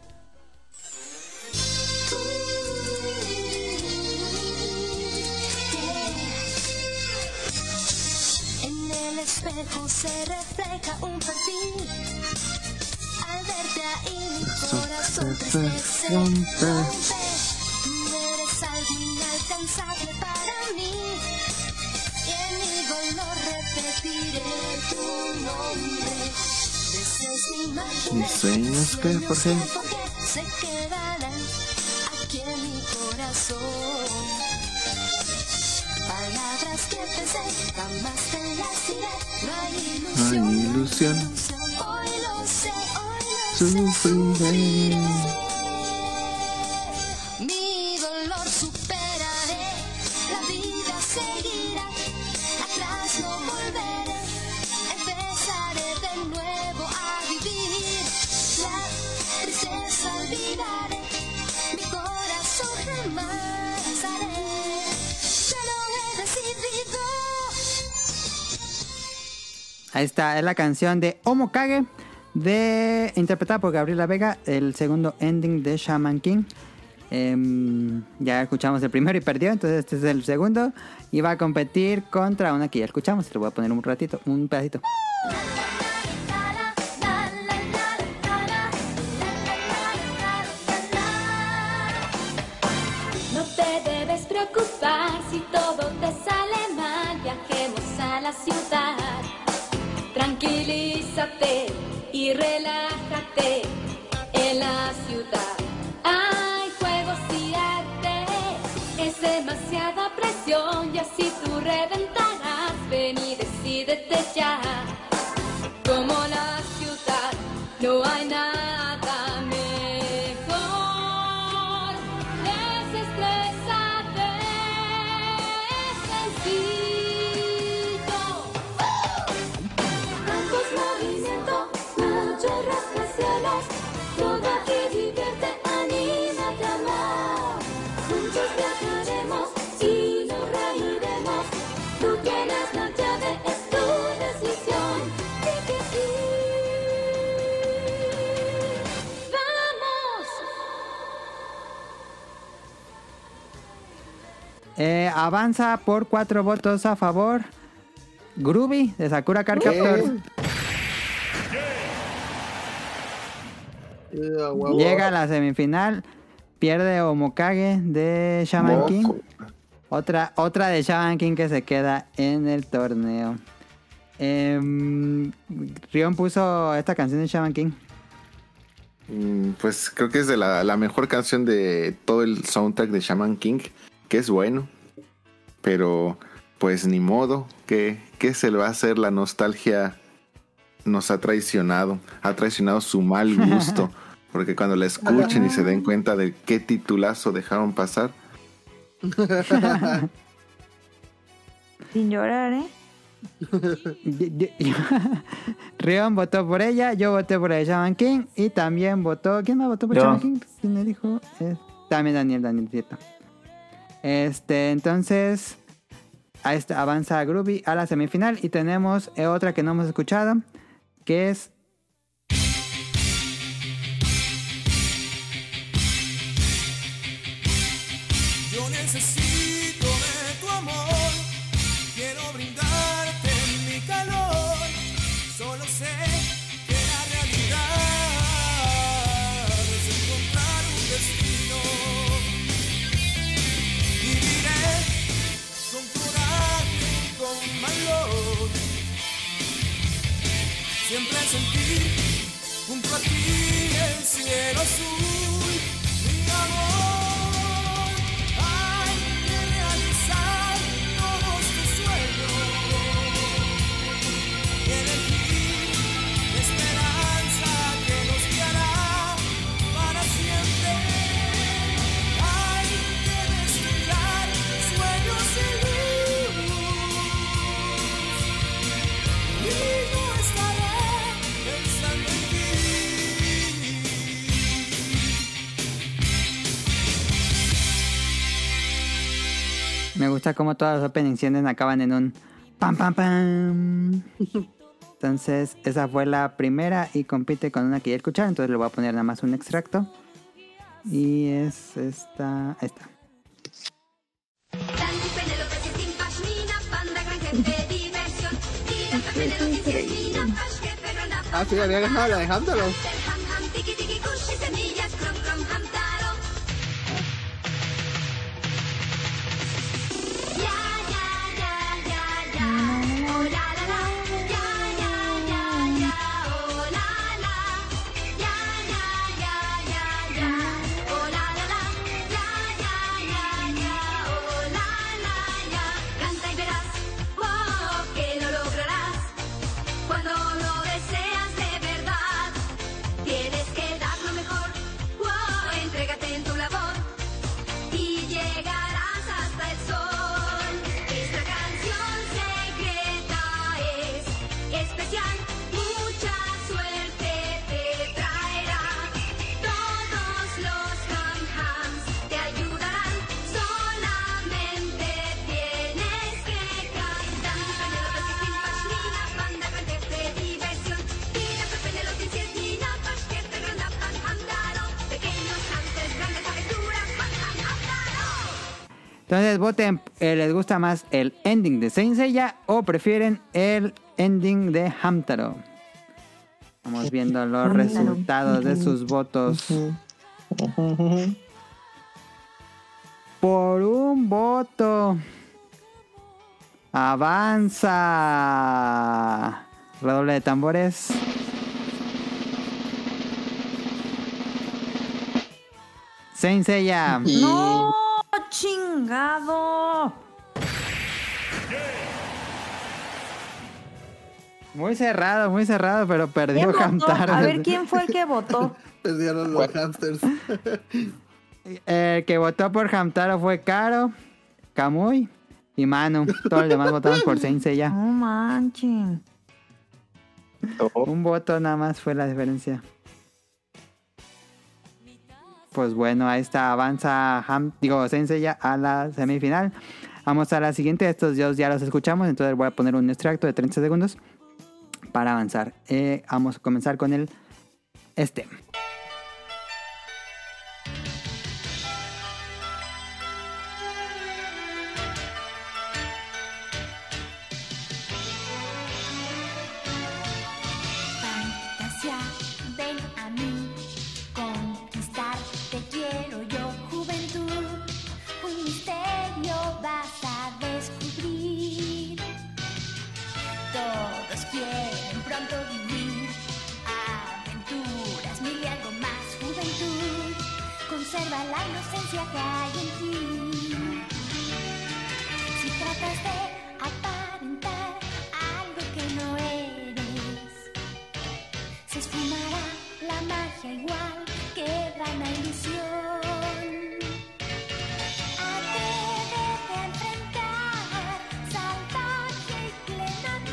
En el espejo se refleja un perfil. Al verte ahí mi corazón triste se rompe. Eres algo inalcanzable para mí. Y en mi dolor repetiré tu nombre. Deseos de imagen. Mis sueños que por fin Se quedarán aquí en mi corazón. Palabras que pensé, jamás te las diré. No hay ilusión. no hay ilusión. Hoy lo sé, hoy lo Sufriré. Mi dolor superaré, la vida seguirá, atrás no volveré, empezaré de nuevo a vivir, la tristeza olvidaré, mi corazón jamás haré, yo lo he decidido. Ahí está, es la canción de Omokage, de, interpretada por Gabriela Vega, el segundo ending de Shaman King. Eh, ya escuchamos el primero y perdió, entonces este es el segundo. Y va a competir contra una que ya escuchamos. Te lo voy a poner un ratito, un pedacito. No te debes preocupar si todo te sale mal. Viajemos a la ciudad. Tranquilízate y relájate en la ciudad. Hay juegos y arte, es demasiada presión y así tú reventarás. Ven y decídete ya. Como la ciudad, no hay nada mejor. Desestrésate, es sencillo. Campos, movimiento, muchos rascacielos. Todo aquí divierte, anímate a amar. Juntos viajaremos y nos reiremos. Tú tienes la llave, es tu decisión. Di que sí. ¡Vamos! Eh, avanza por cuatro votos a favor. Groovy de Sakura Card Captor. Yeah, huevo. Llega a la semifinal. Pierde Omokage de Shaman Moco. King. Otra, otra de Shaman King que se queda en el torneo. Eh, Rion puso esta canción de Shaman King. Mm, Pues creo que es de la, la mejor canción de todo el soundtrack de Shaman King, que es bueno, pero pues ni modo, que, que se le va a hacer, la nostalgia nos ha traicionado, ha traicionado su mal gusto, porque cuando la escuchen y se den cuenta de qué titulazo dejaron pasar, Sin llorar, ¿eh? Rion votó por ella, yo voté por el Shaman King y también votó... ¿Quién más votó por Yo. Shaman King? ¿Quién me dijo? Eh, también Daniel, Daniel, cierto. Este, entonces... Ahí está, avanza Groovy a la semifinal y tenemos eh, otra que no hemos escuchado, que es... Yo necesito de tu amor, quiero brindarte mi calor, solo sé que la realidad es encontrar un destino. Viviré con coraje y con valor, siempre sentir junto a ti el cielo azul, mi amor. Hay que realizar todos tus sueños y elegir la esperanza que nos guiará para siempre. Hay que desvelar sueños y luz y no estaré pensando en ti. Me gusta cómo todas las openings tienden acaban en un pam pam pam. Entonces esa fue la primera y compite con una que ya escucharon, entonces le voy a poner nada más un extracto. Y es esta, esta. Sandy, Penelope, Cecil, Pashmina, Panda, gran jefe, diversión. Tira, Penelope, Cecil, Pash, jefe, ronda, Ah, sí, había ganado la de Hamtaro. Ham, ham, tiki, tiki, kush y semillas, crom, crom, Hamtaro. Ya, ya, ya, ya, ya. Oh, la, la, la. Ya, ya, ya, ya. Oh, la, la. Ya, ya, ya, ya, ya. Oh, la, la, la. Ya, ya, ya, ya. Oh, la, la, ya. Canta y verás, oh, que lo lograrás. Cuando lo deseas de verdad, tienes que dar lo mejor. Wow, entrégate en tu labor y llegarás hasta el sol. Esta canción secreta es especial, mucha suerte te traerá. Todos los ham hams te ayudarán, solamente tienes que cantar. Penelope, Cecil, Pashmina, Panda, gran jefe, diversión. Tira, Penelope, Cecil, Pash, jefe, ronda, pan, Hamtaro. Pequeños hamsters, grandes aventuras, pan, pan, Hamtaro. Entonces voten, eh, ¿les gusta más el ending de Saint Seiya o prefieren el ending de Hamtaro? Vamos viendo los Hamtaro. resultados de sus votos. Por un voto. Avanza. Redoble de tambores. Saint Seiya. ¡No! ¡Chingado! Muy cerrado, muy cerrado, pero ¿Quién perdió votó? Hamtaro. A ver, ¿quién fue el que votó? Perdieron los hamsters. El que votó por Hamtaro fue Caro, Kamui y Manu. Todos los demás votaron por Saint Seiya. No manchen. Un voto nada más fue la diferencia. Pues bueno, ahí está, avanza Ham, digo, Saint Seiya a la semifinal. Vamos a la siguiente, estos dos ya los escuchamos, entonces voy a poner un extracto de treinta segundos para avanzar. Eh, vamos a comenzar con el este. Fantasía, ven a mí, conquistarte quiero yo, juventud, un misterio vas a descubrir. Todos quieren pronto vivir aventuras, mil y algo más, juventud, conserva la inocencia que hay en ti. Si tratas de aparentar algo que no eres, se esfumará la magia igual que vana ilusión. Atrévete a enfrentar, salvaje y plena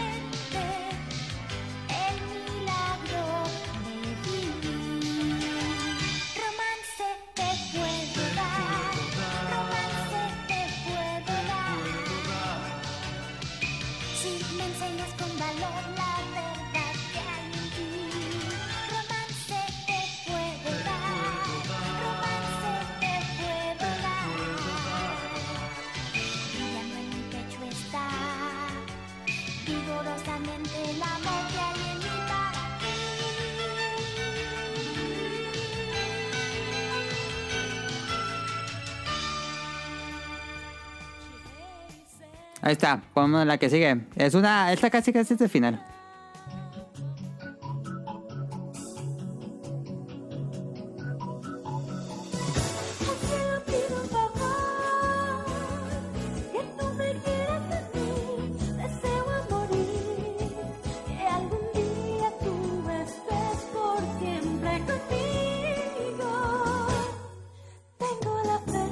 Ahí está, ponemos la que sigue. Es una, esta casi casi es de final. Pido un favor, que tú me quieras a mí, deseo a morir, que algún día tú estés por siempre conmigo. Tengo la fe.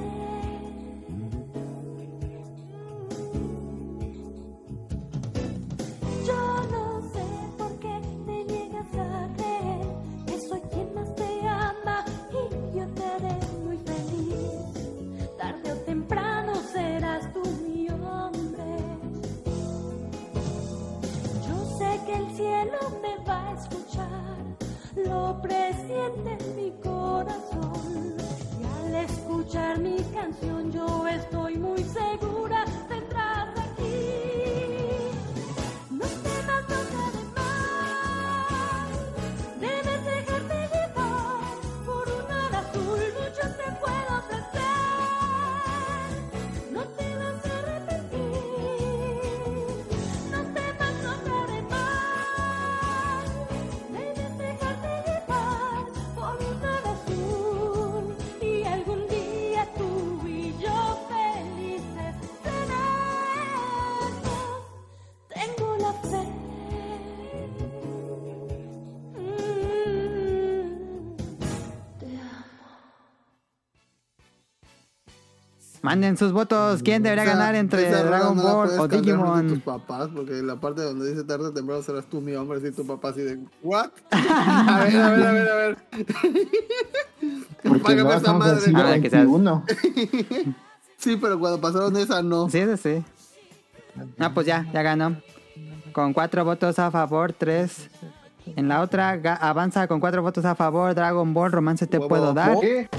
Yo no sé por qué te niegas a creer que soy quien más te ama y yo te haré muy feliz. Tarde o temprano serás tú mi hombre. Yo sé que el cielo me va a escuchar, lo presiente en mi corazón. Y al escuchar mi canción yo estoy muy segura, vendrás aquí. No temas, no te más, debes dejarte llevar por un mar azul, mucho te puedo ofrecer. No te vas a arrepentir, no temas, no te más, debes dejarte llevar por un mar azul y algún día tú y yo felices seremos. Tengo la fe. Mm, te amo. Manden sus votos. ¿Quién debería Esa- ganar entre esa rola Dragon no la Ball puedes o cantar frente a tus Digimon? papás, porque la parte donde dice tarde o temprano serás tú mi hombre, si tu papá así de ¿what? A ver, a ver, a ver, a ver. Porque Págame no esa estamos en el madre. siglo Ah, que seas- veintiuno. Sí, pero cuando pasaron esa no. Sí, sí, sí. Ah, pues ya, ya ganó. Con cuatro votos a favor, tres. En la otra ga- avanza con cuatro votos a favor. Dragon Ball, Romance te Huevo, puedo dar. ¿Qué?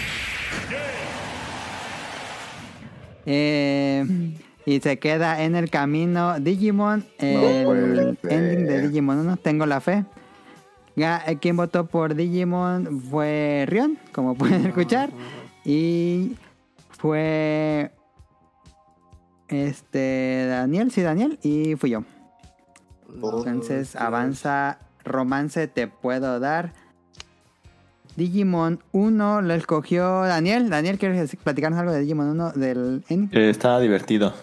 Eh, y se queda en el camino Digimon. El puede ser. ending de Digimon uno. Tengo la fe. Ga- eh, Quien votó por Digimon fue Rion, como pueden escuchar. Y fue este Daniel, sí, Daniel. Y fui yo. Entonces avanza Romance te puedo dar. Digimon uno lo escogió Daniel. Daniel, ¿quieres platicarnos algo de Digimon uno del ending? Eh, está divertido.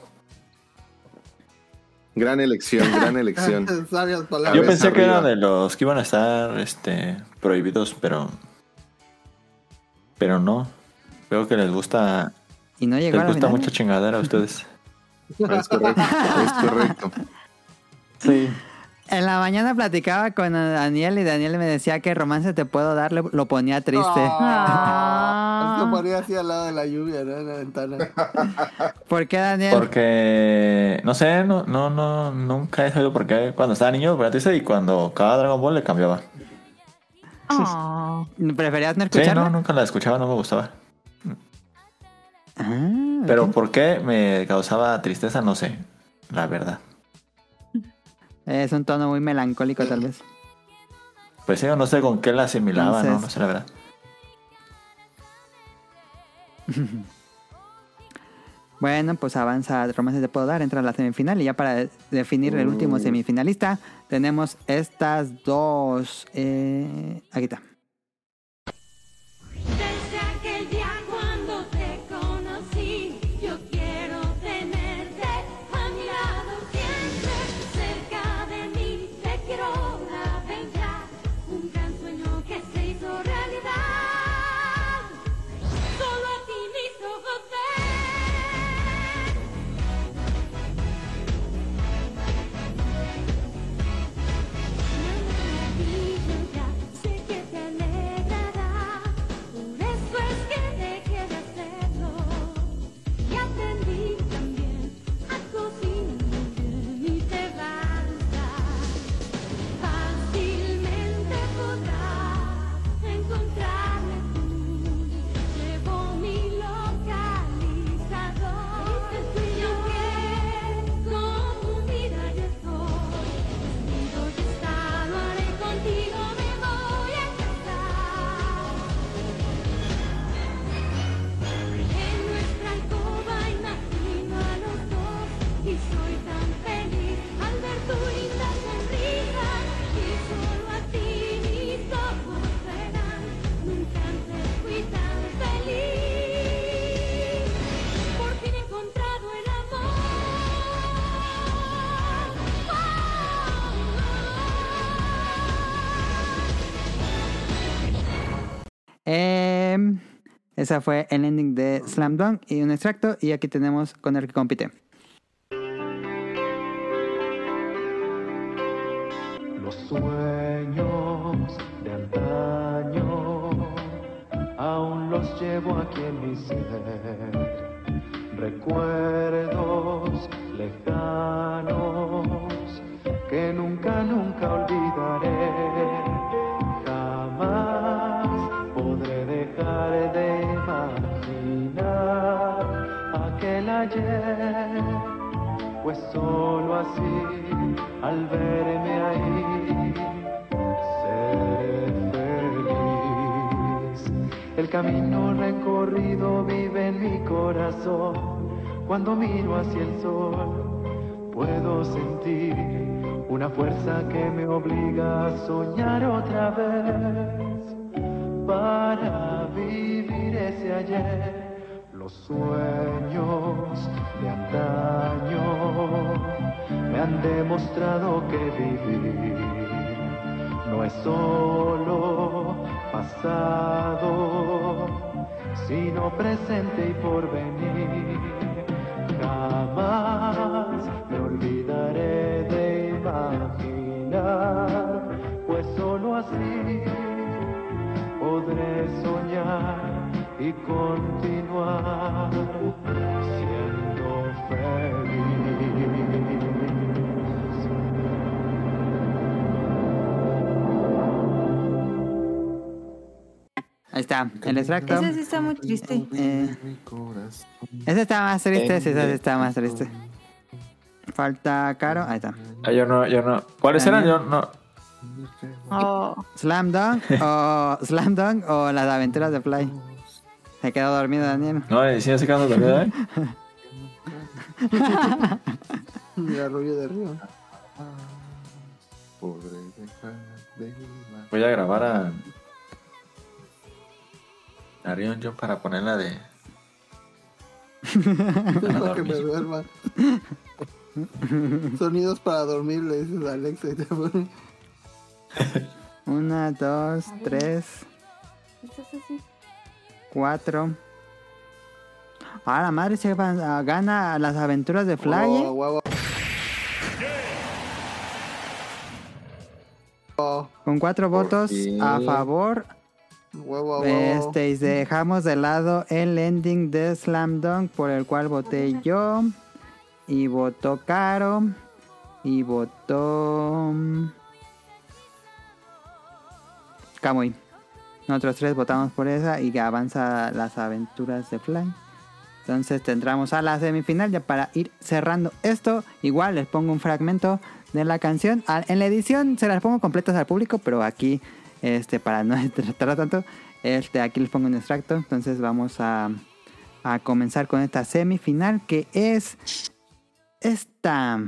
Gran elección, gran elección. Sabias palabras. Yo Cabeza pensé que era arriba. de los que iban a estar este, prohibidos, pero. Pero no. Veo que les gusta. Y no llegó Les a la gusta final. mucha chingadera a ustedes. Es correcto, es correcto. Sí. En la mañana platicaba con Daniel y Daniel me decía que Romance te puedo dar, le- lo ponía triste. Ah, esto ponía así al lado de la lluvia, ¿no? En la ventana. ¿Por qué, Daniel? Porque. No sé, no, no, no, nunca he sabido por qué. Cuando estaba niño, ponía triste y cuando cada Dragon Ball le cambiaba. Oh. ¿Preferías no Sí, escucharla? no, nunca la escuchaba, no me gustaba. Ah, Pero ok. por qué me causaba tristeza, no sé. La verdad. Es un tono muy melancólico, tal vez. Pues sí, no sé con qué la asimilaba, Entonces- no, no sé la verdad. Bueno, pues avanza Romance te puedo dar, entra a la semifinal y ya para de- definir el último Mm. semifinalista tenemos estas dos. Eh, aquí está. Desde aquel día cuando te conocí, yo quiero tenerte a mi lado siempre, cerca de mí, te quiero aventar, un gran sueño que se hizo realidad. Solo a ti mis ojos ven. Una maravilla, sé que te Eh, esa fue el ending de Slam Dunk y un extracto. Y aquí tenemos con el que compite. Los sueños de antaño aún los llevo aquí en mi ser. Recuerdos lejanos que nunca, nunca olvidaré. Jamás podré dejar de imaginar aquel ayer, pues solo así, al verme ahí, seré feliz. El camino recorrido vive en mi corazón. Cuando miro hacia el sol, puedo sentir una fuerza que me obliga a soñar otra vez. Para vivir ese ayer, los sueños de antaño me han demostrado que vivir no es solo pasado, sino presente y porvenir. Jamás me olvidaré de imaginar, pues solo así podré soñar y continuar siendo feliz. Ahí está, el extracto. Ese sí está muy triste. Eh, ese está más triste, sí, ese sí está más triste. Falta Caro, ahí está. Ah, yo no, yo no. ¿Cuáles eran? Yo no. Oh. Slam Dunk o Slam Dunk o las aventuras de Fly. Se quedó dormido Daniel. No, eh, sí, se quedó dormido, ¿eh? Mira, Rubio de Río. Voy a grabar a a Rion John para ponerla de Para que me duerma. Sonidos para dormir, le dices a Alexa y te pone. Una, dos, tres, cuatro. Ah, la madre se va- gana las aventuras de Fly. Oh, ¿eh? huevo. Con cuatro votos qué? a favor. Huevo, huevo. Este, y dejamos de lado el ending de Slam Dunk, por el cual voté yo. Y votó Caro. Y votó Kamui. Nosotros tres votamos por esa y que avanza las aventuras de Fly. Entonces tendremos a la semifinal ya para ir cerrando esto. Igual les pongo un fragmento de la canción. Ah, en la edición se las pongo completas al público, pero aquí, este, para no tratar tanto, este, aquí les pongo un extracto. Entonces vamos a, a comenzar con esta semifinal que es esta.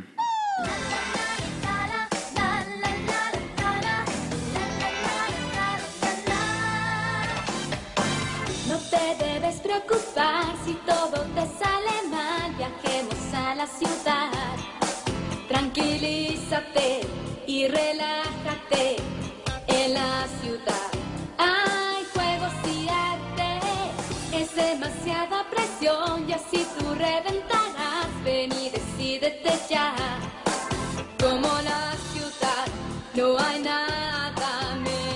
No te debes preocupar si todo te sale mal. Viajemos a la ciudad. Tranquilízate y relájate en la ciudad. Hay juegos y arte, es demasiada presión y así tú reventarás. Ven y decídete ya. Como la ciudad, no hay nada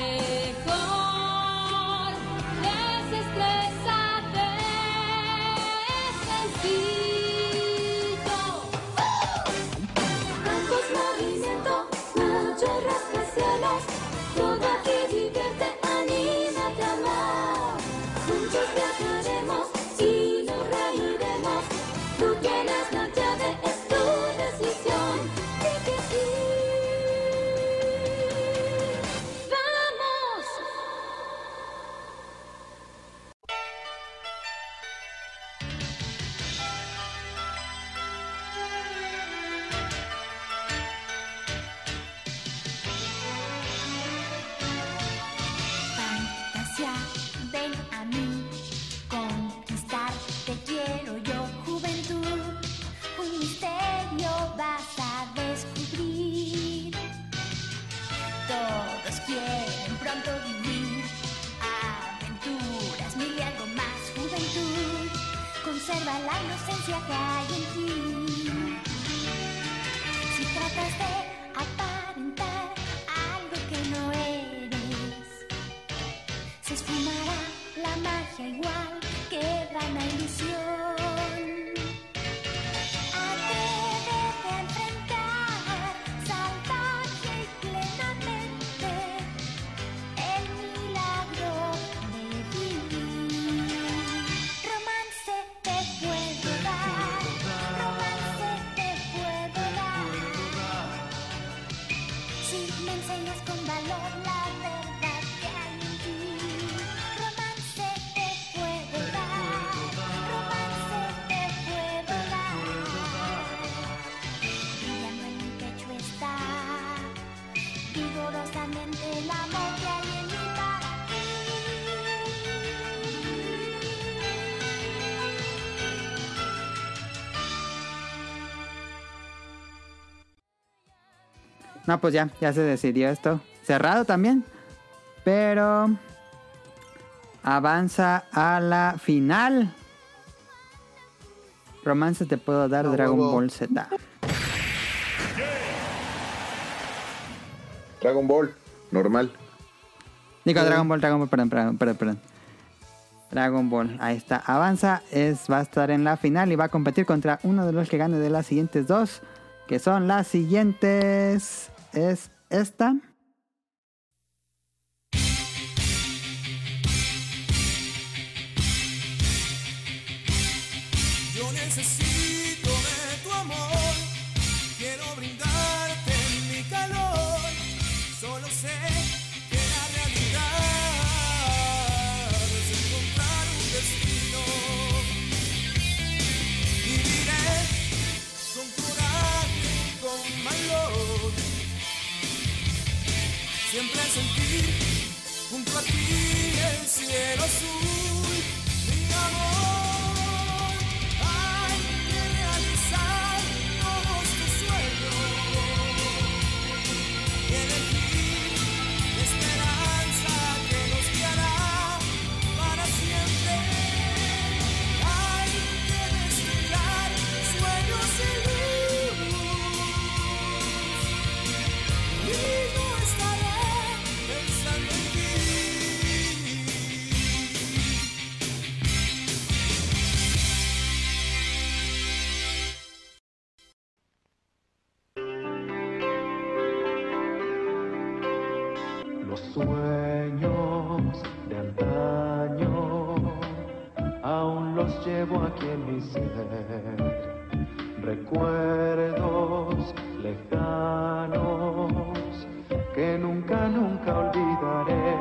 mejor. Desestrésate, es sencillo. Campos, movimiento, muchos rascacielos. Todo aquí divierte, anímate a amar. Juntos viajaremos y nos reiremos. Tú tienes la llave, es tu decisión. Sí que sí. ¡Vamos! Fantasía, ven a mí. toda la inocencia que hay en ti. Si tratas de aparentar algo que no eres, se esfumará la magia igual que vana ilusión. Atrévete a enfrentar salvaje y plenamente el milagro de vivir. Romance te puedo dar, romance te puedo dar. Si me enseñas con valor la verdad que hay en ti. Romance te puedo dar, romance te puedo dar. Brillando en mi pecho está vigorosamente el amor que hay en mí para ti. No, pues ya, ya se decidió esto. Cerrado también. Pero avanza a la final. Romance te puedo dar, No, Dragon huevo. Ball Z. Dragon Ball, normal. Digo, Sí. Dragon Ball, Dragon Ball, perdón, perdón, perdón, perdón. Dragon Ball, ahí está. Avanza, es, va a estar en la final y va a competir contra uno de los que gane de las siguientes dos. Que son las siguientes. Es esta. Yo necesito de tu amor, quiero brindarte mi calor, solo sé que la realidad es encontrar un destino. Viviré con coraje y con valor, siempre sentir junto a ti el cielo azul, mi amor. Hay que realizar todos tus sueños y elegir la esperanza que nos guiará para siempre. Hay que destilar sueños y luz y no estaré pensando en ti. Los sueños de antaño aún los llevo aquí en mi ser. Recuerdos lejanos que nunca, nunca olvidaré.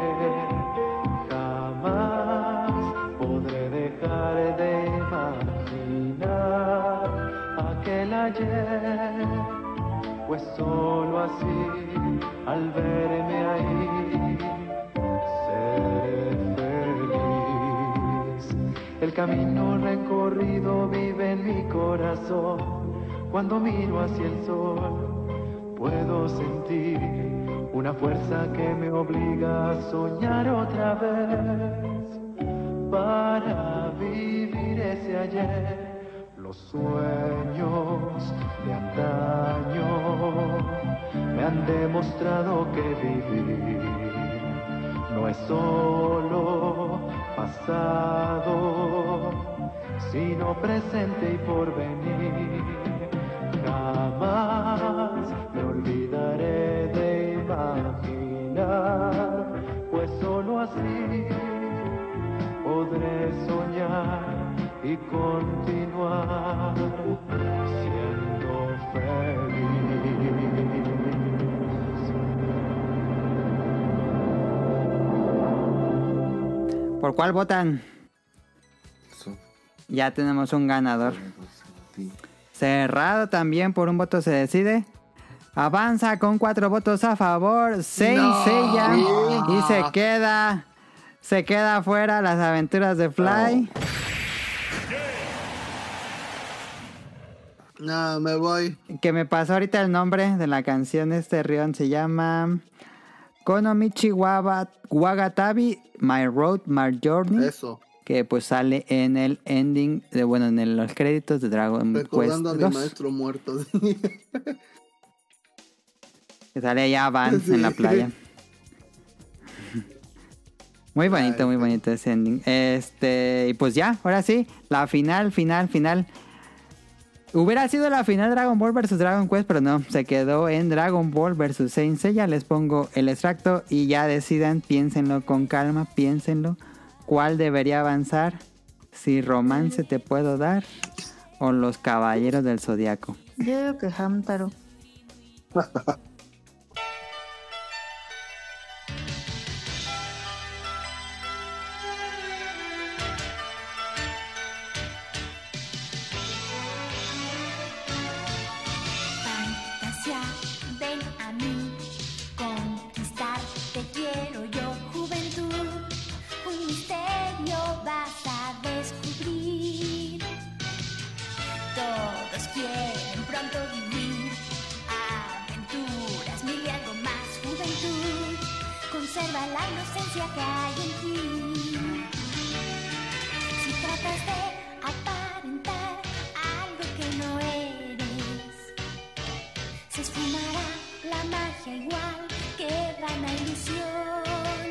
Jamás podré dejar de imaginar aquel ayer, pues solo así, al verme ahí, seré feliz. El camino recorrido vive en mi corazón. Cuando miro hacia el sol, puedo sentir una fuerza que me obliga a soñar otra vez. Para vivir ese ayer, los sueños de antaño me han demostrado que vivir no es solo pasado, sino presente y porvenir. Jamás me olvidaré de imaginar, pues solo así podré soñar y continuar siendo feliz. ¿Por cuál votan? Eso. Ya tenemos un ganador. Cerrado también, por un voto se decide. Avanza con cuatro votos a favor. Saint No. Seiya. Y se queda. Se queda fuera las aventuras de Fly. No, me voy. Que me pasó ahorita el nombre de la canción. Este Rion se llama Konomichi Waba- Wagatabi, My Road, My Journey. Eso. que pues sale en el ending, de bueno, en el- los créditos de Dragon Quest Recordando a mi dos. maestro muerto. Que sale allá Van Sí. en la playa. Muy bonito, muy bonito ese ending. Este, y pues ya, ahora sí, la final, final, final. Hubiera sido la final Dragon Ball versus Dragon Quest, pero no, se quedó en Dragon Ball versus Saint Seiya. Les pongo el extracto y ya decidan, piénsenlo con calma, piénsenlo. ¿Cuál debería avanzar? Si Romance Te Puedo Dar o Los Caballeros del Zodiaco. Yo digo que Hamtaro. Fantasía, ven a mí, conquistarte quiero yo, juventud, un misterio vas a descubrir. Todos quieren pronto vivir aventuras, mil y algo más, juventud, conserva la inocencia que hay en ti. Si tratas de aparentar algo que no eres, se esfumará la magia igual que vana ilusión.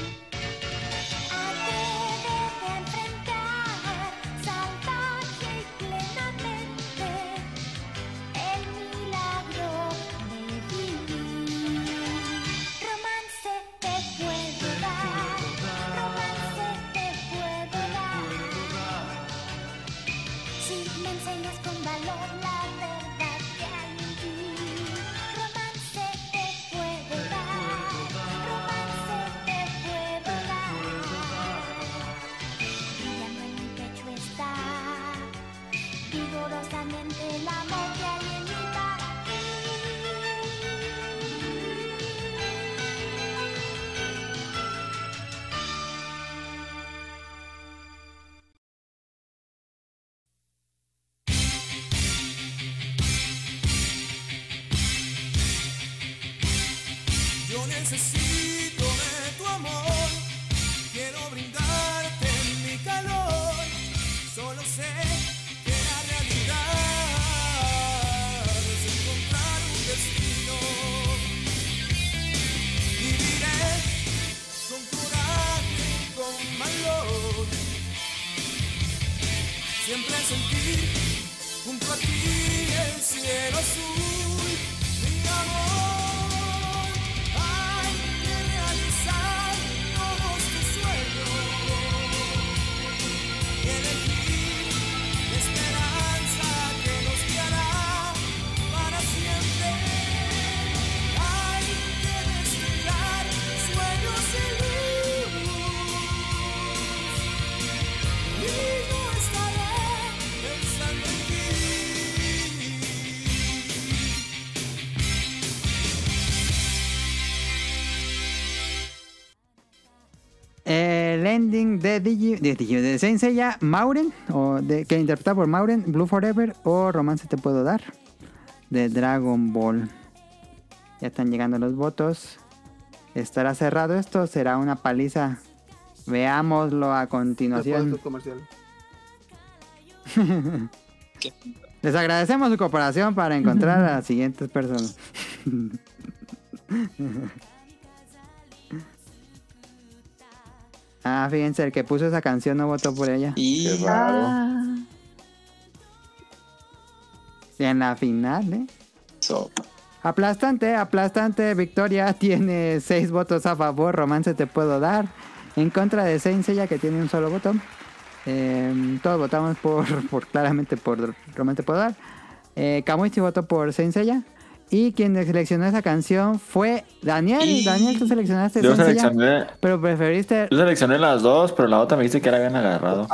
Atrévete a enfrentar salvaje y plenamente el milagro de vivir. Romance te puedo dar, romance te puedo dar. Si me enseñas con valor la verdad que hay en ti. Romance te puedo dar, romance te puedo dar. Brillando en mi pecho está vigorosamente el amor que hay en mí para ti. Yo necesito de tu amor, quiero brindarte mi calor, solo sé que la realidad es encontrar un destino. Viviré con coraje y con valor, siempre sentir junto a ti el cielo azul, mi amor. Hay que realizar todos tus sueños y elegir la esperanza que nos guiará para siempre. Hay que destellar sueños y luz, y no estaré pensando en ti. El ending de Digi, de, Digi- de Saint Seiya, Mauren, o de, que interpreta por Mauren, Blue Forever o Romance Te Puedo Dar, de Dragon Ball. Ya están llegando los votos. ¿Estará cerrado esto? ¿Será una paliza? Veámoslo a Después de continuación. tu comercial. Les agradecemos su cooperación para encontrar a las siguientes personas. Ah, fíjense, el que puso esa canción no votó por ella. Y Qué raro. Ah, Y en la final, ¿eh? so, Aplastante, aplastante. Victoria tiene seis votos a favor. Romance Te Puedo Dar. En contra de Saint Seiya, que tiene un solo voto. Eh, todos votamos por, por claramente por Romance Te Puedo Dar. Eh, Kamuichi votó por Saint Seiya. Y quien seleccionó esa canción fue Daniel. Y- Daniel, tú seleccionaste Yo Saint Seiya, seleccioné, pero preferiste... yo seleccioné las dos, pero la otra me dice que la habían agarrado.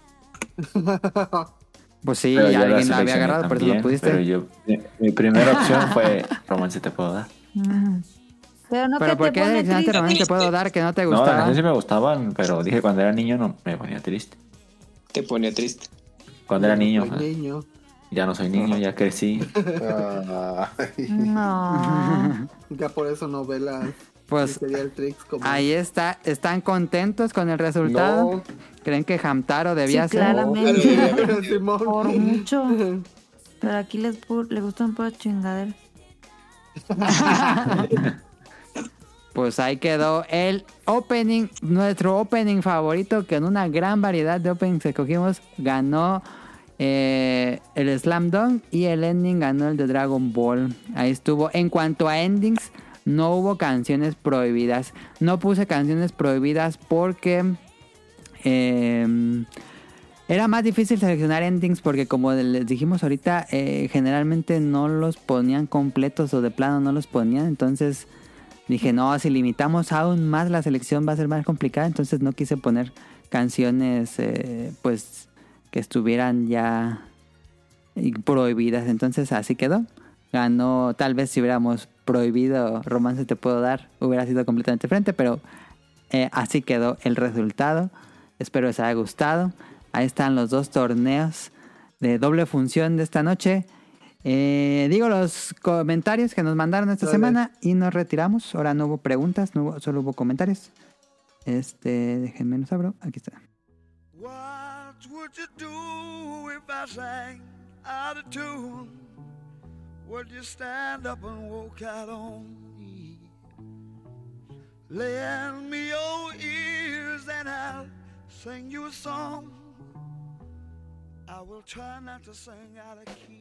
Pues sí, Pero yo alguien la había seleccioné agarrado, por eso lo también, pudiste. Pero yo, mi, mi primera opción fue Romance Te Puedo Dar. pero no Pero que ¿por te qué pone seleccionaste triste. Romance Te Puedo Dar que no te No, las gustaba? canciones sí me gustaban, pero dije cuando era niño no me ponía triste. te ponía triste. Cuando era niño, Soy ah, niño. ya no soy niño, ya crecí. Ay. No. Ya por eso no ve la Pues Serial Tricks como ahí está, están contentos con el resultado. No, ¿Creen que Hamtaro debía Sí, ser? claramente. Simón. Por mucho. Pero aquí les, pu- les gustan puras chingaderas. Pues ahí quedó el opening, nuestro opening favorito, que en una gran variedad de openings que escogimos ganó eh, el Slam Dunk y el ending ganó el de Dragon Ball. Ahí estuvo. En cuanto a endings, no hubo canciones prohibidas. No puse canciones prohibidas porque eh, era más difícil seleccionar endings porque, como les dijimos ahorita, eh, generalmente no los ponían completos o de plano no los ponían. Entonces dije, no, si limitamos aún más la selección va a ser más complicada. Entonces no quise poner canciones eh, pues que estuvieran ya prohibidas. Entonces así quedó. Ganó, tal vez si hubiéramos prohibido Romance Te Puedo Dar, hubiera sido completamente diferente, pero eh, así quedó el resultado. Espero les haya gustado. Ahí están los dos torneos de doble función de esta noche. Eh, digo los comentarios que nos mandaron esta Dale. semana y nos retiramos. Ahora no hubo preguntas, no hubo, solo hubo comentarios. Este, déjenme los abro. Aquí está. What would you do if I sang out of tune? Would you stand up and walk out on me? Lend me your ears and I'll sing you a song. I will try not to sing out of key.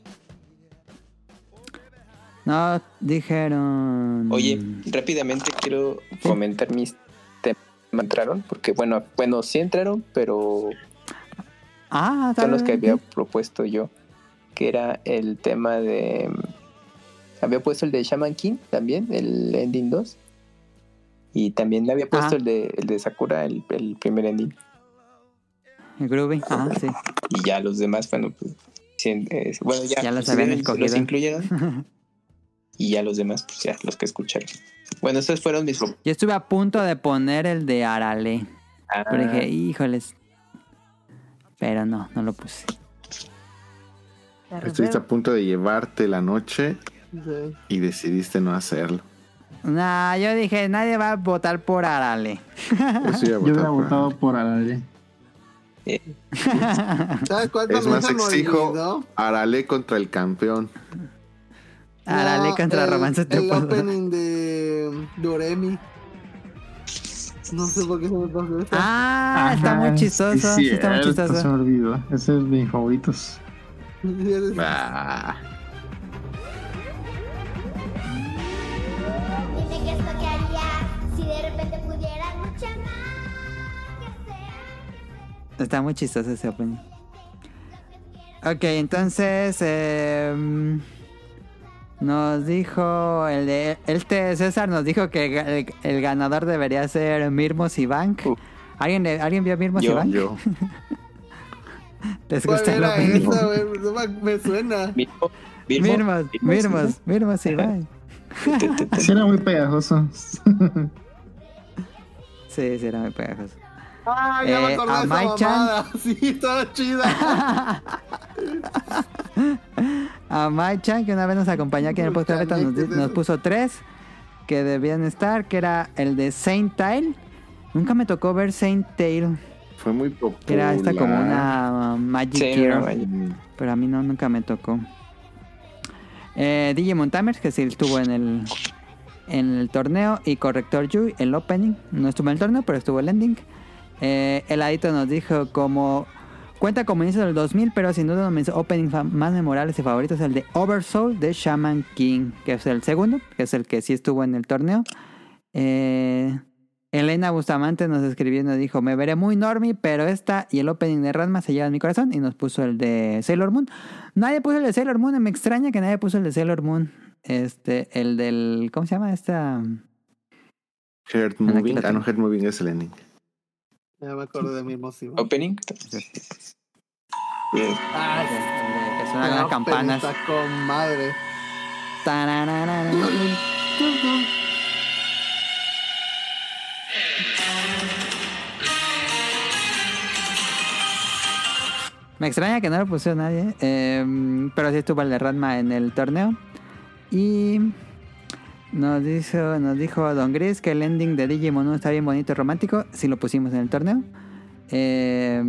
No, dijeron... Oye, rápidamente quiero comentar mis temas que entraron, porque bueno, bueno, sí entraron, pero Ah, son los tal que vez. había propuesto yo, que era el tema de... Había puesto el de Shaman King también, el ending dos. Y también había puesto Ah. el de, el de Sakura, el, el primer ending. El Groovy, ajá, sí. Y ya los demás, bueno, pues... sí, eh, bueno, ya, Ya los pues, habían los escogido. incluyeron. Y ya los demás, pues ya, los que escucharon. Bueno, esos fueron mis... Yo estuve a punto de poner el de Arale. Ah. Pero dije, híjoles. Pero no, no lo puse. Estuviste a punto de llevarte la noche Sí. y decidiste no hacerlo. Nah, yo dije, nadie va a votar por Arale. Yo sí iba a Yo votar hubiera por votado por Arale. ¿Sabes cuántas Es más, veces me exijo olvidó? Arale contra el campeón. Arale No, contra el, Romance Te El Puedo Dar. opening de Doremi. No sé por qué se me pasó eso. Ah, está muy chistoso. Sí, está muy cierto, chistoso. se me olvidó. Ese es de mis favoritos. Ah, Dime qué es lo que haría si de repente pudieras mucho más que hacer. Está muy chistoso ese opening. Ok, entonces eh, nos dijo el de este César nos dijo que el, el ganador debería ser Mirmos y Bank. Uh. ¿Alguien, le- ¿Alguien vio Mirmos y Yo, Bank? yo. ¿Les ¿Cuál gusta el era opening? esa, güey? No me, me suena. Mirmo, Mirmos, Mirmos, Mirmos y Bank. Sí, era muy pegajoso. Sí, sí, era muy pegajoso. Ah, ya Eh, me acordé a de esa Mike-chan. mamada. Sí, estaba chida. A Mike Chan, que una vez nos acompañó aquí en el podcast beta, nos, di- nos puso tres que debían estar, que era el de Saint Tail. Nunca me tocó ver Saint Tail, Fue muy popular. que era esta como una uh, Magic Sí, Hero, una Magic. pero a mí no, nunca me tocó. Eh, Digimon Tamers, que sí estuvo en el en el torneo, y Corrector Yu, el opening. No estuvo en el torneo, pero estuvo el ending. Eh, el Adito nos dijo como... Cuenta como inicio del dos mil, pero sin duda uno de mis openings fa- más memorables y favoritos es el de Oversoul de Shaman King, que es el segundo, que es el que sí estuvo en el torneo. Eh, Elena Bustamante nos escribió y nos dijo, me veré muy normie, pero esta y el opening de Ranma se llevan mi corazón, y nos puso el de Sailor Moon. Nadie puso el de Sailor Moon, y me extraña que nadie puso el de Sailor Moon. Este, el del... ¿Cómo se llama esta? Heart Aquí Moving. la Ah, no, tengo. Heart Moving es el ending. Ya me acordé de mi emoción. Opening. Bien. Ah, Que suenan las campanas. Está con madre. Tarararara. Me extraña que no lo puso nadie, eh, pero sí estuvo el de Ranma en el torneo. Y nos dijo, nos dijo Don Gris que el ending de Digimon uno está bien bonito y romántico. Sí lo pusimos en el torneo. Eh,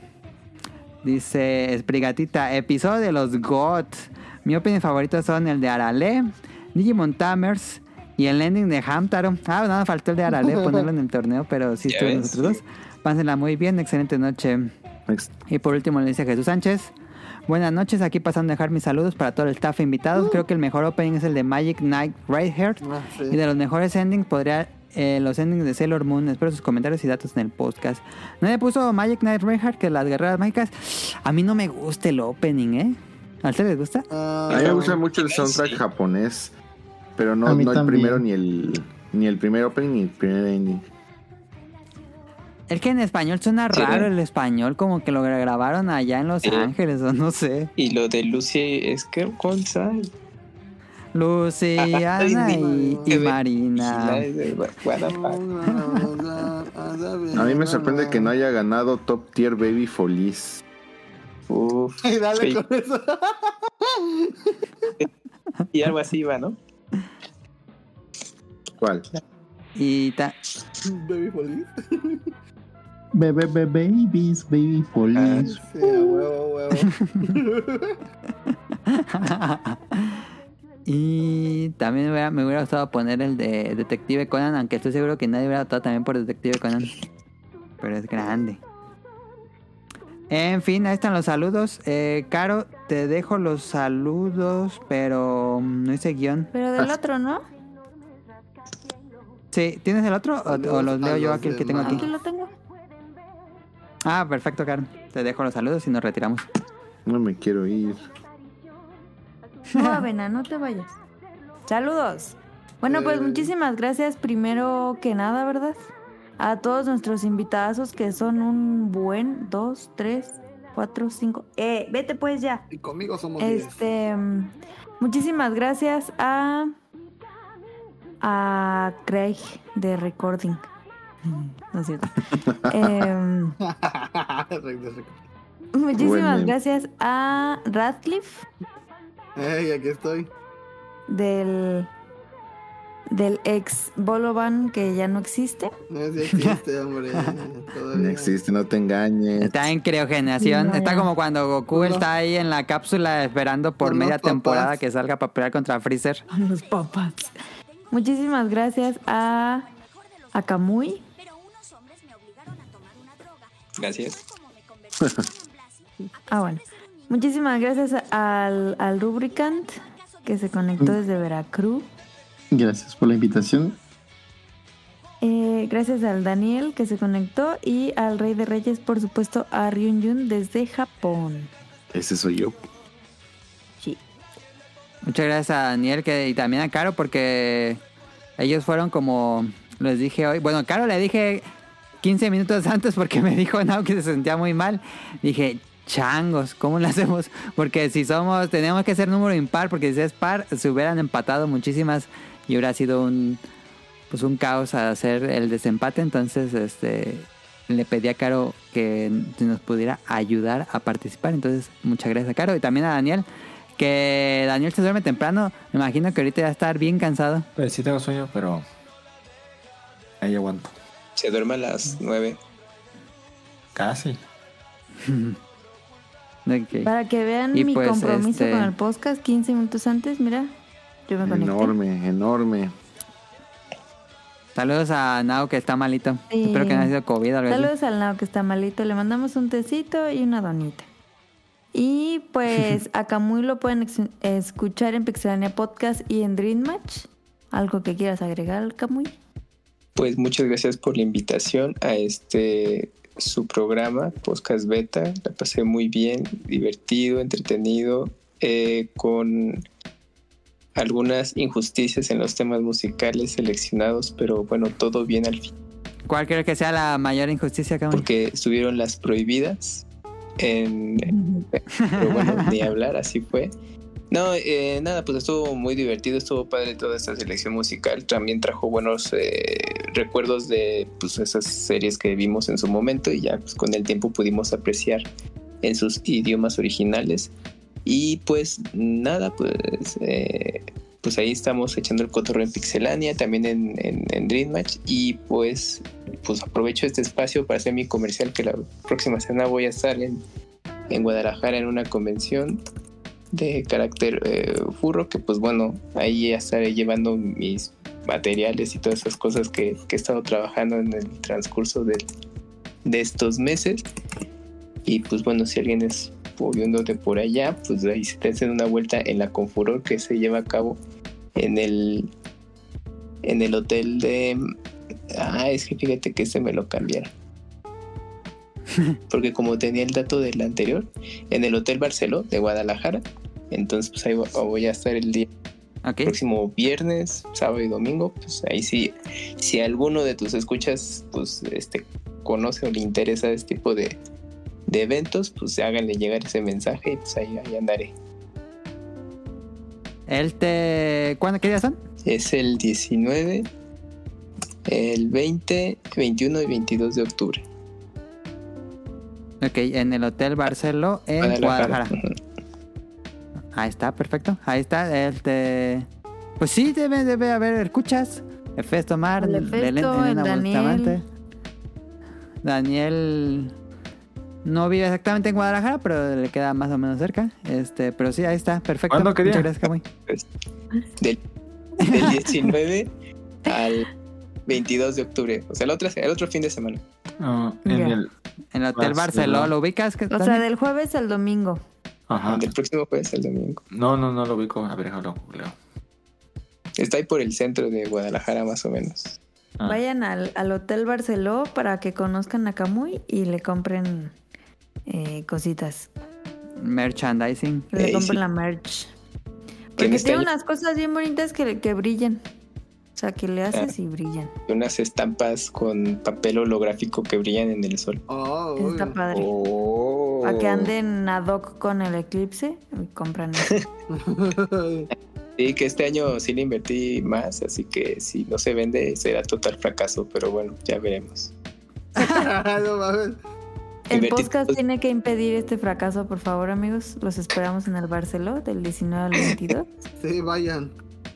dice Esprigatita, episodio de los G O T. Mi opinión favorito son el de Arale, Digimon Tamers y el ending de Hamtaro. Ah, nada, faltó el de Arale, ponerlo en el torneo, pero sí Ya estuvieron ves, nosotros sí. dos. Pásenla muy bien, excelente noche. Ex- Y por último le dice Jesús Sánchez. Buenas noches, aquí pasando a dejar mis saludos para todo el staff e invitados. Creo que el mejor opening es el de Magic Knight Right-Heart. Ah, sí. Y de los mejores endings podría eh, los endings de Sailor Moon. Espero sus comentarios y datos en el podcast. Nadie puso Magic Knight Right-Heart, que las guerreras mágicas. A mí no me gusta el opening, ¿eh? ¿A usted les gusta? Ah, A mí me gusta mucho el soundtrack Sí. japonés, pero A no, mí no el también. primero ni el ni el primer opening ni el primer ending. Es que en español suena Sí, raro ¿no? el español, como que lo grabaron allá en Los Sí. Ángeles, o no sé. Y lo de Lucy es que con Sai. Luciana y, y Marina. A mí me sorprende que no haya ganado Top Tier Baby Feliz. Uf. Y dale Sí. con eso. Y algo así va, ¿no? ¿Cuál? Y ta- Baby Police. Bebé, bebé, babies, baby police. Sí, a huevo, a huevo. y también me hubiera, me hubiera gustado poner el de Detective Conan, aunque estoy seguro que nadie hubiera votado también por Detective Conan. Pero es grande. En fin, ahí están los saludos. Eh, Caro, te dejo los saludos, pero no hice guión. Pero del otro, ¿no? Sí, ¿tienes el otro o, o los leo yo aquí el que tengo aquí? Aquí lo tengo. Ah, perfecto, Caro. Te dejo los saludos y nos retiramos. No me quiero ir. No, Avena, no te vayas. Saludos. Bueno, pues Eh. muchísimas gracias primero que nada, ¿verdad? A todos nuestros invitados que son un buen, dos, tres, cuatro, cinco. Eh, vete pues ya. Y conmigo somos diez. Este, mm, muchísimas gracias a a Craig de Recording. No es cierto. Em, muchísimas Buen- gracias a Radcliffe Ey, aquí estoy. del del ex Bolovan que ya no existe. No sé si existe, hombre. Todavía. No existe, no te engañes. Está en criogenación. No, Está ya. como cuando Goku Uno. está ahí en la cápsula esperando por Unos media papás. temporada que salga para pelear contra Freezer. Los papás. Muchísimas gracias a a Kamui. Gracias. Ah, bueno. Muchísimas gracias al, al Rubricant que se conectó desde Veracruz. Gracias por la invitación. Eh, gracias al Daniel que se conectó y al Rey de Reyes, por supuesto, a Ryun Yun desde Japón. Ese soy yo. Sí. Muchas gracias a Daniel que, y también a Caro porque ellos fueron como les dije hoy. Bueno, a Caro le dije quince minutos antes porque me dijo no, que se sentía muy mal. Dije, changos, ¿cómo lo hacemos? Porque si somos, teníamos que ser número impar, porque si es par, se hubieran empatado muchísimas y hubiera sido un pues un caos hacer el desempate. Entonces, este le pedí a Caro que nos pudiera ayudar a participar. Entonces, muchas gracias a Caro y también a Daniel. Que Daniel se duerme temprano. Me imagino que ahorita ya va a estar bien cansado. Pues sí tengo sueño, pero ahí aguanto. Se duerme a las nueve. Casi. Ok. Para que vean Y mi pues, compromiso este- con el podcast quince minutos antes, mira, yo me conecté. Enorme, enorme. Saludos a Nao que está malito. Sí. Espero que no haya sido COVID o algo así. Saludos al Nao que está malito, le mandamos un tecito y una donita. Y pues a Kamui lo pueden ex- escuchar en Pixelania Podcast y en Dream Match. ¿Algo que quieras agregar, Kamui? Pues muchas gracias por la invitación a este su programa, Podcast Beta. La pasé muy bien, divertido, entretenido, eh, con algunas injusticias en los temas musicales seleccionados, pero bueno, todo bien al fin. ¿Cuál crees que sea la mayor injusticia, Kamui? Porque estuvieron las prohibidas, en, pero bueno, ni hablar, así fue. No, eh, nada, pues estuvo muy divertido, estuvo padre toda esta selección musical. También trajo buenos eh, recuerdos de pues, esas series que vimos en su momento y ya pues, con el tiempo pudimos apreciar en sus idiomas originales. Y pues nada, pues eh, pues ahí estamos echando el cotorreo en Pixelania, también en, en, en Dream Match. Y pues pues aprovecho este espacio para hacer mi comercial, que la próxima semana voy a estar en, en Guadalajara en una convención de carácter eh, furro, que pues bueno, ahí ya estaré llevando mis materiales y todas esas cosas que, que he estado trabajando en el transcurso de, de estos meses. Y pues bueno, si alguien es oriundo de por allá, pues ahí se te hacen una vuelta en la Confuror, que se lleva a cabo en el en el hotel de... Ah, es que fíjate que ese me lo cambiaron. Porque como tenía el dato del anterior, en el Hotel Barceló de Guadalajara, entonces pues ahí voy a estar el día okay. próximo viernes, sábado y domingo. Pues ahí sí, si alguno de tus escuchas pues este conoce o le interesa este tipo de, de eventos, pues háganle llegar ese mensaje y pues ahí, ahí andaré. ¿El te... ¿Cuándo, qué días son? Es el diecinueve, el veinte, veintiuno y veintidós de octubre. Ok, en el Hotel Barceló en Guadalajara. Guadalajara. Ahí está, perfecto. Ahí está. Este... Pues sí, debe, debe haber escuchas. Efesto Mar, el Efesto, el Daniel. Daniel no vive exactamente en Guadalajara, pero le queda más o menos cerca. Este, pero sí, ahí está, perfecto. ¿Cuándo quería? Muchas gracias, Kamui. Del, del diecinueve al veintidós de octubre, o sea, el otro, el otro fin de semana. Uh, en, Ya. el, En el Hotel Barceló, ¿lo ubicas? O sea, del jueves al domingo. ajá. Del próximo jueves al domingo. No, no, no lo ubico. A ver, déjalo, Leo. Está ahí por el centro de Guadalajara, más o menos. Ah. Vayan al, al Hotel Barceló para que conozcan a Kamui y le compren eh, cositas. Merchandising. Que le Ey, compren sí. la merch. Que en Porque este tiene año- unas cosas bien bonitas que, que brillan. O sea, que le haces y brillan. Unas estampas con papel holográfico que brillan en el sol. Oh, uy. Está padre. Oh. Para que anden ad hoc con el eclipse y compran eso. Sí, que este año sí le invertí más, así que si no se vende será total fracaso, pero bueno, ya veremos. No mames. El Invertí- podcast tiene que impedir este fracaso, por favor, amigos. Los esperamos en el Barceló del diecinueve al veintidós. Sí, vayan.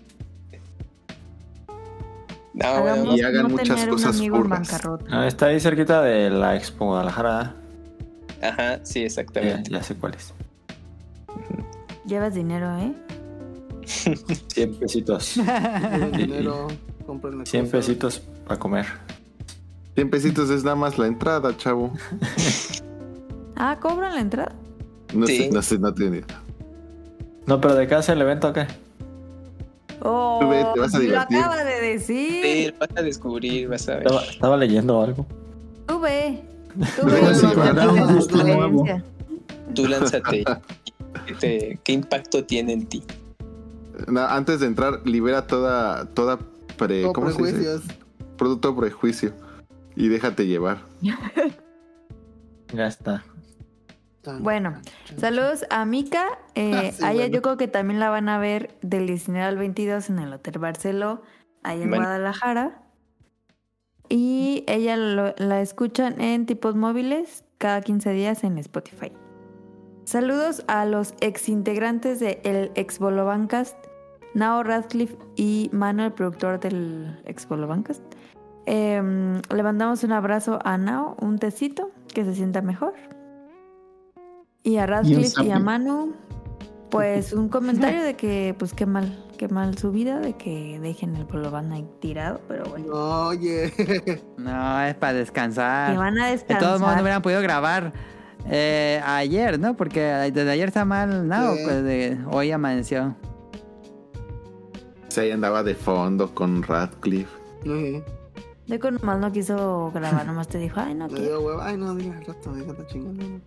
No, Hagamos bueno, Y hagan no muchas tener un cosas amigo en furras. bancarrota. Ah, está ahí cerquita de la Expo Guadalajara. ajá, sí, Ya, exactamente. ya sé cuál es. Llevas dinero, ¿eh? cien pesitos. Con dinero, compren cien pesitos para comer. cien pesitos es nada más la entrada, chavo. Ah, ¿cobran la entrada? No Sí. sé, no sé, no tengo idea. No, pero ¿de qué hace el evento o qué? Oh, Tú ve, te vas a lo divertir. acaba de decir. Sí, vas a descubrir, vas a ver. Estaba, estaba leyendo algo. Tú ve. Tú Pero ve. sí, vas a para ver un la gusto nuevo. diferencia. Tú lánzate. ¿Qué, te- qué impacto tiene en ti? Na- antes de entrar, libera toda, toda pre, No ¿cómo se dice? prejuicios. Producto prejuicio. Y déjate llevar. Ya está. Tan, Bueno, tan, tan, saludos a Mika. Eh, Ah, sí, a ella bueno. yo creo que también la van a ver del diecinueve al veintidós en el Hotel Barceló, ahí en Bueno. Guadalajara. Y ella lo- la escuchan en tipos móviles cada quince días en Spotify. Saludos a los ex integrantes de el ex Bolobancast, Nao Radcliffe y Manuel, productor del ex Bolobancast. Eh, le mandamos un abrazo a Nao, un tecito, que se sienta mejor. Y a Radcliffe y, a zape. Manu, pues un comentario de que, pues qué mal, qué mal su vida, de que dejen el Bolobán ahí tirado, pero bueno. Oye. No, es para descansar. Que van a De descansar. todos modos no hubieran podido grabar eh, ayer, ¿no? Porque desde ayer está mal, no, Sí. pues de, hoy amaneció. Se ahí andaba de fondo con Radcliffe. Sí. Deco nomás no quiso grabar, nomás te dijo, ay, no Me quiero. dio hueva. Ay, no, dile al rato, déjate chingando.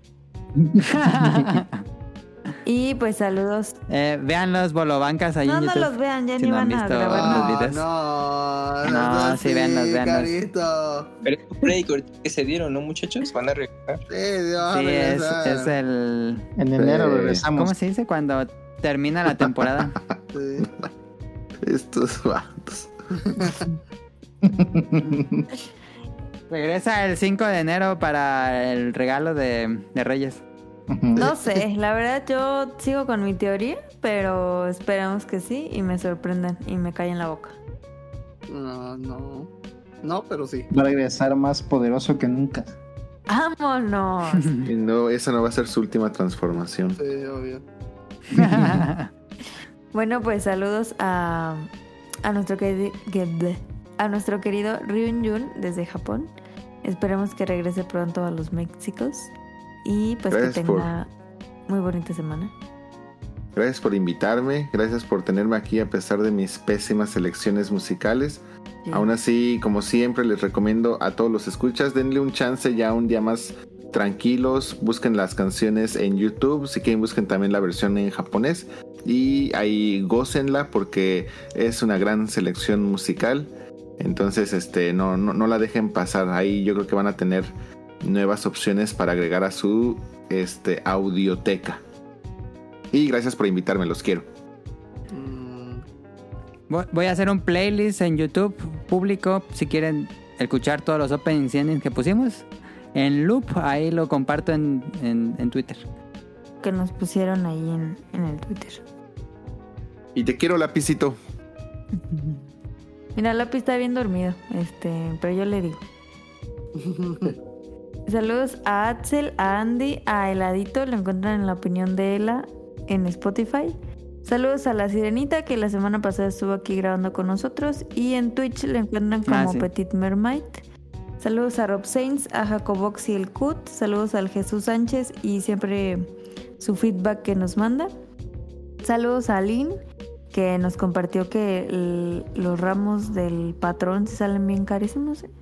Y pues saludos. Eh, vean los bolobancas ahí No, en no YouTube. los vean, ya si ni no han van a visto grabar los nada. videos. No, No, no, sí, véanlos, véanlos. Carito. Pero es un break ahorita que se dieron, ¿no, muchachos? Van a regresar. Sí, Dios, Sí, es, regresa. es el... En enero Sí. regresamos. ¿Cómo se dice? Cuando termina la temporada. Sí. Estos vatos. Regresa el cinco de enero para el regalo de, de Reyes. No sé, la verdad yo sigo con mi teoría, pero esperemos que sí y me sorprendan y me callen la boca. No, no. No, pero sí. Va a regresar más poderoso que nunca. ¡Vámonos! Y no, esa no va a ser su última transformación. Sí, obvio. Bueno, pues saludos a, a nuestro querido a nuestro querido Ryun Jun desde Japón. Esperemos que regrese pronto a los Méxicos y pues Gracias que tenga muy bonita semana. Gracias por invitarme, gracias por tenerme aquí a pesar de mis pésimas selecciones musicales. Sí. Aún así, como siempre, les recomiendo a todos los escuchas, denle un chance ya un día más tranquilos, busquen las canciones en YouTube, si quieren busquen también la versión en japonés y ahí gócenla porque es una gran selección musical. Entonces, este, no, no, no la dejen pasar. Ahí yo creo que van a tener nuevas opciones para agregar a su este, audioteca. Y gracias por invitarme, los quiero. Voy voy a hacer un playlist en YouTube público si quieren escuchar todos los openings y endings que pusimos. En loop, ahí lo comparto en, en, en Twitter. Que nos pusieron ahí en, en el Twitter. Y te quiero, Lapicito. Mira, Lápiz está bien dormido, este, pero yo le digo. Saludos a Axel, a Andy, a Heladito, lo encuentran en La Opinión de Ela en Spotify. Saludos a la Sirenita, que la semana pasada estuvo aquí grabando con nosotros, y en Twitch le encuentran como Ah, sí. Petit Mermaid. Saludos a Rob Sainz, a Jacobox y el Cut. Saludos al Jesús Sánchez y siempre su feedback que nos manda. Saludos a Lynn, que nos compartió que el- los ramos del patrón se salen bien carísimos. ¿eh?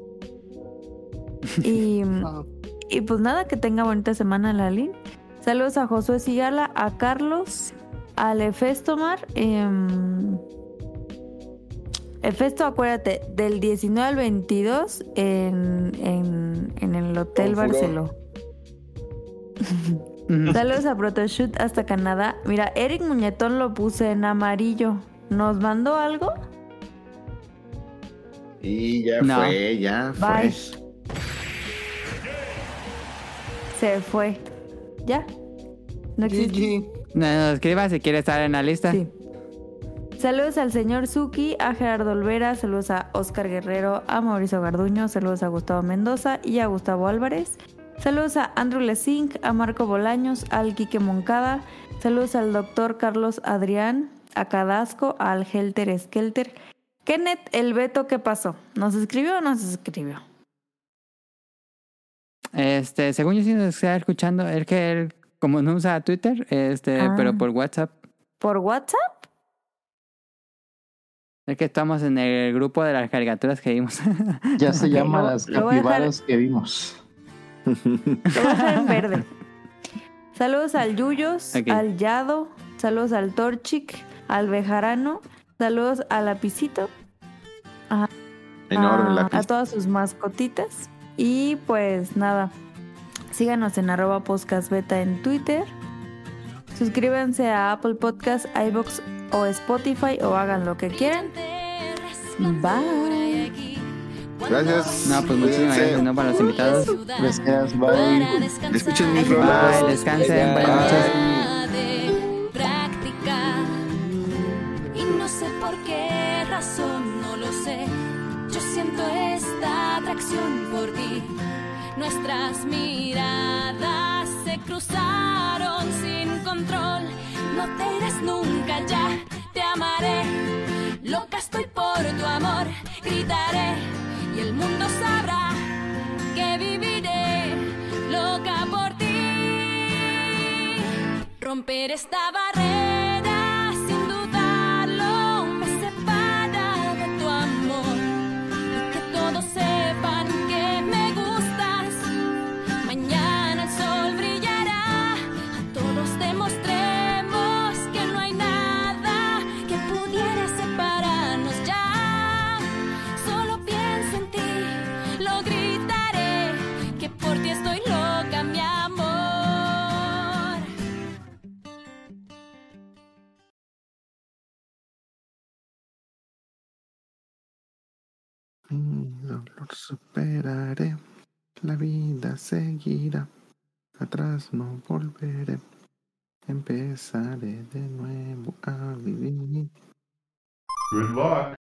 Y, Ah, y pues nada, que tenga bonita semana la Lynn. Saludos a Josué Sigala, a Carlos, al Efestomar. Eh, Efesto, acuérdate, del diecinueve al veintidós en, en, en el Hotel Con furor. Barceló. Saludos a Protoshoot hasta Canadá. Mira, Eric Muñetón lo puse en amarillo. ¿Nos mandó algo? Y ya No. fue, ya fue. Bye. Se fue. ¿Ya? No existe. G G. No, no, escriba si quiere estar en la lista. Sí. Saludos al señor Suki, a Gerardo Olvera, saludos a Oscar Guerrero, a Mauricio Garduño, saludos a Gustavo Mendoza y a Gustavo Álvarez. Saludos a Andrew Lesink, a Marco Bolaños, al Quique Moncada. Saludos al doctor Carlos Adrián, a Cadasco, al Helter Skelter. Kenneth, el Beto, ¿qué pasó? ¿Nos escribió o no nos escribió? Este, según yo sí nos está escuchando, es que él, como no usa Twitter, este, Ah. pero por WhatsApp. ¿Por WhatsApp? Es que estamos en el grupo de las caricaturas que vimos. Ya se Ok, llama lo- las lo voy a dejar- capibaras que vimos. Lo voy a dejar en verde. Saludos al Yuyos, Ok. al Yado, saludos al Torchic, al Bejarano, saludos al Lapicito, a, Enorme a- lápiz. a todas sus mascotitas. Y pues nada, síganos en arroba podcast beta en Twitter. Suscríbanse a Apple Podcast, iVoox o Spotify o hagan lo que quieran. Bye. Gracias. No, pues muchísimas Cuídense. gracias, ¿no? Para los invitados. Gracias, bye. Escuchen mis rolas. Bye, descansen, buenas noches. de practicar. Y no sé por qué razón, no lo sé. Yo siento esta atracción por ti. Nuestras miradas se cruzaron sin control. No te irás nunca, ya te amaré. Loca estoy por tu amor, gritaré. Y el mundo sabrá que viviré loca por ti. Romper esta barrera sin dudarlo me separa de tu amor. Y que todos sepan que me gustas. Mañana el sol brillará. A todos demostremos que no hay nada que pudiera separarnos ya. Solo pienso en ti, lo gritaré, que por ti estoy loca, mi amor. Mi dolor superaré, la vida seguirá, atrás no volveré, empezaré de nuevo a vivir. Good luck.